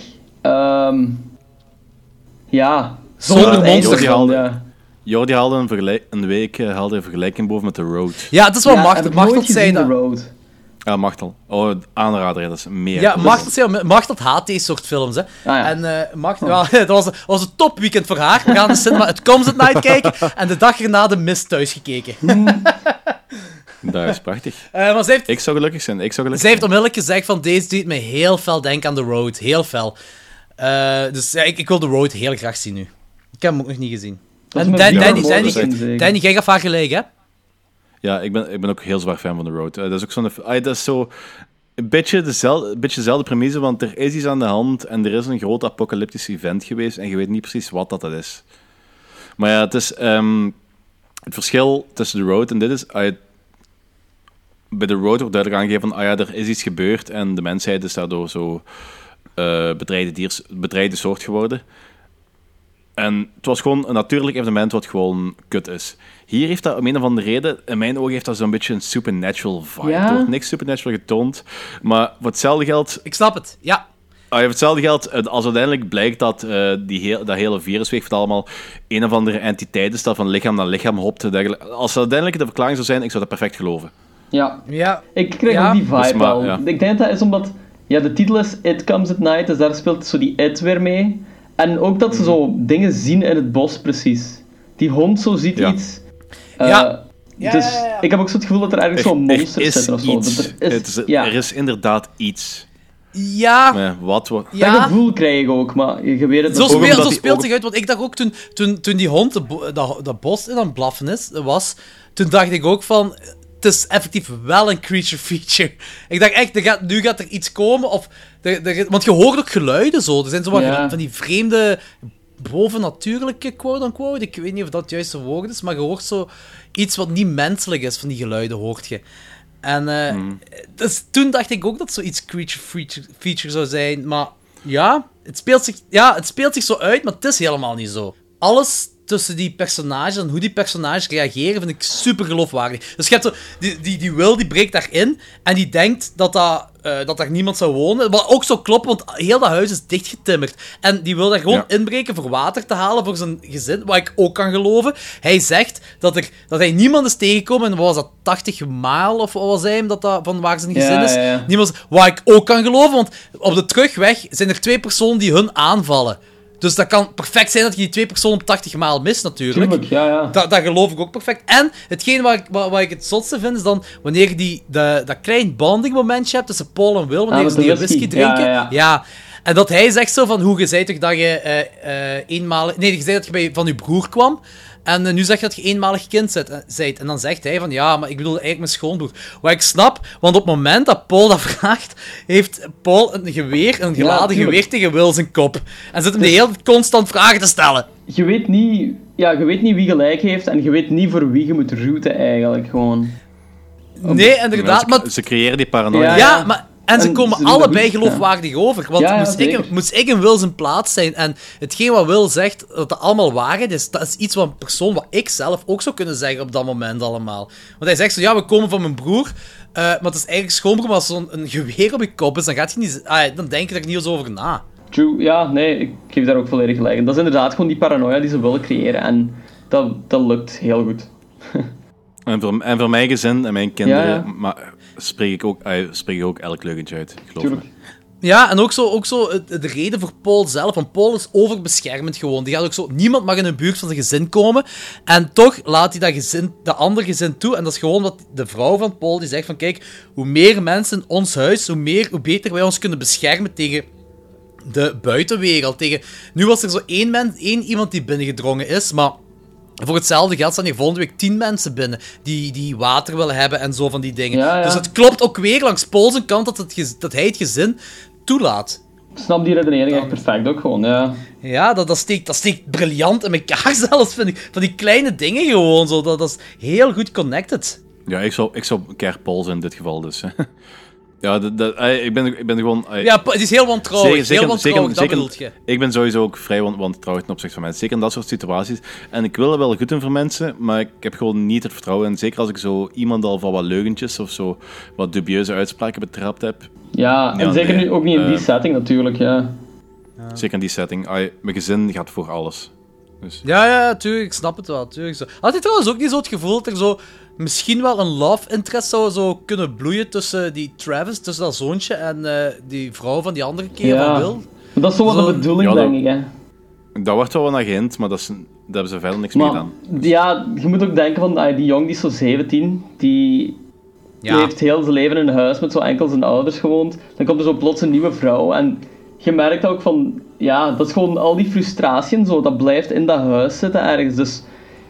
Zonder monster.
Jordi haalde een week een vergelijking boven met The Road.
Ja, het is wel Machtel zei dat.
The Road.
Ja, Machtel. Oh, aanrader, dat is meer.
Ja, Machtel haat deze soort films, hè. En Machtel, dat was een topweekend voor haar. We gaan de cinema het Comes at Night kijken en de dag erna de Mist thuis gekeken.
Dat is prachtig.
Maar
ik zou gelukkig zijn.
Zij heeft onmiddellijk gezegd van deze doet me heel fel denken aan The Road. Heel fel. Dus ja, ik wil The Road heel graag zien nu. Ik heb hem ook nog niet gezien. En Danny, jij gaat vaak gelijk, hè?
Ja, ik ben ook heel zwaar fan van The Road. Dat is ook zo'n... dat is zo... Een beetje dezelfde premisse, want er is iets aan de hand en er is een groot apocalyptisch event geweest en je weet niet precies wat dat is. Maar ja, het is... het verschil tussen The Road en dit is... bij The Road wordt duidelijk aangegeven van... er is iets gebeurd en de mensheid is daardoor zo... bedreigde soort geworden. En het was gewoon een natuurlijk evenement wat gewoon kut is. Hier heeft dat om een of andere reden, in mijn ogen heeft dat zo'n beetje een supernatural vibe. Er wordt niks supernatural getoond, maar voor hetzelfde geld...
Ik snap het, ja.
Voor hetzelfde geld, als uiteindelijk blijkt dat dat hele virus heeft allemaal een of andere entiteit is dat van lichaam naar lichaam hopt. Als dat uiteindelijk de verklaring zou zijn, ik zou dat perfect geloven.
Ja. Ik krijg ook die vibe al. Ja. Ik denk dat is omdat... Ja, de titel is It Comes at Night, dus daar speelt zo die It weer mee. En ook dat ze zo dingen zien in het bos, precies. Die hond zo ziet iets. Dus ik heb ook zo het gevoel dat er ergens zo'n monster zit of zo.
Er is inderdaad iets.
Ja.
Nee, wat?
Dat gevoel krijg ik ook, maar je weet het
Zo
nog.
speelt zich uit, want ik dacht ook toen die hond dat bos in aan het blaffen was, toen dacht ik ook van, het is effectief wel een creature feature. Ik dacht echt, nu gaat er iets komen, want je hoort ook geluiden zo. Er zijn zo wat van die vreemde, bovennatuurlijke quote-unquote. Ik weet niet of dat het juiste woord is, maar je hoort zo iets wat niet menselijk is, van die geluiden hoort je. En dus toen dacht ik ook dat zoiets creature feature zou zijn, maar ja, het speelt zich zo uit, maar het is helemaal niet zo. Alles tussen die personages en hoe die personages reageren, vind ik super geloofwaardig. Dus je hebt zo, die Will, die breekt daarin en die denkt dat daar niemand zou wonen. Wat ook zo klopt, want heel dat huis is dichtgetimmerd. En die wil daar gewoon inbreken voor water te halen voor zijn gezin, wat ik ook kan geloven. Hij zegt dat hij niemand is tegengekomen, en wat was dat, 80 maal, of wat was hij, van waar zijn gezin is? Ja. Niemand, wat ik ook kan geloven, want op de terugweg zijn er 2 personen die hun aanvallen. Dus dat kan perfect zijn dat je die 2 personen 80 maal mist, natuurlijk.
Tuurlijk, ja.
Dat geloof ik ook perfect. En hetgeen wat ik het zotste vind, is dan wanneer je dat klein bonding momentje hebt tussen Paul en Will, wanneer ze die whisky drinken. Ja. En dat hij zegt zo van, hoe je zei toch dat je eenmalig... Nee, je zei dat je van je broer kwam. En nu zeg je dat je eenmalig kind bent. En dan zegt hij van, ja, maar ik bedoel eigenlijk mijn schoonbroer. Wat ik snap, want op het moment dat Paul dat vraagt, heeft Paul een geladen geweer tegen Will zijn kop. En zit hem de hele tijd constant vragen te stellen. Je weet
niet wie gelijk heeft en je weet niet voor wie je moet routen eigenlijk, gewoon.
Nee, inderdaad.
Maar ze creëren die paranoia.
Ja, maar... En ze komen allebei geloofwaardig over. Want moest ik in Will zijn plaats zijn en hetgeen wat Will zegt, dat allemaal waarheid is, dat is iets wat een persoon wat ik zelf ook zou kunnen zeggen op dat moment allemaal. Want hij zegt zo, ja, we komen van mijn broer, maar het is eigenlijk schoonbroer, maar als zo'n geweer op je kop is, dan gaat je niet... dan denk je er niet eens over na.
True, ja, nee, ik geef daar ook volledig gelijk in. Dat is inderdaad gewoon die paranoia die ze willen creëren en dat lukt heel goed.
En voor mijn gezin en mijn kinderen... Maar, spreek ik ook elk leugentje uit, geloof me.
Ja, en ook zo de reden voor Paul zelf. Want Paul is overbeschermend gewoon. Die gaat ook zo... Niemand mag in de buurt van zijn gezin komen. En toch laat hij dat andere gezin toe. En dat is gewoon wat de vrouw van Paul die zegt van... Kijk, hoe meer mensen in ons huis, hoe beter wij ons kunnen beschermen tegen de buitenwereld. Nu was er zo één iemand die binnengedrongen is, maar... Voor hetzelfde geld staan hier volgende week 10 mensen binnen die water willen hebben en zo van die dingen. Ja. Dus het klopt ook weer langs Paul zijn kant dat hij het gezin toelaat.
Ik snap die redenering echt perfect ook gewoon, ja.
Ja, dat steekt briljant in elkaar zelfs, vind ik. Van die kleine dingen gewoon, zo. Dat is heel goed connected.
Ja, ik zou keer Paul zijn in dit geval, dus. Ja, ik ben gewoon...
Ja, het is heel wantrouwig. Dat bedoelt je.
Ik ben sowieso ook vrij wantrouwig ten opzichte van mensen. Zeker in dat soort situaties. En ik wil er wel goed doen voor mensen, maar ik heb gewoon niet het vertrouwen. En zeker als ik zo iemand al van wat leugentjes of zo wat dubieuze uitspraken betrapt heb.
Ja, en zeker nu ook niet in die setting natuurlijk, ja.
Zeker in die setting. Mijn gezin gaat voor alles. Dus.
Ja, tuurlijk, ik snap het wel. Tuurlijk. Had je trouwens ook niet zo het gevoel dat er zo... Misschien wel een love interest zou zo kunnen bloeien tussen die Travis, tussen dat zoontje, en die vrouw van die andere kerel van Will.
Dat is zo wat de bedoeling, denk ik, hè.
Dat wordt wel naar gehind, maar daar hebben ze verder niks mee gedaan.
Ja, je moet ook denken van, die jong die is zo 17, die heeft heel zijn leven in een huis met zo enkel zijn ouders gewoond. Dan komt er zo plots een nieuwe vrouw en je merkt ook van, ja, dat is gewoon al die frustratie en zo, dat blijft in dat huis zitten ergens. Dus,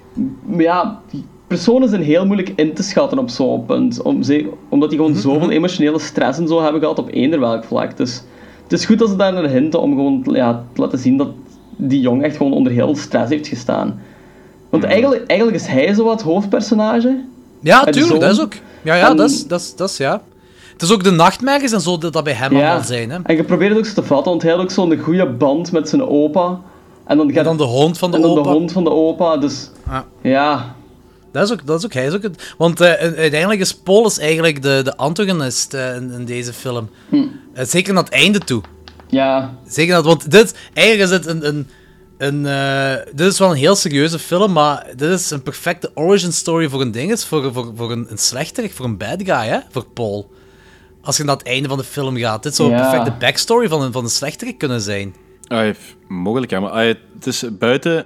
ja... Personen zijn heel moeilijk in te schatten op zo'n punt. Omdat die gewoon zoveel emotionele stress en zo hebben gehad op eender welk vlak. Dus het is goed dat ze daar naar hinten om gewoon te laten zien dat die jong echt gewoon onder heel veel stress heeft gestaan. Want eigenlijk is hij zo wat hoofdpersonage.
Ja, tuurlijk, dat is ook. Ja, dat is ja. Het is ook de nachtmerries en zo dat bij hem allemaal zijn. Hè.
En je probeert het ook zo te vatten, want hij had ook zo'n goede band met zijn opa. En dan
de hond van de
opa.
En dan
de hond van de opa, dus... Ja...
Dat is ook, hij is ook het... Want uiteindelijk is Paul eigenlijk de antagonist in deze film. Zeker naar het einde toe.
Ja.
Zeker dat, want eigenlijk is het dit is wel een heel serieuze film, maar dit is een perfecte origin story voor een ding, voor een slechterik, voor een bad guy, hè, voor Paul. Als je naar het einde van de film gaat. Dit zou een perfecte backstory van een slechterik kunnen zijn.
Mogelijk, ja, maar het is buiten...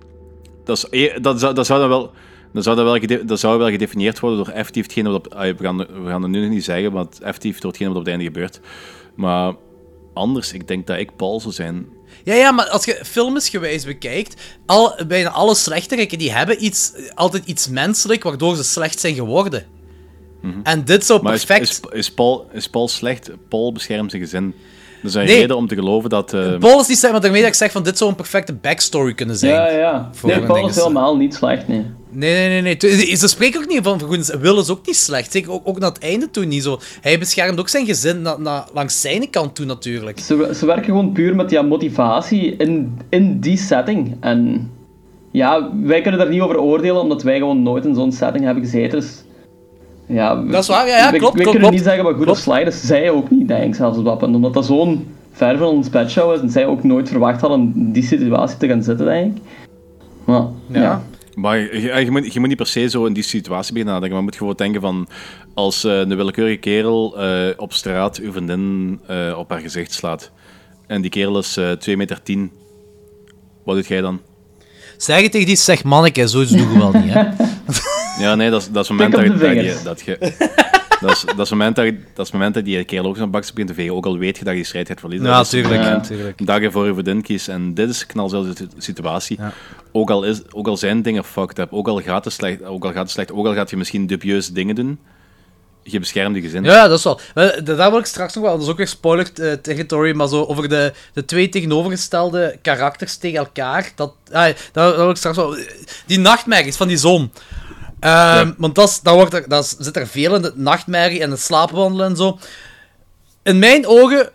Dat zou dan wel... Dat zou wel gedefinieerd worden door effectief hetgeen wat we gaan het nu nog niet zeggen, want effectief door hetgeen wat op het einde gebeurt. Maar anders, ik denk dat ik Paul zou zijn.
Ja, maar als je filmisgewijs bekijkt, bijna alle slechteriken die hebben altijd iets menselijk, waardoor ze slecht zijn geworden.
Mm-hmm.
En dit zou perfect...
Is Paul slecht? Paul beschermt zijn gezin. Er is een reden om te geloven dat...
Paul is niet slecht, maar daarmee dat ik zeg van dit zou een perfecte backstory kunnen zijn.
Ja. Nee, Paul is helemaal niet slecht, nee.
Nee. Ze spreken ook niet van vergoedens. Will is ook niet slecht. Zeker ook naar het einde toe niet zo. Hij beschermt ook zijn gezin langs zijn kant toe natuurlijk.
Ze werken gewoon puur met die motivatie in die setting. En ja, wij kunnen daar niet over oordelen, omdat wij gewoon nooit in zo'n setting hebben gezeten. Dus ja,
dat is waar, ja, klopt.
We kunnen niet zeggen wat goed of slecht is. Zij ook niet, denk ik, zelfs op dat punt. Omdat dat zo'n ver van ons bedshow is en zij ook nooit verwacht hadden in die situatie te gaan zitten, denk ik. Maar, ja.
Maar je moet niet per se zo in die situatie beginnen nadenken. Maar je moet gewoon denken van... Als een willekeurige kerel op straat uw vriendin op haar gezicht slaat. En die kerel is 2,10 meter. Wat doet jij dan?
Zeg het tegen die, zeg manneke, zoiets doen we wel niet, hè?
Ja, nee, dat is het moment dat je... Dat is het moment dat die kerel ook zo'n bakje begint te vegen, ook al weet je dat je die strijd gaat verliezen.
Ja, tuurlijk.
Een dag ervoor je vriendin kiest. En dit is een knalzelfde situatie. Ja. Ook al zijn dingen fucked up, ook al gaat het slecht, ook al gaat je misschien dubieuze dingen doen, je beschermt je gezin.
Ja, dat is wel. Daar wil ik straks nog wel, dat is ook weer spoiler territory, maar zo over de twee tegenovergestelde karakters tegen elkaar, daar wil ik straks wel... Die nachtmerries van die zoon. Want dat zit er veel in, de nachtmerrie en het slaapwandelen en zo. In mijn ogen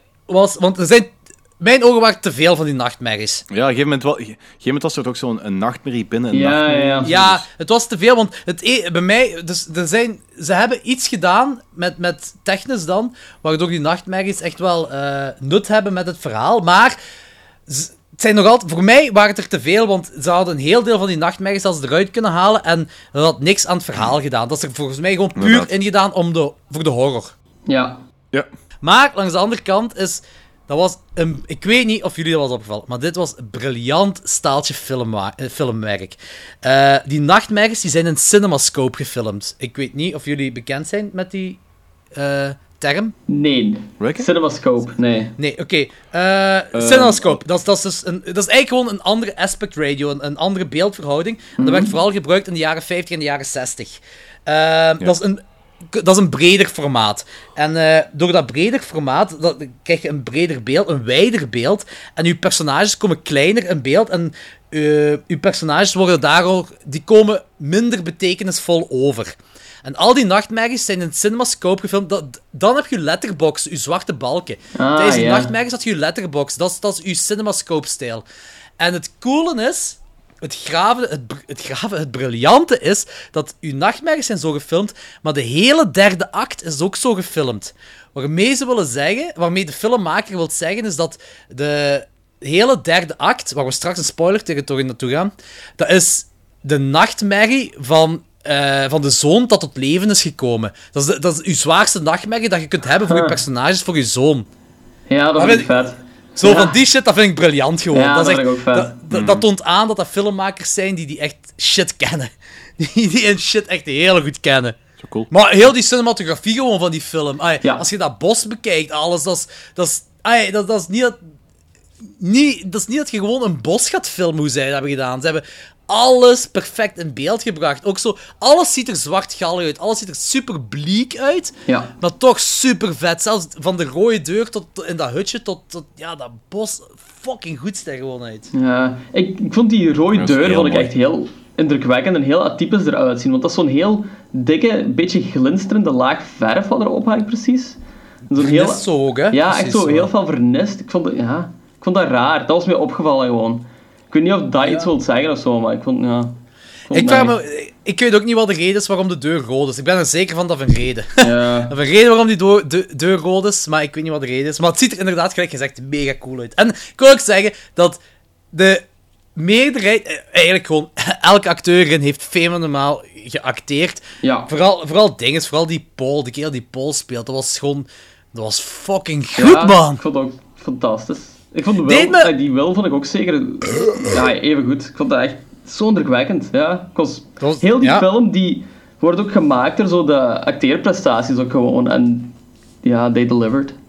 mijn ogen waren te veel van die nachtmerries.
Ja, op een gegeven moment was er ook zo'n nachtmerrie binnen een
nachtmerrie.
Ja, het was te veel, want bij mij... Dus ze hebben iets gedaan met technisch dan, waardoor die nachtmerries echt wel nut hebben met het verhaal, maar... Het zijn nog altijd, voor mij waren het er te veel, want ze hadden een heel deel van die nachtmerries als ze eruit kunnen halen en dat had niks aan het verhaal gedaan. Dat is er volgens mij gewoon puur ingedaan voor de horror.
Ja.
Maar langs de andere kant ik weet niet of jullie dat was opgevallen, maar dit was een briljant staaltje filmwerk. Die nachtmerries die zijn in CinemaScope gefilmd. Ik weet niet of jullie bekend zijn met die term?
Nee. CinemaScope, nee.
Nee, oké. CinemaScope, dat is eigenlijk gewoon een andere aspect ratio, een andere beeldverhouding. En dat werd vooral gebruikt in de jaren 50 en de jaren 60. Dat is een breder formaat. En door dat breder formaat krijg je een breder beeld, een wijder beeld. En je personages komen kleiner in beeld. En je personages worden daardoor... Die komen minder betekenisvol over. En al die nachtmerries zijn in CinemaScope gefilmd. Dan heb je letterbox, je zwarte balken. Tijdens die nachtmerries had je letterbox. Dat is je CinemaScope-stijl. En het coole is... Het briljante is dat uw nachtmerries zijn zo gefilmd, maar de hele derde act is ook zo gefilmd. Waarmee de filmmaker wil zeggen, is dat de hele derde act, waar we straks een spoiler-territorie naartoe gaan, dat is de nachtmerrie van de zoon dat tot leven is gekomen. Dat is uw zwaarste nachtmerrie dat je kunt hebben voor je personages, voor je zoon.
Ja, dat vind ik vet.
Van die shit, dat vind ik briljant gewoon.
Ja, dat vind ik ook vet.
Dat toont aan dat filmmakers zijn die echt shit kennen. Die een shit echt heel goed kennen.
Zo cool.
Maar heel die cinematografie gewoon van die film. Als je dat bos bekijkt, alles, dat is niet dat je gewoon een bos gaat filmen hoe zij dat hebben gedaan. Ze hebben alles perfect in beeld gebracht. Ook zo, alles ziet er zwartgallig uit. Alles ziet er super bleek uit.
Ja.
Maar toch super vet. Zelfs van de rode deur tot in dat hutje tot dat bos. Fucking goed ziet er gewoon uit.
Ja, ik vond die rode deur echt heel indrukwekkend en heel atypisch eruit zien. Want dat is zo'n heel dikke, beetje glinsterende laag verf wat erop hangt precies.
Zo'n heel... zo ook, hè?
Ja,
precies
echt zo heel veel vernist. Ik vond dat raar. Dat was mij opgevallen gewoon. Ik weet niet of dat iets wil zeggen of zo, maar ik vond,
ik weet ook niet wat de reden is waarom de deur rood is. Ik ben er zeker van dat een reden.
Ja.
Dat een reden waarom die deur rood is, maar ik weet niet wat de reden is. Maar het ziet er inderdaad, gelijk gezegd, mega cool uit. En ik wil ook zeggen dat de meerderheid, eigenlijk gewoon elke acteur erin heeft fenomenaal geacteerd.
Ja.
Vooral dinges, vooral die Paul, de kerel die Paul speelt, dat was fucking goed, man.
Ik vond het ook fantastisch. Ik vond die Will vond ik ook zeker even goed. Ik vond dat echt zo indrukwekkend. Ja. Heel die film die wordt ook gemaakt door zo de acteerprestaties ook gewoon. En ja, they delivered.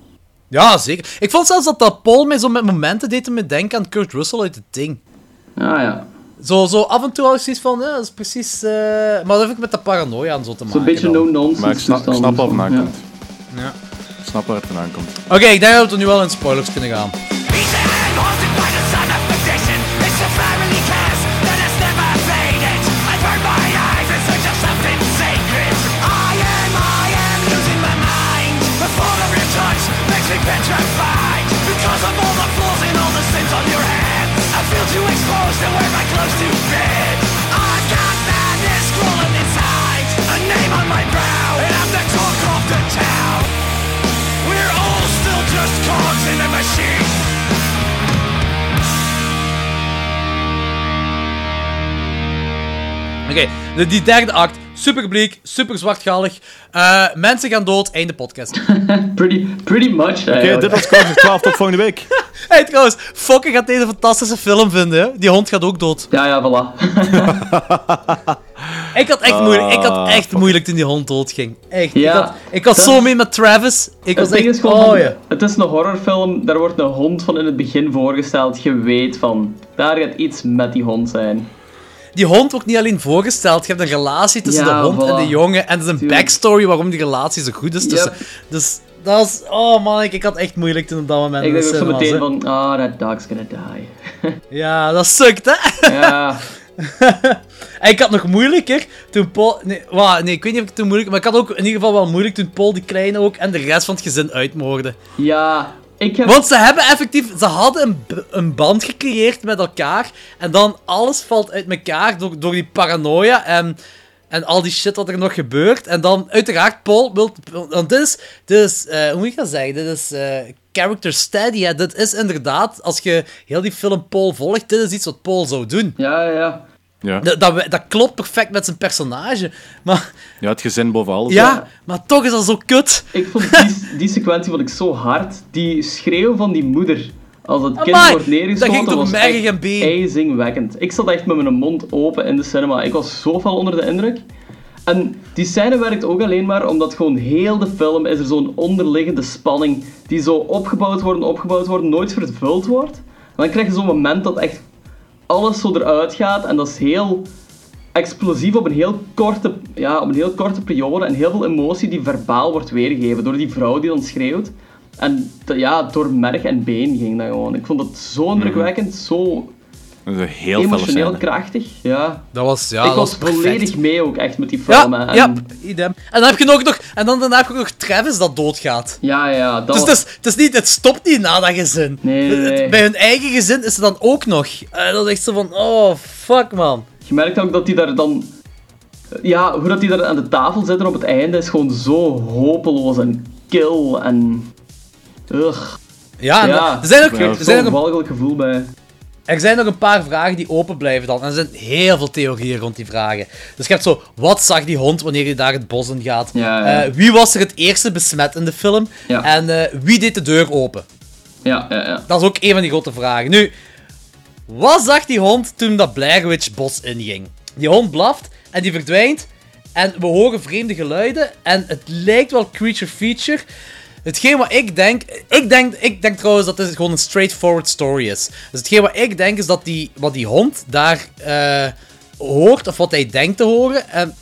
Ja, zeker. Ik vond zelfs dat Paul mij zo met momenten deed me denken aan Kurt Russell uit het Ding.
Ah ja.
Zo af en toe had ik zoiets van, ja, dat is precies... Maar dat heb ik met de paranoia aan zo te maken.
Zo'n beetje no-nonsense.
Maar ik snap waar het vandaan komt.
Ja.
Ik snap waar het vandaan komt.
Oké, ik denk dat we nu wel in spoilers kunnen gaan.
Petrified because of all the flaws and all the sins on your head. I feel too exposed to wear my clothes to bed. I've got madness crawling inside, a name on my brow, and I'm the talk of the town. We're all still just cogs in the machine.
Oké, die derde act. Super bleek, super zwartgallig. Mensen gaan dood, einde podcast.
pretty much.
Oké, dit was Cars 12, tot volgende week.
Hey, trouwens, Fokke gaat deze fantastische film vinden, hè? Die hond gaat ook dood.
Ja, voilà.
Ik had echt moeilijk toen die hond doodging. Echt.
Ja,
ik had zo mee met Travis.
Het is een horrorfilm, daar wordt een hond van in het begin voorgesteld. Je weet van, daar gaat iets met die hond zijn.
Die hond wordt niet alleen voorgesteld. Je hebt een relatie tussen de hond en de jongen. En er is een backstory waarom die relatie zo goed is tussen. Dus dat is... Oh man, ik had echt moeilijk toen op dat moment.
Ik dacht ook zo meteen van... that dog's gonna die.
Ja, dat sukt, hè?
Ja.
En ik had nog moeilijker toen Paul... Nee, ik weet niet of ik toen moeilijk... Maar ik had ook in ieder geval wel moeilijk toen Paul die kleine ook en de rest van het gezin uitmoordde.
Ja...
Want ze hebben effectief... Ze hadden een band gecreëerd met elkaar. En dan alles valt uit elkaar door die paranoia en al die shit wat er nog gebeurt. En dan uiteraard Paul wil... Want dit is hoe moet ik dat zeggen? Dit is character study. Hè? Dit is inderdaad... Als je heel die film Paul volgt, dit is iets wat Paul zou doen.
Ja.
Dat klopt perfect met zijn personage. Maar...
Ja, het gezin boven alles.
Ja, maar toch is dat zo kut.
Ik vond die sequentie vond ik zo hard. Die schreeuw van die moeder als het kind wordt neergeschoten,
dat ging door merg en been.
ijzingwekkend. Ik zat echt met mijn mond open in de cinema. Ik was zo fel onder de indruk. En die scène werkt ook alleen maar omdat gewoon heel de film is er zo'n onderliggende spanning die zo opgebouwd wordt, nooit vervuld wordt. En dan krijg je zo'n moment dat echt alles zo eruit gaat en dat is heel explosief op een heel korte periode en heel veel emotie die verbaal wordt weergegeven door die vrouw die dan schreeuwt. En door merg en been ging dat gewoon. Ik vond dat zo indrukwekkend, zo
heel
emotioneel krachtig. Ja.
Ik
was volledig mee ook echt met die film.
Ja, idem. En dan heb je nog... En dan daarna heb je ook nog Travis dat doodgaat.
Ja.
Dus het stopt niet na dat gezin.
Nee.
Bij hun eigen gezin is het dan ook nog. Dat is echt zo van... Oh, fuck, man.
Je merkt ook dat die daar dan... Ja, hoe dat die daar aan de tafel zitten op het einde is gewoon zo hopeloos en kil en... Ugh.
Ja, er zijn ook
zo'n walgelijk gevoel bij.
Er zijn nog een paar vragen die open blijven dan. En er zijn heel veel theorieën rond die vragen. Dus je hebt zo, wat zag die hond wanneer hij daar het bos in gaat?
Ja.
Wie was er het eerste besmet in de film?
Ja.
En wie deed de deur open?
Ja.
Dat is ook een van die grote vragen. Nu, wat zag die hond toen dat Blair Witch bos inging? Die hond blaft en die verdwijnt. En we horen vreemde geluiden. En het lijkt wel creature feature. Hetgeen wat ik denk trouwens dat dit gewoon een straightforward story is. Dus hetgeen wat ik denk is dat wat die hond daar hoort, of wat hij denkt te horen,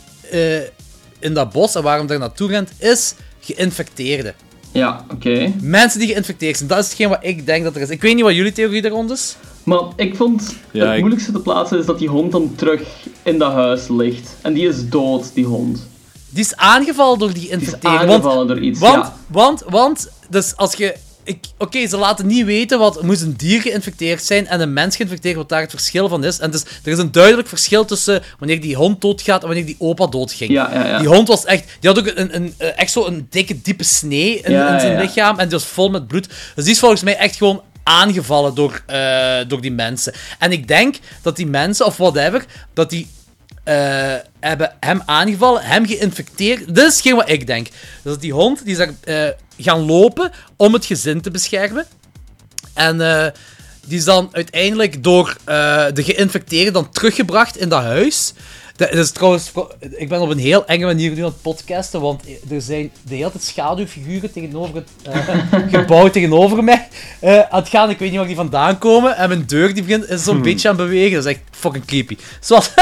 in dat bos en waarom hij naartoe rent, is geïnfecteerde.
Ja, oké.
Mensen die geïnfecteerd zijn, dat is hetgeen wat ik denk dat er is. Ik weet niet wat jullie theorie daar rond is.
Maar ik vond het moeilijkste te plaatsen is dat die hond dan terug in dat huis ligt. En die is dood, die hond.
Die is aangevallen door die infectering.
Die is aangevallen door iets,
Want, dus als je... Oké, ze laten niet weten wat... Moest een dier geïnfecteerd zijn en een mens geïnfecteerd, wat daar het verschil van is. En dus, er is een duidelijk verschil tussen wanneer die hond doodgaat en wanneer die opa doodging.
Ja.
Die hond was echt... Die had ook echt zo'n dikke, diepe snee in zijn lichaam en die was vol met bloed. Dus die is volgens mij echt gewoon aangevallen door die mensen. En ik denk dat die mensen, of whatever, dat die... hebben hem aangevallen, hem geïnfecteerd. Dit is geen wat ik denk. Dus dat die hond, die is gaan lopen om het gezin te beschermen. En die is dan uiteindelijk door de geïnfecteerde dan teruggebracht in dat huis. Dat is trouwens... Ik ben op een heel enge manier nu aan het podcasten, want er zijn de hele tijd schaduwfiguren tegenover het gebouw tegenover mij aan het gaan. Ik weet niet waar die vandaan komen. En mijn deur die begint zo'n beetje aan het bewegen. Dat is echt fucking creepy. Zoals...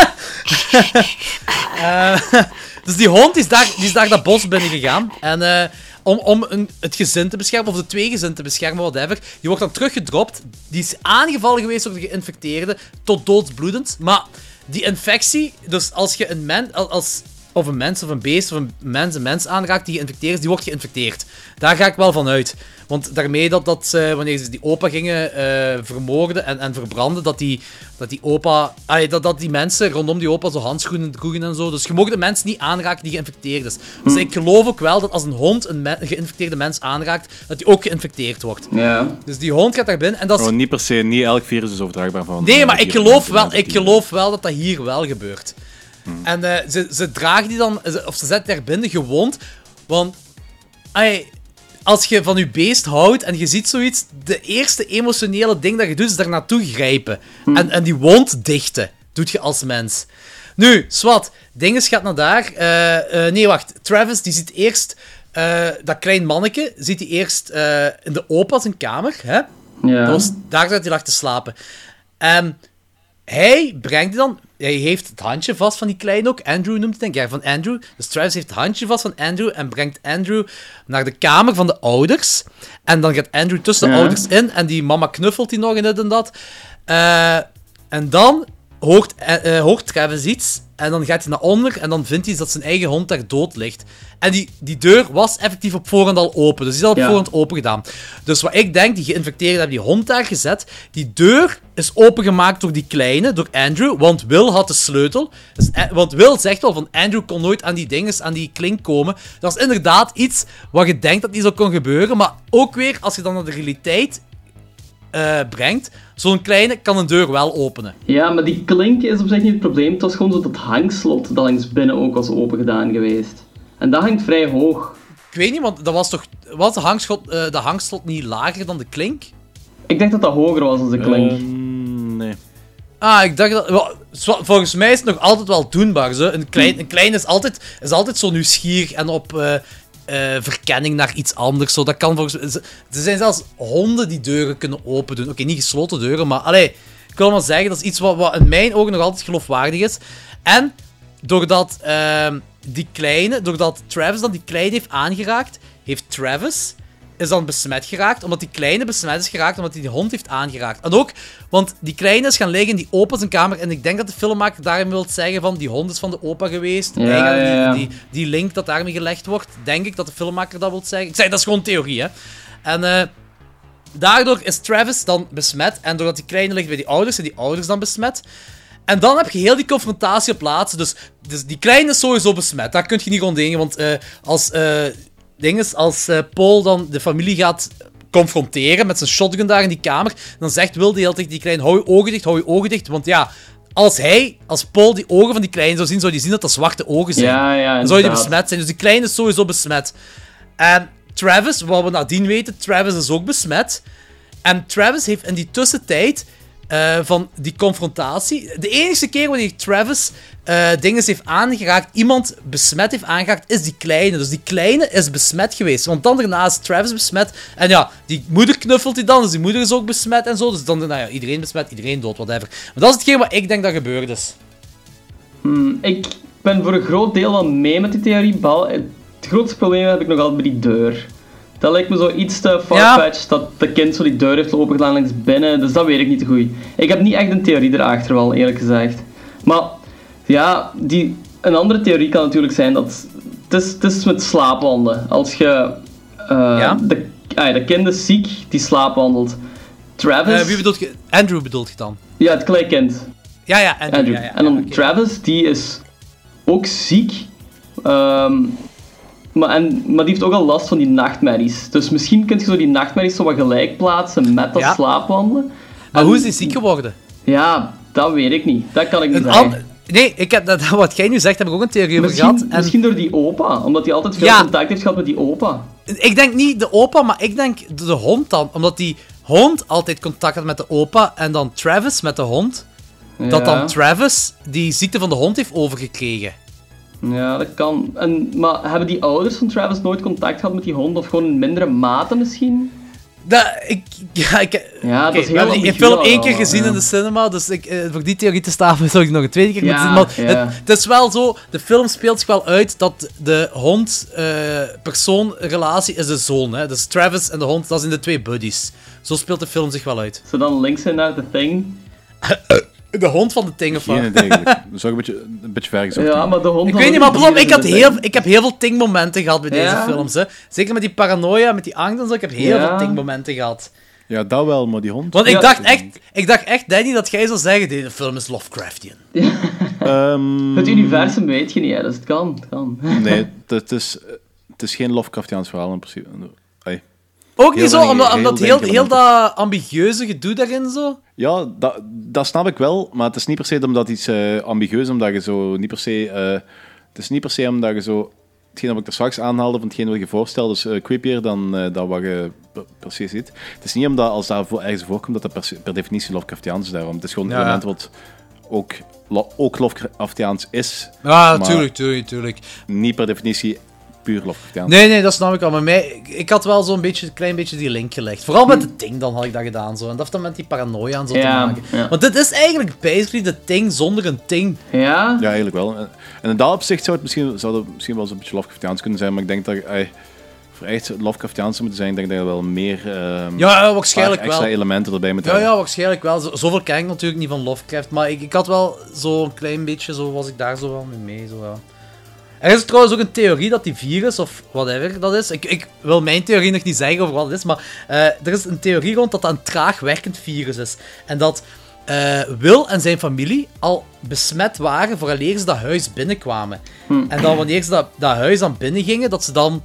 dus die hond die is daar dat bos binnen gegaan. En om het gezin te beschermen, of de 2 gezinnen te beschermen, whatever. Die wordt dan teruggedropt. Die is aangevallen geweest door de geïnfecteerde, tot doodsbloedend. Maar die infectie, dus als je een mens of een beest of een mens aanraakt die geïnfecteerd is, die wordt geïnfecteerd. Daar ga ik wel van uit. Want daarmee dat wanneer ze die opa gingen vermoorden en verbranden, dat die opa... Dat die mensen rondom die opa zo handschoenen droegen en zo. Dus je mag de mens niet aanraken die geïnfecteerd is. Dus ik geloof ook wel dat als een hond een geïnfecteerde mens aanraakt, dat die ook geïnfecteerd wordt.
Ja.
Dus die hond gaat daar binnen en dat is...
niet per se, niet elk virus is overdraagbaar van...
Nee, maar ik geloof wel dat hier wel gebeurt. En ze dragen die dan, of ze zetten daar binnen gewond, want als je van je beest houdt en je ziet zoiets, de eerste emotionele ding dat je doet is daar naartoe grijpen. En die wond dichten, doet je als mens. Nu, zwart, Dinges gaat naar daar. Nee, wacht, Travis die ziet eerst, dat klein manneke, ziet hij eerst in de opa zijn kamer, hè?
Ja.
Daar zat hij lag te slapen. Hij brengt die dan... Hij heeft het handje vast van die kleine ook. Andrew noemt het, denk ik. Ja, van Andrew. Dus Travis heeft het handje vast van Andrew en brengt Andrew naar de kamer van de ouders. En dan gaat Andrew tussen de ouders in en die mama knuffelt die nog in dit en dat. En dan hoort Travis iets en dan gaat hij naar onder en dan vindt hij dat zijn eigen hond daar dood ligt. En die deur was effectief op voorhand al open. Dus die is al op voorhand open gedaan. Dus wat ik denk, die geïnfecteerden hebben die hond daar gezet. Die deur is opengemaakt door die kleine, door Andrew, want Will had de sleutel. Dus, want Will zegt wel van Andrew kon nooit aan die dinges, aan die klink komen. Dat is inderdaad iets wat je denkt dat niet zo kon gebeuren. Maar ook weer, als je dan naar de realiteit brengt, zo'n kleine kan een deur wel openen.
Ja, maar die klink is op zich niet het probleem. Het was gewoon zo dat hangslot dat langs binnen ook was open gedaan geweest. En dat hangt vrij hoog.
Ik weet niet, want dat was toch... Was de hangslot niet lager dan de klink?
Ik dacht dat dat hoger was dan de klink.
Nee.
Ik dacht dat... Volgens mij is het nog altijd wel doenbaar. Zo. Een klein is altijd zo nieuwsgierig en op verkenning naar iets anders. Zo. Dat kan volgens... Er zijn zelfs honden die deuren kunnen open doen. Oké, niet gesloten deuren, maar... ik wil maar zeggen, dat is iets wat in mijn ogen nog altijd geloofwaardig is. En doordat... doordat Travis dan die kleine heeft aangeraakt, heeft Travis is dan besmet geraakt, omdat die kleine besmet is geraakt, omdat hij die hond heeft aangeraakt. En ook, want die kleine is gaan liggen in die opa zijn kamer, en ik denk dat de filmmaker daarin wil zeggen van, die hond is van de opa geweest.
Ja.
Die link dat daarmee gelegd wordt, denk ik dat de filmmaker dat wil zeggen. Ik zeg, dat is gewoon theorie, hè. En daardoor is Travis dan besmet, en doordat die kleine ligt bij die ouders, zijn die ouders dan besmet. En dan heb je heel die confrontatie op plaatsen. Dus die kleine is sowieso besmet. Daar kun je niet gewoon dingen. Want als Paul dan de familie gaat confronteren met zijn shotgun daar in die kamer, dan zegt Will die hele tijd die kleine, hou je ogen dicht. Want ja, als Paul die ogen van die kleine zou die zien dat dat zwarte ogen zijn.
Ja,
dan zou die besmet zijn. Dus die kleine is sowieso besmet. En Travis, wat we nadien weten, Travis is ook besmet. En Travis heeft in die tussentijd... van die confrontatie. De enige keer wanneer Travis dingen heeft aangeraakt, iemand besmet heeft aangeraakt, is die kleine. Dus die kleine is besmet geweest. Want dan daarna is Travis besmet. En ja, die moeder knuffelt hij dan, dus die moeder is ook besmet en zo. Dus dan, iedereen besmet, iedereen dood, whatever. Maar dat is hetgeen wat ik denk dat gebeurd is.
Ik ben voor een groot deel wel mee met die theorie. Het grootste probleem heb ik nog altijd bij die deur. Dat lijkt me zo iets te farfetched, dat de kind zo die deur heeft opengedaan langs binnen, dus dat weet ik niet te goed. Ik heb niet echt een theorie erachter wel, eerlijk gezegd. Maar ja, een andere theorie kan natuurlijk zijn dat het is met slaapwanden. Als je de kind is ziek, die slaapwandelt. Travis...
Wie bedoelt je? Andrew bedoelt je dan?
Ja, het kleine kind.
Ja, Andrew. Ja,
en dan Travis, die is ook ziek. Maar die heeft ook al last van die nachtmerries. Dus misschien kun je zo die nachtmerries zo wat gelijk plaatsen met dat slaapwandelen.
Maar hoe is hij ziek geworden?
Ja, dat weet ik niet. Dat kan ik niet zeggen.
Nee, ik heb wat jij nu zegt, heb ik ook een theorie over gehad.
Misschien door die opa, omdat hij altijd veel contact heeft gehad met die opa.
Ik denk niet de opa, maar ik denk de hond dan. Omdat die hond altijd contact had met de opa en dan Travis met de hond. dat dan Travis die ziekte van de hond heeft overgekregen.
Ja, dat kan. Maar hebben die ouders van Travis nooit contact gehad met die hond? Of gewoon in mindere mate misschien?
Dat is heel we hebben die film 1 keer gezien in de cinema, dus voor die theorie te staan zou ik nog een tweede keer moeten zien. Maar het is wel zo, de film speelt zich wel uit dat de hond-persoon-relatie is de zoon. Hè? Dus Travis en de hond, dat zijn de twee buddies. Zo speelt de film zich wel uit.
Zou dan links zijn naar The Thing?
De hond van de Thing of wat?
Dat is ook een beetje ver gezegd.
Ja, maar de hond.
Ik weet niet, maar ik heb heel veel Ting-momenten gehad bij deze films. Hè. Zeker met die paranoia, met die angst en zo. Ik heb heel veel Ting-momenten gehad.
Ja, dat wel, maar die hond...
Want ik dacht echt, Danny, dat jij zou zeggen, deze film is Lovecraftian.
Het universum weet je niet, hè, dus het kan.
Nee, het is geen Lovecraftiaans verhaal in principe.
Ook niet zo, omdat heel dat ambigueuze gedoe daarin zo?
Ja, dat snap ik wel, maar het is niet per se omdat iets ambigueus, omdat je zo niet per se... het is niet per se omdat je zo... Hetgeen wat ik er straks aanhaalde van hetgeen wat je voorstelt, is creepier dan dat wat je precies ziet. Het is niet omdat als dat ergens voorkomt dat dat per definitie Lovecraftiaans is daarom. Het is gewoon een element wat ook Lovecraftiaans is.
Ja, tuurlijk.
Niet per definitie puur Lovecraftiaans.
Nee, dat snap ik al. Maar ik had wel zo'n klein beetje die link gelegd. Vooral met de Ting dan had ik dat gedaan. Zo. En dat heeft dan met die paranoia en zo te maken. Ja. Want dit is eigenlijk basically de Ting zonder een Ting.
Ja?
Ja, eigenlijk wel. En in dat opzicht zou het misschien wel zo'n beetje Lovecraftiaans kunnen zijn, maar ik denk dat voor echt Lovecraftiaans te moeten zijn, denk ik dat je wel meer
waarschijnlijk
extra elementen erbij moet hebben.
Ja, waarschijnlijk wel. Zoveel ken ik natuurlijk niet van Lovecraft, maar ik had wel zo'n klein beetje, zo was ik daar zo wel mee. Zo, ja. Er is trouwens ook een theorie dat die virus, of whatever dat is... Ik wil mijn theorie nog niet zeggen over wat het is, maar er is een theorie rond dat dat een traag werkend virus is. En dat Will en zijn familie al besmet waren vooraleer ze dat huis binnenkwamen. En dan wanneer ze dat huis dan binnengingen, dat ze dan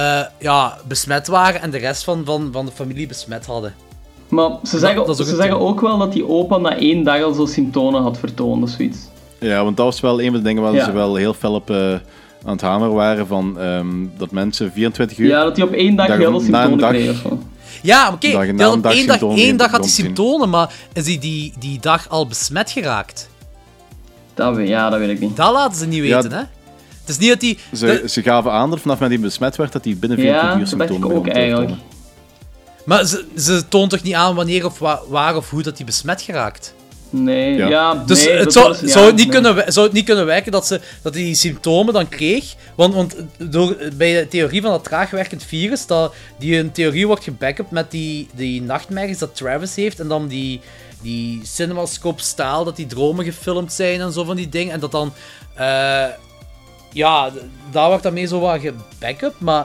besmet waren en de rest van de familie besmet hadden.
Maar ze zeggen ook wel dat die opa na 1 dag al zo symptomen had vertoond of zoiets.
Ja, want dat was wel een van de dingen waar ze wel heel fel op aan het hameren waren van dat mensen 24 uur...
Ja, dat die op 1 dag heel veel symptomen kregen of zo.
Ja, oké. Op één dag had hij symptomen, maar is hij die dag al besmet geraakt?
Dat weet ik niet.
Dat laten ze niet weten, hè? Het is niet dat die...
Ze gaven aan dat vanaf hij besmet werd, dat hij binnen 24 uur symptomen begon te vertonen.
Maar ze toont toch niet aan wanneer of waar of hoe dat hij besmet geraakt?
Nee,
dus
nee,
zou het niet kunnen werken dat die symptomen dan kreeg? Want bij de theorie van dat traagwerkend virus, dat die een theorie wordt gebackupt met die nachtmerries dat Travis heeft, en dan die cinemascope staal, dat die dromen gefilmd zijn en zo van die dingen, en dat dan... daar wordt dan mee zo wat gebackupt, maar...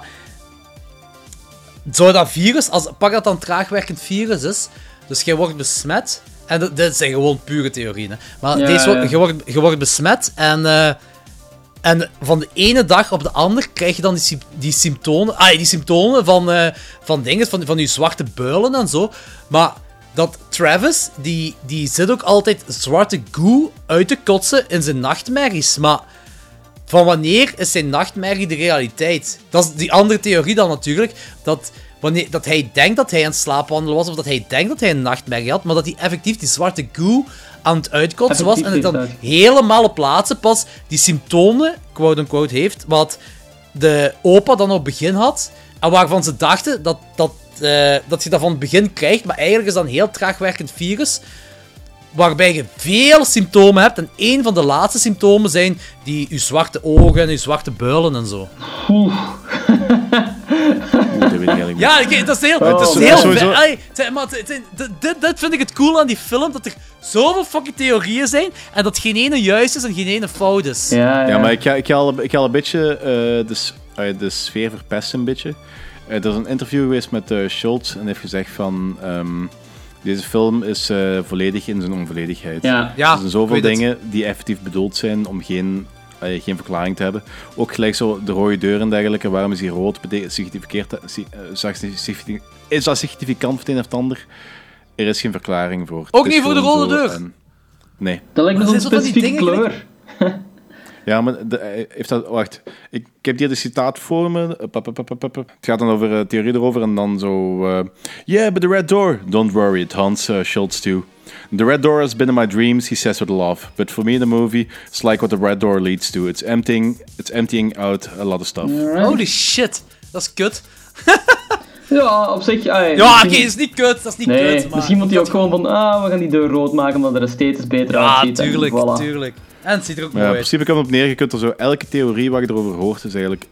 Zou dat virus, pak dat dan traagwerkend virus is, dus jij wordt besmet... En dit zijn gewoon pure theorieën. Hè. Maar je wordt besmet en van de ene dag op de andere krijg je dan die symptomen. Die symptomen van dingen, van je zwarte builen en zo. Maar dat Travis, die zit ook altijd zwarte goo uit te kotsen in zijn nachtmerries. Maar van wanneer is zijn nachtmerrie de realiteit? Dat is die andere theorie dan natuurlijk. Dat hij denkt dat hij aan het slaapwandelen was, of dat hij denkt dat hij een nachtmerrie had, maar dat hij effectief die zwarte goo aan het uitkotsen was, en het dan helemaal op plaatsen pas die symptomen, quote-unquote, heeft, wat de opa dan op het begin had, en waarvan ze dachten dat je dat van het begin krijgt, maar eigenlijk is dat een heel traagwerkend virus, waarbij je veel symptomen hebt, en één van de laatste symptomen zijn je zwarte ogen en je zwarte builen en zo. Ja, dat is heel... Dit vind ik het cool aan die film, dat er zoveel fucking theorieën zijn, en dat geen ene juist is en geen ene fout is.
Ja, maar ik ga een beetje de sfeer verpesten een beetje. Er is een interview geweest met Schultz, en hij heeft gezegd van... deze film is volledig in zijn onvolledigheid.
Ja,
er zijn zoveel dingen die effectief bedoeld zijn om geen verklaring te hebben. Ook gelijk zo de rode deur en dergelijke. Waarom is die rood? Is dat significant voor het een of het ander? Er is geen verklaring voor.
Ook niet voor de rode deur?
Nee.
Dat lijkt me zo'n specifieke kleur.
Ja, maar heeft dat... Wacht, ik heb hier de citaat voor me. Het gaat dan over theorie erover en dan zo... yeah, but the red door. Don't worry, it haunts Schultz too. The red door has been in my dreams, he says with love. But for me in the movie, it's like what the red door leads to. It's emptying out a lot of stuff.
Alright.
Holy shit, dat is kut.
Ja, op zich...
Ja, oké, is niet kut, dat is niet kut. Maar
misschien moet hij ook gewoon van, we gaan die deur rood maken omdat er esthetisch beter uitziet.
Ja, tuurlijk,
en voilà.
tuurlijk. En het ziet er ook mooi
In
uit.
principe komt het op neer, je kunt er zo elke theorie waar je erover hoort, is eigenlijk...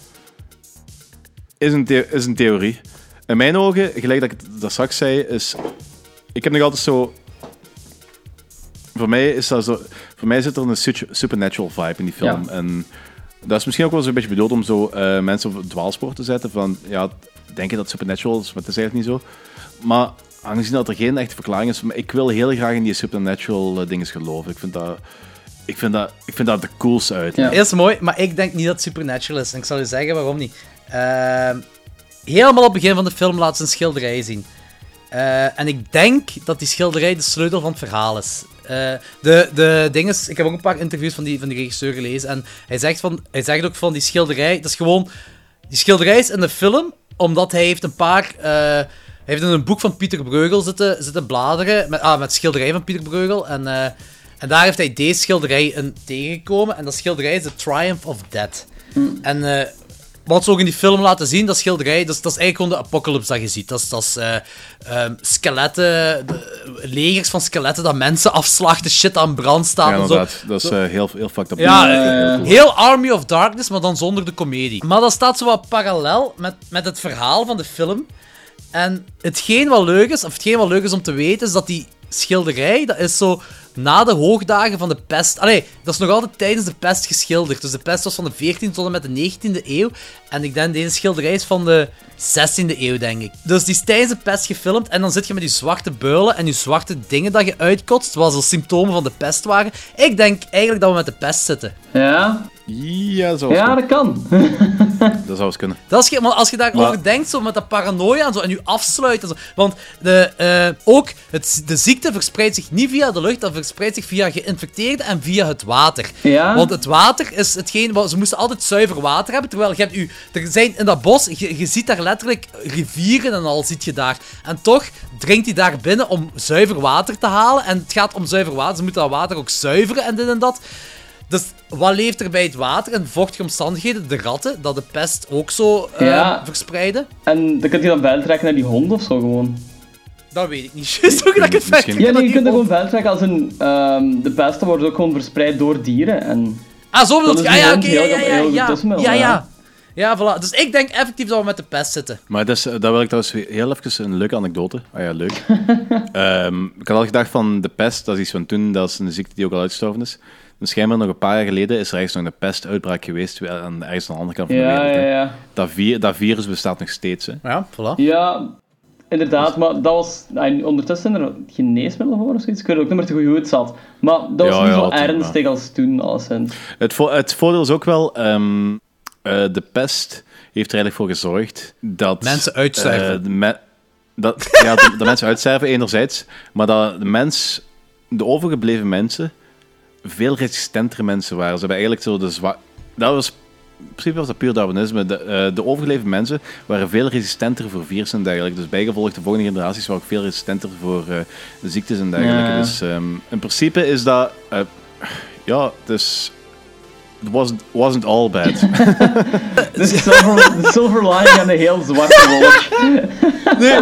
is een theorie. In mijn ogen, gelijk dat ik het daar straks zei, is... Ik heb nog altijd zo... Voor mij zit er een supernatural vibe in die film. Ja. En dat is misschien ook wel zo'n beetje bedoeld om zo mensen op het dwaalspoor te zetten van... Ja, denk je dat supernatural is, maar het is eigenlijk niet zo. Maar aangezien dat er geen echte verklaring is... Maar ik wil heel graag in die supernatural dingen geloven. Ik vind dat de coolste uit.
Ja. Heel mooi, maar ik denk niet dat het supernatural is. En ik zal je zeggen waarom niet. Helemaal op het begin van de film laat ze een schilderij zien. En ik denk dat die schilderij de sleutel van het verhaal is. De ding is, ik heb ook een paar interviews van die regisseur gelezen. En hij zegt ook van die schilderij. Dat is gewoon. Die schilderij is in de film, omdat hij heeft een paar. Hij heeft in een boek van Pieter Bruegel zitten bladeren. Met schilderij van Pieter Bruegel. En daar heeft hij deze schilderij in tegengekomen. En dat schilderij is The Triumph of Death. En wat ze ook in die film laten zien, dat schilderij, dat is eigenlijk gewoon de apocalypse dat je ziet. Dat is skeletten, legers van skeletten dat mensen afslachten, shit aan brand staat.
Ja,
en
inderdaad.
zo.
Dat is heel fucked up.
Ja, heel Army of Darkness, maar dan zonder de komedie. Maar dat staat zo wat parallel met het verhaal van de film. En hetgeen wat leuk is om te weten, is dat die schilderij, dat is zo na de hoogdagen van de pest. Allee, dat is nog altijd tijdens de pest geschilderd. Dus de pest was van de 14e tot en met de 19e eeuw. En ik denk deze schilderij is van de 16e eeuw, denk ik. Dus die is tijdens de pest gefilmd. En dan zit je met die zwarte beulen en die zwarte dingen dat je uitkotst, wat als symptomen van de pest waren. Ik denk eigenlijk dat we met de pest zitten.
Ja?
Ja,
dat kan.
Dat zou eens kunnen.
Maar als je daarover denkt, zo met dat paranoia en zo, en je afsluit en zo. Want de ziekte verspreidt zich niet via de lucht, dat verspreidt zich via geïnfecteerden en via het water.
Ja?
Want het water is hetgeen, ze moesten altijd zuiver water hebben, terwijl er zijn in dat bos, je ziet daar letterlijk rivieren en al zit je daar. En toch dringt hij daar binnen om zuiver water te halen. En het gaat om zuiver water, ze moeten dat water ook zuiveren en dit en dat. Dus wat leeft er bij het water en vochtige omstandigheden? De ratten, dat de pest ook zo verspreiden.
En dan kun je dan verder trekken naar die hond of zo gewoon.
Dat weet ik niet. Juist ook dat ik het vet vind.
Ja, nee, je kunt er gewoon verder trekken als de pesten worden ook gewoon verspreid door dieren. En
zo bedoel je? Ja, oké.
Ja.
Ja, voilà. Dus ik denk effectief dat we met de pest zitten.
Maar dat wil ik trouwens heel even een leuke anekdote. Leuk. Ik had al gedacht van de pest, dat is iets van toen, dat is een ziekte die ook al uitgestorven is. Dus schijnbaar nog een paar jaar geleden is er ergens nog een pestuitbraak geweest, ergens aan de andere kant van de wereld. Ja. Dat virus bestaat nog steeds. Hè.
Ja, voilà.
Ja, inderdaad, maar dat was... ondertussen zijn er geneesmiddelen voor of zoiets. Ik weet ook niet meer te goed hoe het zat. Maar dat was niet zo ernstig als toen, alleszins. Het
voordeel is ook wel... de pest heeft er eigenlijk voor gezorgd dat...
Mensen uitsterven.
Dat mensen uitsterven, enerzijds. Maar dat de overgebleven mensen veel resistentere mensen waren. Ze hebben eigenlijk zo dat was... In principe was dat puur Darwinisme. De overgebleven mensen waren veel resistenter voor virussen en dergelijke. Dus bijgevolg de volgende generaties waren ook veel resistenter voor de ziektes en dergelijke. Ja. Dus in principe is dat... dus... It wasn't all bad.
The silver lining aan de heel zwarte wolk.
Nee,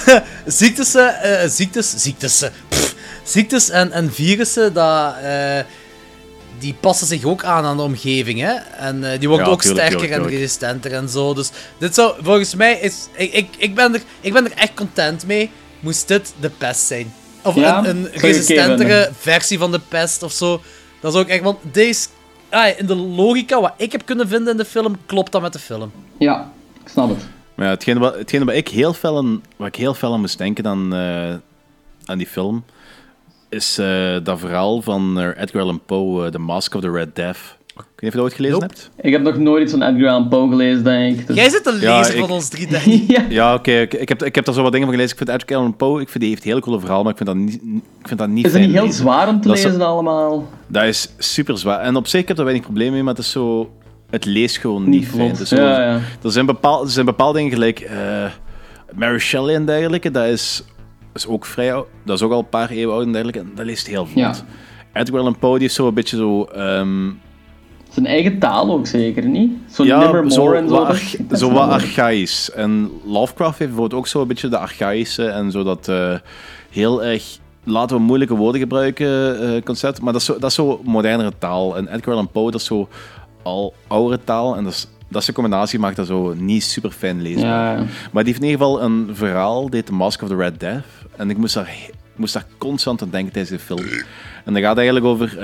ziektes en virussen, die passen zich ook aan de omgeving, hè. En die worden ook sterker en resistenter en zo. Dus dit zou, volgens mij, ik ben er echt content mee, moest dit de pest zijn. Of een resistentere versie van de pest of zo. Dat is ook echt, want deze... in de logica wat ik heb kunnen vinden in de film, klopt dat met de film.
Ja, ik snap het.
Maar ja, hetgene wat ik heel fel aan moest denken aan die film, is dat verhaal van Edgar Allan Poe, The Mask of the Red Death. weet niet of je dat ooit gelezen hebt.
Ik heb nog nooit iets van Edgar Allan Poe gelezen, denk ik. Dus...
Jij zit de lezer van ons 3, denk ik.
Ja, oké. Ik heb daar zo wat dingen van gelezen. Ik vind Edgar Allan Poe, die heeft heel coole verhaal, maar ik vind dat niet
Is het
fijn
niet heel
lezen.
zwaar om te lezen allemaal?
Dat is super zwaar. En op zich heb ik daar weinig probleem mee, maar het is zo... Het leest gewoon niet fijn. Het is zo,
ja.
Er zijn bepaalde dingen gelijk... Mary Shelley en dergelijke, dat is ook vrij oud. Dat is ook al een paar eeuwen oud en dergelijke. En dat leest heel vlot.
Ja.
Edgar Allan Poe die is zo een beetje zo...
Zijn eigen taal ook zeker, niet? Zo
ja,
Nevermore en zo.
Zo wat archaïs. En Lovecraft heeft bijvoorbeeld ook zo een beetje de archaïsche en zo dat heel erg... Laten we moeilijke woorden gebruiken, concept. Maar dat is zo modernere taal. En Edgar Allan Poe, dat is zo al oudere taal. En dat is een combinatie, maakt dat zo niet super fijn leesbaar.
Ja.
Maar die heeft in ieder geval een verhaal, die heet The Mask of the Red Death. En ik moest daar constant aan denken tijdens de film. En dat gaat eigenlijk over...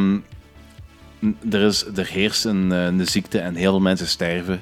Er heerst een ziekte en heel veel mensen sterven.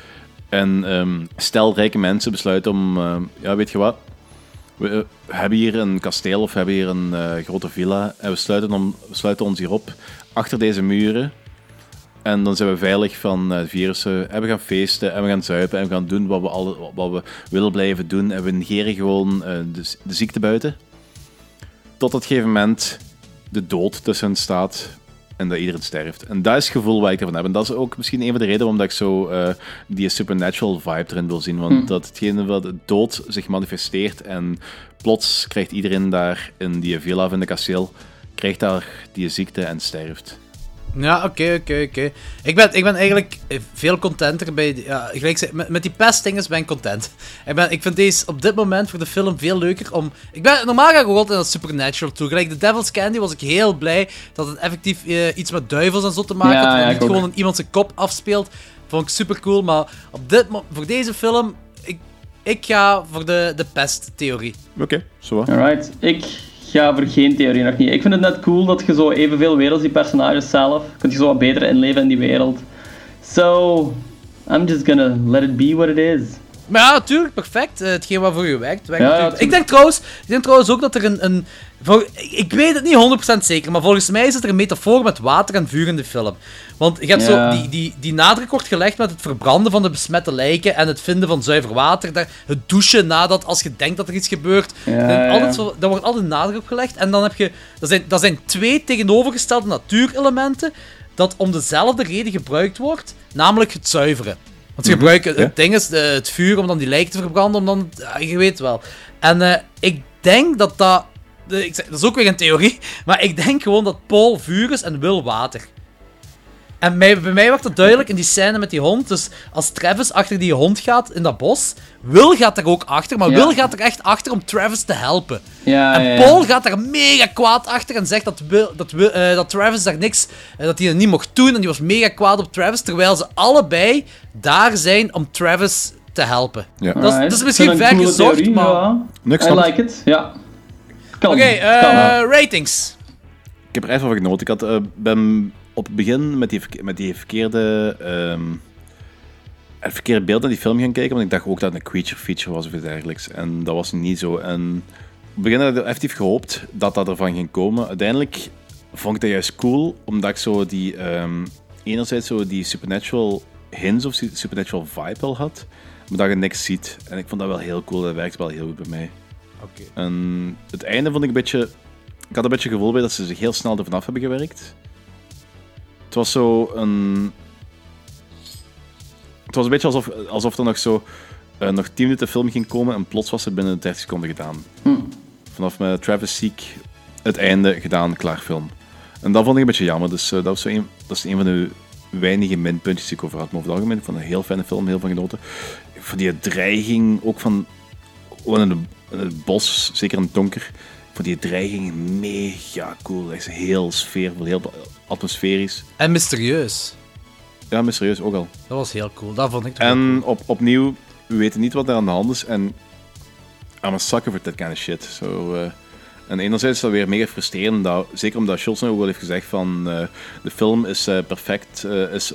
En stel rijke mensen besluiten om... weet je wat? We hebben hier een kasteel of we hebben hier een grote villa. En we sluiten ons hierop achter deze muren. En dan zijn we veilig van virussen. En we gaan feesten en we gaan zuipen en we gaan doen wat we willen blijven doen. En we negeren gewoon de ziekte buiten. Tot op een gegeven moment de dood tussen hen staat en dat iedereen sterft. En dat is het gevoel wat ik ervan heb. En dat is ook misschien een van de redenen waarom ik zo die supernatural vibe erin wil zien. Want dat hetgene wat de dood zich manifesteert en plots krijgt iedereen daar in die villa of in de kasteel, krijgt daar die ziekte en sterft.
Ja, oké. Ik ben eigenlijk veel contenter bij... Ja, gelijk, met die pestdinges ben ik content. Ik vind deze op dit moment voor de film veel leuker om... Normaal ga ik ook altijd naar Supernatural toe. Gelijk The Devil's Candy was ik heel blij dat het effectief iets met duivels en zo te maken had. En niet gewoon in iemand zijn kop afspeelt. Vond ik super cool, maar voor deze film... Ik ga voor de pesttheorie.
Oké, zo.
Alright, ik ga voor geen theorie nog niet. Ik vind het net cool dat je zo evenveel weet als die personages zelf. Kun je zo wat beter inleven in die wereld. So, I'm just gonna let it be what it is.
Maar ja, natuurlijk, perfect. Hetgeen wat voor je werkt.
Ja,
ik denk trouwens ook dat er ik weet het niet 100% zeker, maar volgens mij is het er een metafoor met water en vuur in de film. Want je hebt zo, die nadruk wordt gelegd met het verbranden van de besmette lijken en het vinden van zuiver water. Het douchen nadat, als je denkt dat er iets gebeurt. Daar wordt altijd nadruk op gelegd. En dan heb je... Dat zijn twee tegenovergestelde natuurelementen dat om dezelfde reden gebruikt wordt, namelijk het zuiveren. Want ze gebruiken het ding is het vuur om dan die lijken te verbranden, om dan... je weet wel. En ik denk dat... Dat is ook weer een theorie, maar ik denk gewoon dat Paul vuur is en Will water. En bij mij werd het duidelijk in die scène met die hond. Dus als Travis achter die hond gaat in dat bos, Will gaat er ook achter, maar Will gaat er echt achter om Travis te helpen. Paul gaat er mega kwaad achter en zegt dat Travis daar niks, dat hij het niet mocht doen, en die was mega kwaad op Travis, terwijl ze allebei daar zijn om Travis te helpen.
Ja.
Dat is misschien ver gezocht, maar...
I like it, ja.
Oké, ratings.
Ik heb er echt van genoten. Ik ben op het begin met die verkeerde beeld naar die film gaan kijken, want ik dacht ook dat het een creature feature was of iets dergelijks. En dat was niet zo. En op het begin had ik effectief gehoopt dat ervan ging komen. Uiteindelijk vond ik dat juist cool, omdat ik zo die enerzijds zo die supernatural hints of supernatural vibe al had, maar dat je niks ziet. En ik vond dat wel heel cool. Dat werkt wel heel goed bij mij. En het einde vond ik een beetje... Ik had een beetje het gevoel bij dat ze zich heel snel er vanaf hebben gewerkt. Het was zo een... Het was een beetje alsof er nog zo... nog 10 minuten film ging komen en plots was het binnen 30 seconden gedaan. Vanaf met Travis ziek, het einde gedaan, klaar film. En dat vond ik een beetje jammer. Dus dat is een van de weinige minpuntjes die ik over had. Maar over het algemeen vond ik een heel fijne film, heel van genoten. Voor die dreiging, ook van... in het bos, zeker in het donker. Voor die dreiging mega cool. Echt heel sfeervol, heel atmosferisch.
En mysterieus.
Ja, mysterieus ook al.
Dat was heel cool, dat vond ik
En
cool.
Opnieuw, we weten niet wat er aan de hand is. En I'm a sucker for that kind of shit. En enerzijds is dat weer mega frustrerend. Zeker omdat Schultz ook wel heeft gezegd van... de film is perfect, is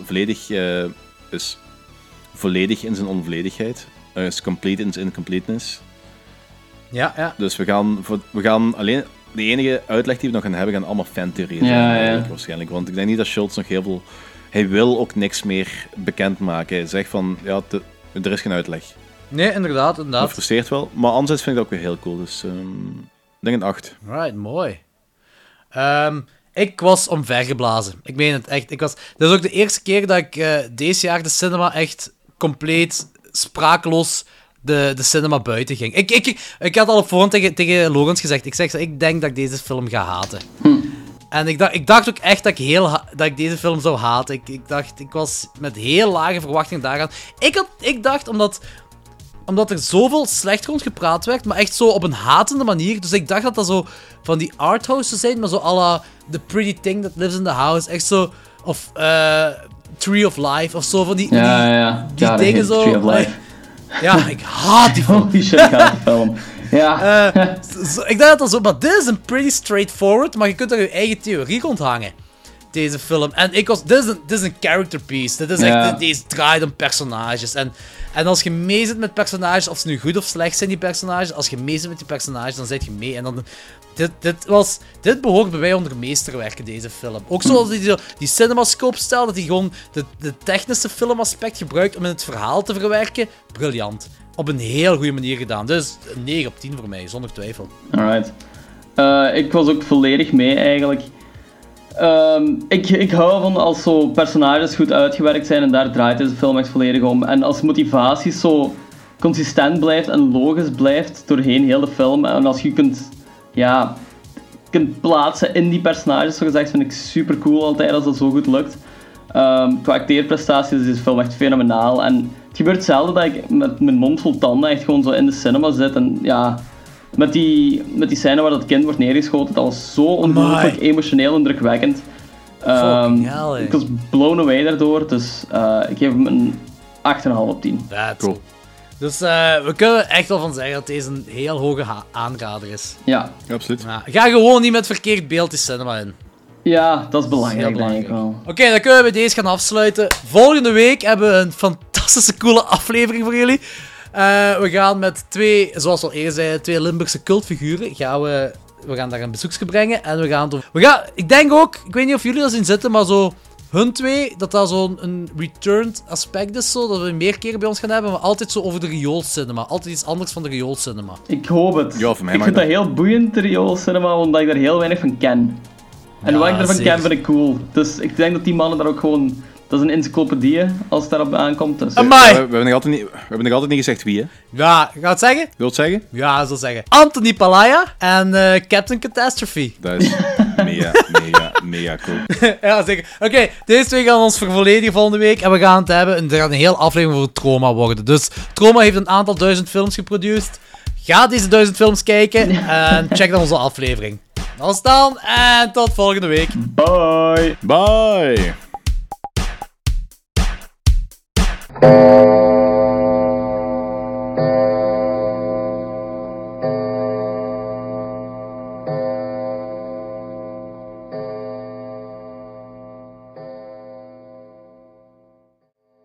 volledig in zijn onvolledigheid. Is complete in zijn incompleteness.
Ja.
Dus we gaan alleen... De enige uitleg die we nog gaan hebben, gaan allemaal fantheorieën zijn. Waarschijnlijk. Want ik denk niet dat Schultz nog heel veel hij wil ook niks meer bekendmaken. Hij zegt van, ja, er is geen uitleg.
Nee, inderdaad.
Dat frustreert wel, maar anderzijds vind ik dat ook weer heel cool. Dus ik denk een 8.
Right, mooi. Ik was omvergeblazen. Ik meen het echt. Dit is ook de eerste keer dat ik deze jaar de cinema echt compleet sprakeloos de cinema buiten ging. Ik had al op voorhand tegen Logans gezegd, ik denk dat ik deze film ga haten. En ik dacht ook echt dat ik deze film zou haten. Ik was met heel lage verwachtingen daaraan. Ik dacht, omdat er zoveel slecht rond gepraat werd, maar echt zo op een hatende manier. Dus ik dacht dat zo van die arthouse zou zijn, maar zo à la The Pretty Thing That Lives in the House. Echt zo, of Tree of Life, of zo van die dingen zo.
Tree of Life.
Ja, ik haat die film.
Holy shit, ik haat die film. Ja.
Ik dacht dat zo, maar dit is een pretty straightforward, maar je kunt er je eigen theorie rond hangen. Deze film. En dit is een character piece. Dit is echt, deze draait om personages. En als je mee zit met personages, of ze nu goed of slecht zijn, die personages, als je mee zit met die personages, dan zit je mee. En dan... Dit behoort bij mij onder meesterwerken, deze film. Ook zoals die CinemaScope-stijl, dat hij gewoon de technische filmaspect gebruikt om in het verhaal te verwerken. Briljant. Op een heel goede manier gedaan. Dus een 9 op 10 voor mij, zonder twijfel.
Alright. Ik was ook volledig mee, eigenlijk. Ik hou van als zo personages goed uitgewerkt zijn en daar draait deze film echt volledig om. En als motivatie zo consistent blijft en logisch blijft doorheen heel de film. En als je kunt plaatsen in die personages, zo gezegd, vind ik super cool altijd als dat zo goed lukt. Qua acteerprestaties is deze film echt fenomenaal. En het gebeurt zelden dat ik met mijn mond vol tanden echt gewoon zo in de cinema zit. En ja, met die scène waar dat kind wordt neergeschoten, dat was zo ongelooflijk emotioneel indrukwekkend. Ik was blown away daardoor, dus ik geef hem een 8,5 op 10.
Cool.
Dus we kunnen echt wel van zeggen dat deze een heel hoge aanrader is.
Ja,
absoluut.
Ga gewoon niet met verkeerd beeld die cinema in.
Ja, dat is belangrijk, denk ik wel.
Oké, dan kunnen we deze gaan afsluiten. Volgende week hebben we een fantastische, coole aflevering voor jullie. We gaan met zoals we al eerder zeiden, 2 Limburgse cultfiguren. We gaan daar een bezoekje brengen. En ik denk ook, ik weet niet of jullie dat zien zitten, maar zo hun twee, dat zo'n returned aspect is, zo, dat we meer keren bij ons gaan hebben, maar altijd zo over de rioolcinema. Altijd iets anders van de rioolcinema.
Ik hoop het.
Ja, voor mij
ik vind dat heel boeiend, de rioolcinema, omdat ik daar heel weinig van ken. En wat ik ervan ken, vind ik cool. Dus ik denk dat die mannen daar ook gewoon... Dat is een encyclopedie als het daarop aankomt. Dus.
We hebben nog altijd niet gezegd wie, hè?
Ja, ga het zeggen?
Wil je het zeggen?
Ja, ik zal zeggen. Anthony Palaya en Captain Catastrophe.
Dat is mega cool.
Ja, zeker. Oké, deze twee gaan ons vervolledigen volgende week. En we gaan het hebben. Er gaat een heel aflevering voor Troma worden. Dus Troma heeft een aantal 1000 films geproduceerd. Ga deze 1000 films kijken en check dan onze aflevering. Tot dan en tot volgende week.
Bye.
Bye.